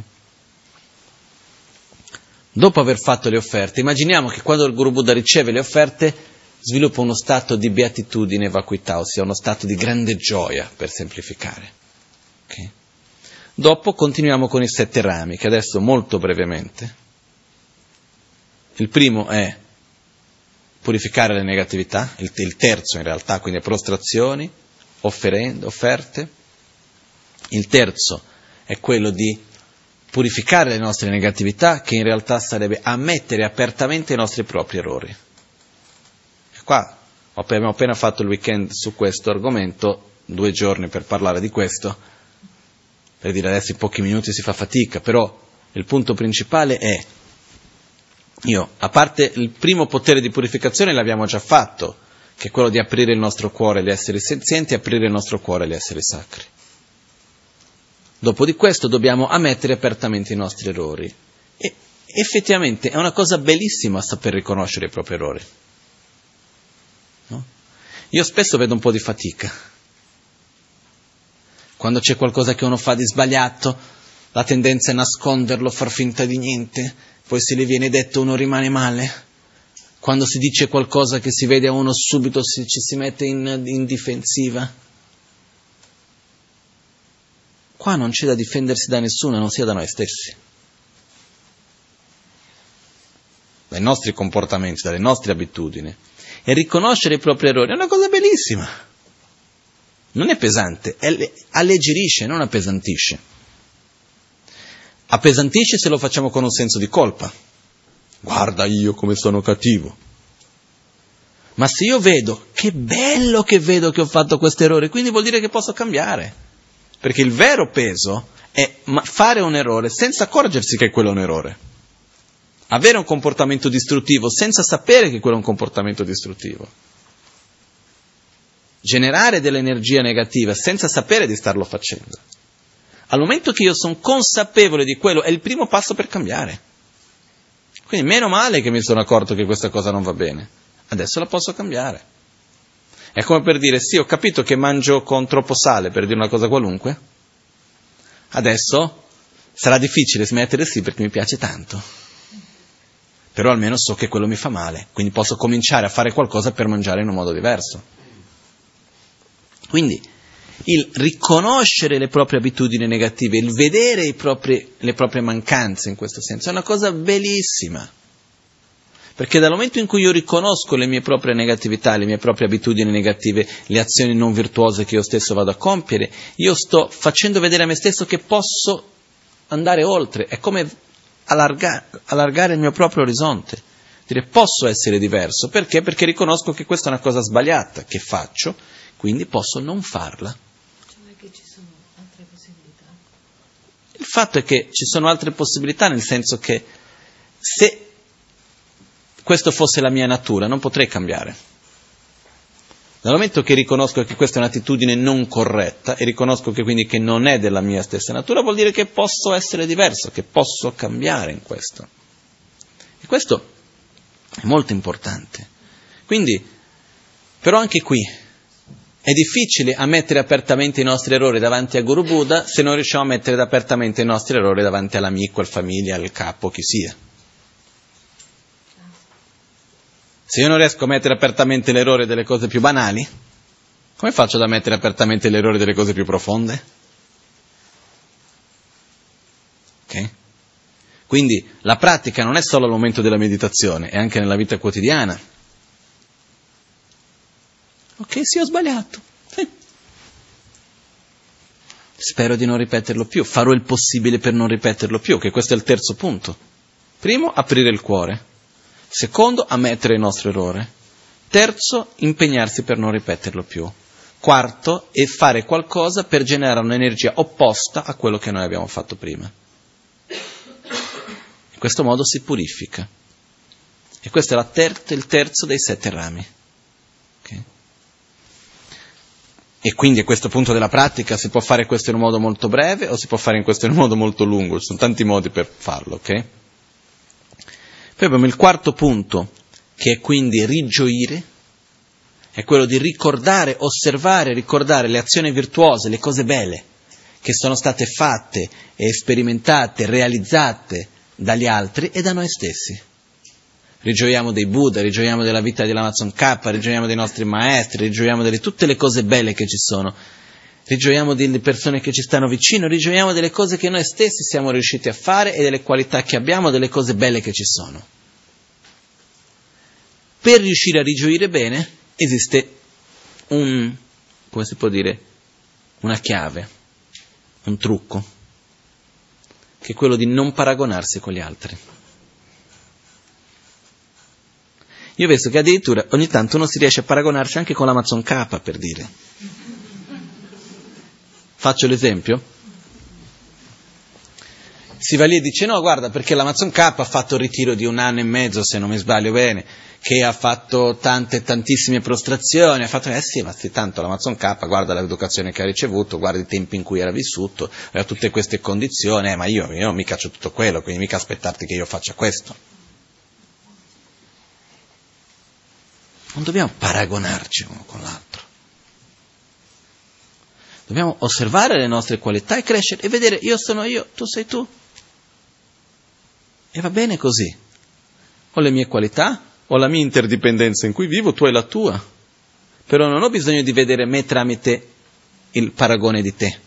Speaker 2: Dopo aver fatto le offerte, immaginiamo che quando il Guru Buddha riceve le offerte sviluppa uno stato di beatitudine e vacuità, ossia uno stato di grande gioia, per semplificare. Okay? Dopo continuiamo con i 7 rami, che adesso molto brevemente Il primo è purificare le negatività, il terzo in realtà, quindi prostrazioni, offerte. Il terzo è quello di purificare le nostre negatività, che in realtà sarebbe ammettere apertamente i nostri propri errori. E qua abbiamo appena fatto il weekend su questo argomento, 2 giorni per parlare di questo, per dire adesso in pochi minuti si fa fatica, però il punto principale è, a parte il primo potere di purificazione l'abbiamo già fatto, che è quello di aprire il nostro cuore agli esseri senzienti e aprire il nostro cuore agli esseri sacri. Dopo di questo dobbiamo ammettere apertamente i nostri errori. E effettivamente è una cosa bellissima saper riconoscere i propri errori. No? Io spesso vedo un po' di fatica. Quando c'è qualcosa che uno fa di sbagliato, la tendenza è nasconderlo, far finta di niente, poi se le viene detto uno rimane male. Quando si dice qualcosa che si vede a uno subito ci si mette in difensiva. Qua non c'è da difendersi da nessuno, non sia da noi stessi. Dai nostri comportamenti, dalle nostre abitudini. E riconoscere i propri errori è una cosa bellissima. Non è pesante, alleggerisce, non appesantisce. Appesantisce se lo facciamo con un senso di colpa. Guarda io come sono cattivo. Ma se io vedo, che bello che vedo che ho fatto questo errore, quindi vuol dire che posso cambiare. Perché il vero peso è fare un errore senza accorgersi che quello è un errore. Avere un comportamento distruttivo senza sapere che quello è un comportamento distruttivo. Generare dell'energia negativa senza sapere di starlo facendo. Al momento che io sono consapevole di quello, è il primo passo per cambiare. Quindi meno male che mi sono accorto che questa cosa non va bene. Adesso la posso cambiare. È come per dire, sì, ho capito che mangio con troppo sale, per dire una cosa qualunque. Adesso sarà difficile smettere, sì, perché mi piace tanto. Però almeno so che quello mi fa male, quindi posso cominciare a fare qualcosa per mangiare in un modo diverso. Quindi il riconoscere le proprie abitudini negative, il vedere le proprie mancanze in questo senso, è una cosa bellissima. Perché dal momento in cui io riconosco le mie proprie negatività, le mie proprie abitudini negative, le azioni non virtuose che io stesso vado a compiere, io sto facendo vedere a me stesso che posso andare oltre. È come allargare il mio proprio orizzonte. Dire posso essere diverso. Perché? Perché riconosco che questa è una cosa sbagliata che faccio, quindi posso non farla.
Speaker 3: Cioè che ci sono altre possibilità?
Speaker 2: Il fatto è che ci sono altre possibilità, nel senso che se questo fosse la mia natura, non potrei cambiare. Dal momento che riconosco che questa è un'attitudine non corretta e riconosco che quindi che non è della mia stessa natura, vuol dire che posso essere diverso, che posso cambiare in questo. E questo è molto importante. Quindi, però anche qui, è difficile ammettere apertamente i nostri errori davanti a Guru Buddha se non riusciamo a mettere apertamente i nostri errori davanti all'amico, alla famiglia, al capo, chi sia. Se io non riesco a mettere apertamente l'errore delle cose più banali, come faccio da mettere apertamente l'errore delle cose più profonde? Ok? Quindi la pratica non è solo al momento della meditazione, è anche nella vita quotidiana. Ok, sì, ho sbagliato. Sì. Spero di non ripeterlo più, farò il possibile per non ripeterlo più, che questo è il terzo punto. Primo, aprire il cuore. Secondo, ammettere il nostro errore. Terzo, impegnarsi per non ripeterlo più. Quarto, è fare qualcosa per generare un'energia opposta a quello che noi abbiamo fatto prima. In questo modo si purifica. E questo è il terzo dei 7 rami. Okay? E quindi a questo punto della pratica si può fare questo in un modo molto breve o si può fare in questo in un modo molto lungo. Ci sono tanti modi per farlo, ok? Poi abbiamo il quarto punto, che è quindi rigioire, è quello di ricordare, osservare, ricordare le azioni virtuose, le cose belle, che sono state fatte e sperimentate, realizzate dagli altri e da noi stessi. Rigioiamo dei Buddha, rigioiamo della vita di Lamazon K, rigioiamo dei nostri maestri, rigioiamo di tutte le cose belle che ci sono, rigioiamo delle persone che ci stanno vicino, rigioiamo delle cose che noi stessi siamo riusciti a fare e delle qualità che abbiamo, delle cose belle che ci sono. per riuscire a rigioire bene esiste come si può dire, una chiave, un trucco, che è quello di non paragonarsi con gli altri. Io penso che addirittura ogni tanto uno si riesce a paragonarsi anche con l'Amazon K, per dire. Faccio l'esempio. Si va lì e dice: no, guarda, perché l'Amazon K ha fatto il ritiro di 1 anno e mezzo, se non mi sbaglio bene, che ha fatto tantissime prostrazioni, ha fatto, sì, ma sì, tanto l'Amazon K, guarda l'educazione che ha ricevuto, guarda i tempi in cui era vissuto, aveva tutte queste condizioni, ma io non mica faccio tutto quello, quindi mica aspettarti che io faccia questo. Non dobbiamo paragonarci uno con l'altro. Dobbiamo osservare le nostre qualità e crescere e vedere: io sono io, tu sei tu. E va bene così. Ho le mie qualità, ho la mia interdipendenza in cui vivo, tu hai la tua. Però non ho bisogno di vedere me tramite il paragone di te.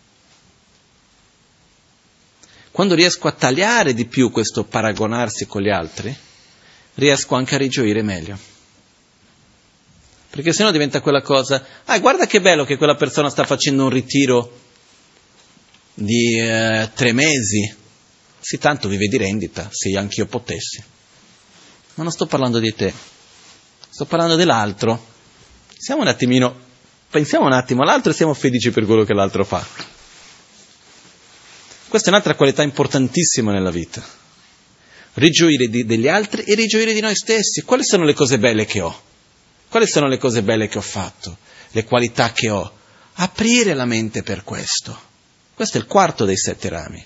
Speaker 2: Quando riesco a tagliare di più questo paragonarsi con gli altri, riesco anche a rigioire meglio. Perché sennò diventa quella cosa: guarda che bello che quella persona sta facendo un ritiro di 3 mesi. Sì, tanto vive di rendita, se anch'io potessi. Ma non sto parlando di te, sto parlando dell'altro. Pensiamo un attimo all'altro e siamo felici per quello che l'altro fa. Questa è un'altra qualità importantissima nella vita. Rigioire degli altri e rigioire di noi stessi. Quali sono le cose belle che ho? Quali sono le cose belle che ho fatto? Le qualità che ho? Aprire la mente per questo. Questo è il 4 dei 7 rami.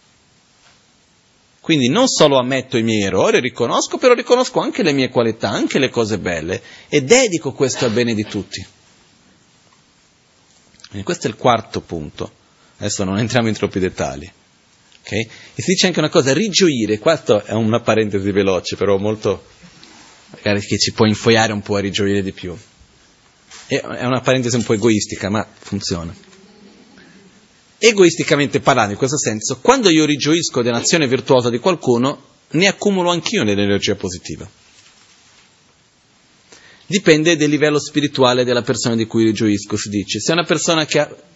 Speaker 2: Quindi non solo ammetto i miei errori, riconosco, però riconosco anche le mie qualità, anche le cose belle, e dedico questo al bene di tutti. Quindi questo è il 4 punto. Adesso non entriamo in troppi dettagli. Okay? E si dice anche una cosa: rigioire, questa è una parentesi veloce, però molto, magari, che ci può infoiare un po' a rigioire di più. È una parentesi un po' egoistica, ma funziona. Egoisticamente parlando, in questo senso, quando io rigioisco dell'azione virtuosa di qualcuno, ne accumulo anch'io dell'energia positiva. Dipende del livello spirituale della persona di cui rigioisco, si dice. Se è una persona che ha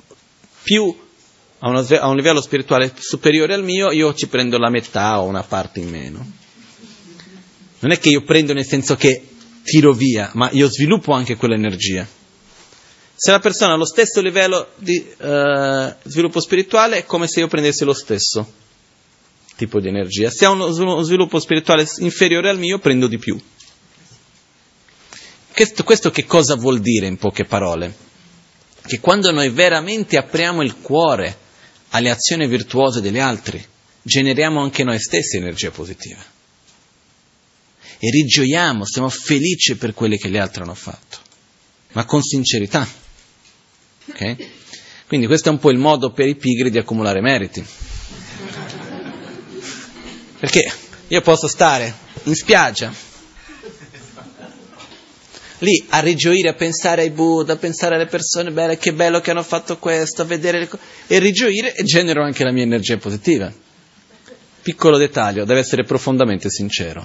Speaker 2: un livello spirituale superiore al mio, io ci prendo la metà o una parte in meno. Non è che io prendo nel senso che tiro via, ma io sviluppo anche quell'energia. Se la persona ha lo stesso livello di sviluppo spirituale, è come se io prendessi lo stesso tipo di energia. Se ha uno sviluppo spirituale inferiore al mio, prendo di più. Questo che cosa vuol dire in poche parole? Che quando noi veramente apriamo il cuore alle azioni virtuose degli altri, generiamo anche noi stessi energia positiva. E rigioiamo, siamo felici per quelli che gli altri hanno fatto, ma con sincerità. Okay? Quindi questo è un po' il modo per i pigri di accumulare meriti. Perché io posso stare in spiaggia, lì a rigioire, a pensare ai Buddha, a pensare alle persone belle, che bello che hanno fatto questo, a vedere le cose, e rigioire, e genero anche la mia energia positiva. Piccolo dettaglio, deve essere profondamente sincero.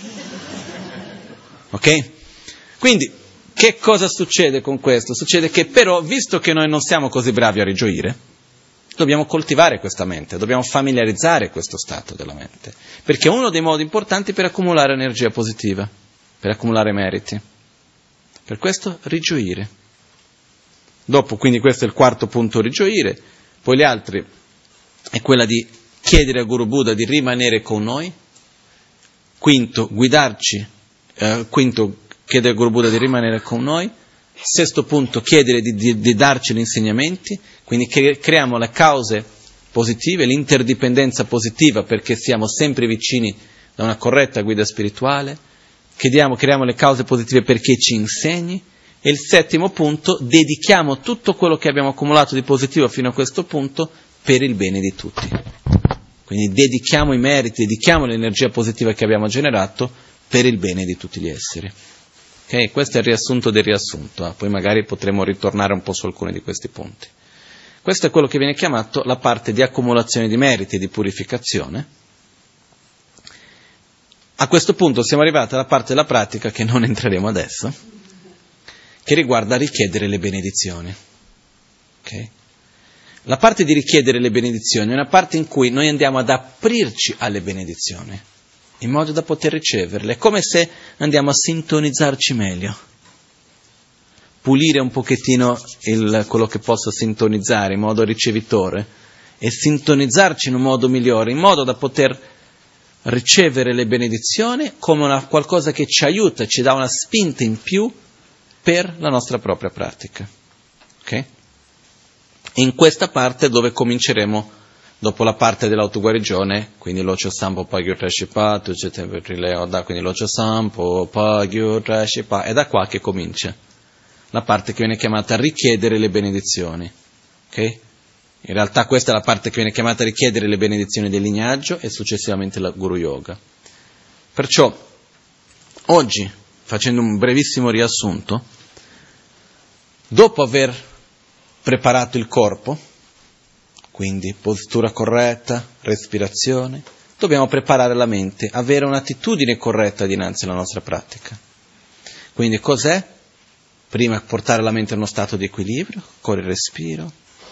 Speaker 2: Ok? Quindi, che cosa succede con questo? Succede che però, visto che noi non siamo così bravi a rigioire, dobbiamo coltivare questa mente, dobbiamo familiarizzare questo stato della mente, perché è uno dei modi importanti per accumulare energia positiva, per accumulare meriti. Per questo rigioire. Dopo, quindi questo è il 4 punto, rigioire. Poi gli altri è quella di chiedere al Guru Buddha di rimanere con noi. Quinto, chiedere al Guru Buddha di rimanere con noi. 6 punto, chiedere di darci gli insegnamenti. Quindi creiamo le cause positive, l'interdipendenza positiva, perché siamo sempre vicini da una corretta guida spirituale. Creiamo le cause positive perché ci insegni. E il 7 punto, dedichiamo tutto quello che abbiamo accumulato di positivo fino a questo punto per il bene di tutti. Quindi dedichiamo i meriti, dedichiamo l'energia positiva che abbiamo generato per il bene di tutti gli esseri. Okay? Questo è il riassunto del riassunto, poi magari potremo ritornare un po' su alcuni di questi punti. Questo è quello che viene chiamato la parte di accumulazione di meriti e di purificazione. A questo punto siamo arrivati alla parte della pratica che non entreremo adesso, che riguarda richiedere le benedizioni. Okay? La parte di richiedere le benedizioni è una parte in cui noi andiamo ad aprirci alle benedizioni, in modo da poter riceverle. È come se andiamo a sintonizzarci meglio, pulire un pochettino quello che posso sintonizzare in modo ricevitore e sintonizzarci in un modo migliore, in modo da poter ricevere le benedizioni come qualcosa che ci aiuta, ci dà una spinta in più per la nostra propria pratica. Ok? In questa parte dove cominceremo dopo la parte dell'autoguarigione, quindi l'ocio sampo pagyo trashipa, quindi l'ocio sampo pagyo trashipa, è da qua che comincia la parte che viene chiamata richiedere le benedizioni. Ok? In realtà questa è la parte che viene chiamata richiedere le benedizioni del lignaggio e successivamente la Guru Yoga. Perciò, oggi, facendo un brevissimo riassunto, dopo aver preparato il corpo, quindi postura corretta, respirazione, dobbiamo preparare la mente, avere un'attitudine corretta dinanzi alla nostra pratica. Quindi cos'è? Prima portare la mente in uno stato di equilibrio, con il respiro,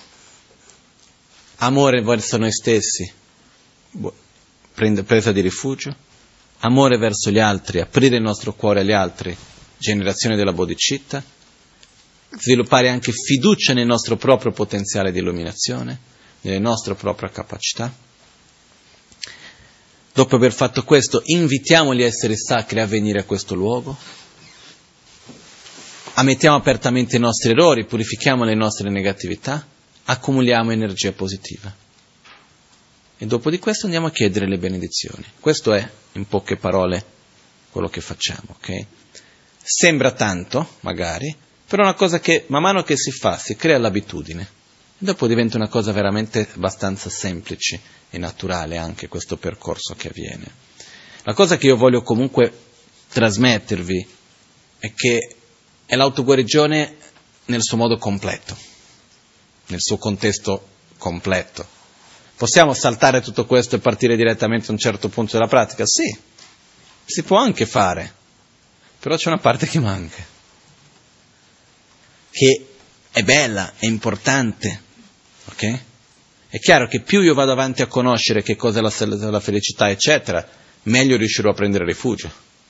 Speaker 2: amore verso noi stessi, presa di rifugio, amore verso gli altri, aprire il nostro cuore agli altri, generazione della bodhicitta, sviluppare anche fiducia nel nostro proprio potenziale di illuminazione, nelle nostre proprie capacità. Dopo aver fatto questo, invitiamo gli esseri sacri a venire a questo luogo, ammettiamo apertamente i nostri errori, purifichiamo le nostre negatività, accumuliamo energia positiva. E dopo di questo andiamo a chiedere le benedizioni. Questo è, in poche parole, quello che facciamo, ok? Sembra tanto, magari, però è una cosa che man mano che si fa, si crea l'abitudine. E dopo diventa una cosa veramente abbastanza semplice e naturale anche questo percorso che avviene. La cosa che io voglio comunque trasmettervi è che è l'autoguarigione nel suo modo completo, nel suo contesto completo. Possiamo saltare tutto questo e partire direttamente a un certo punto della pratica? Sì, si può anche fare, però c'è una parte che manca, che è bella, è importante, ok? È chiaro che più io vado avanti a conoscere che cosa è la felicità, eccetera, meglio riuscirò a prendere rifugio.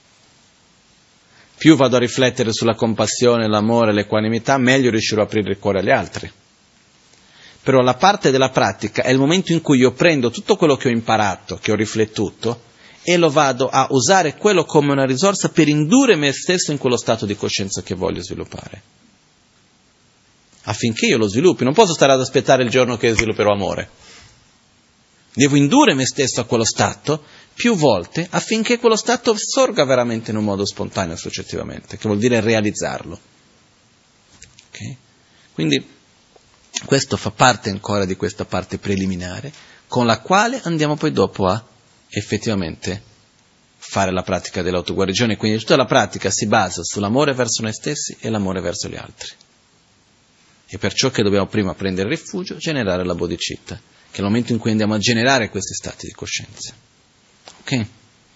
Speaker 2: Più vado a riflettere sulla compassione, l'amore, l'equanimità, meglio riuscirò a aprire il cuore agli altri. Però la parte della pratica è il momento in cui io prendo tutto quello che ho imparato, che ho riflettuto, e lo vado a usare quello come una risorsa per indurre me stesso in quello stato di coscienza che voglio sviluppare. Affinché io lo sviluppi, non posso stare ad aspettare il giorno che svilupperò amore. Devo indurre me stesso a quello stato più volte affinché quello stato sorga veramente in un modo spontaneo successivamente, che vuol dire realizzarlo. Okay? Quindi questo fa parte ancora di questa parte preliminare, con la quale andiamo poi dopo a effettivamente fare la pratica dell'autoguarigione. Quindi tutta la pratica si basa sull'amore verso noi stessi e l'amore verso gli altri. E perciò che dobbiamo prima prendere rifugio, generare la bodhicitta, che è il momento in cui andiamo a generare questi stati di coscienza. Ok?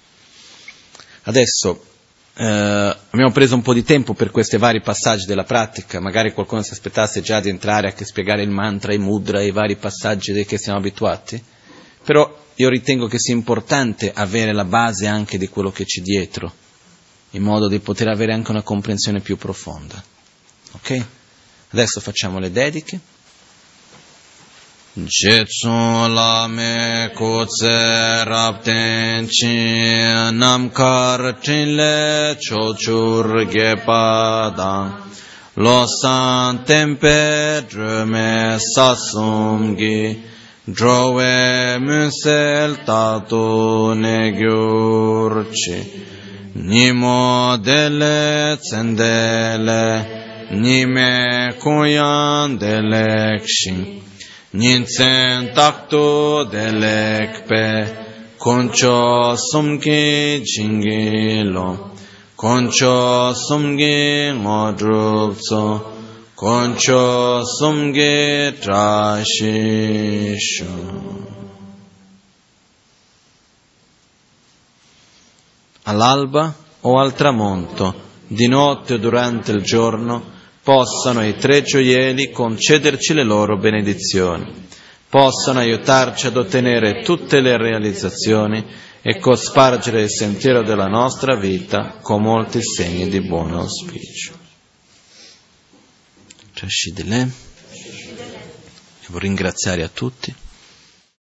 Speaker 2: Adesso abbiamo preso un po' di tempo per questi vari passaggi della pratica, magari qualcuno si aspettasse già di entrare a spiegare il mantra, i mudra, i vari passaggi che siamo abituati, però io ritengo che sia importante avere la base anche di quello che c'è dietro, in modo di poter avere anche una comprensione più profonda. Ok? Adesso facciamo le dediche. Jetsu lame kutse rapten chi namkar trinle chochur gepadang losan tempe drume sasumgi drove munsel tatu negyurchi nimo dele tsendele nime kuyan delekshin Ninsen takto delekpe koncho sumki chingilo koncho sumgi ngodrupso koncho sumgi trashisho.
Speaker 1: all'alba o al tramonto, di notte o durante il giorno, possano i tre gioielli concederci le loro benedizioni, possano aiutarci ad ottenere tutte le realizzazioni e cospargere il sentiero della nostra vita con molti segni di buon auspicio.
Speaker 2: Devo ringraziare a tutti.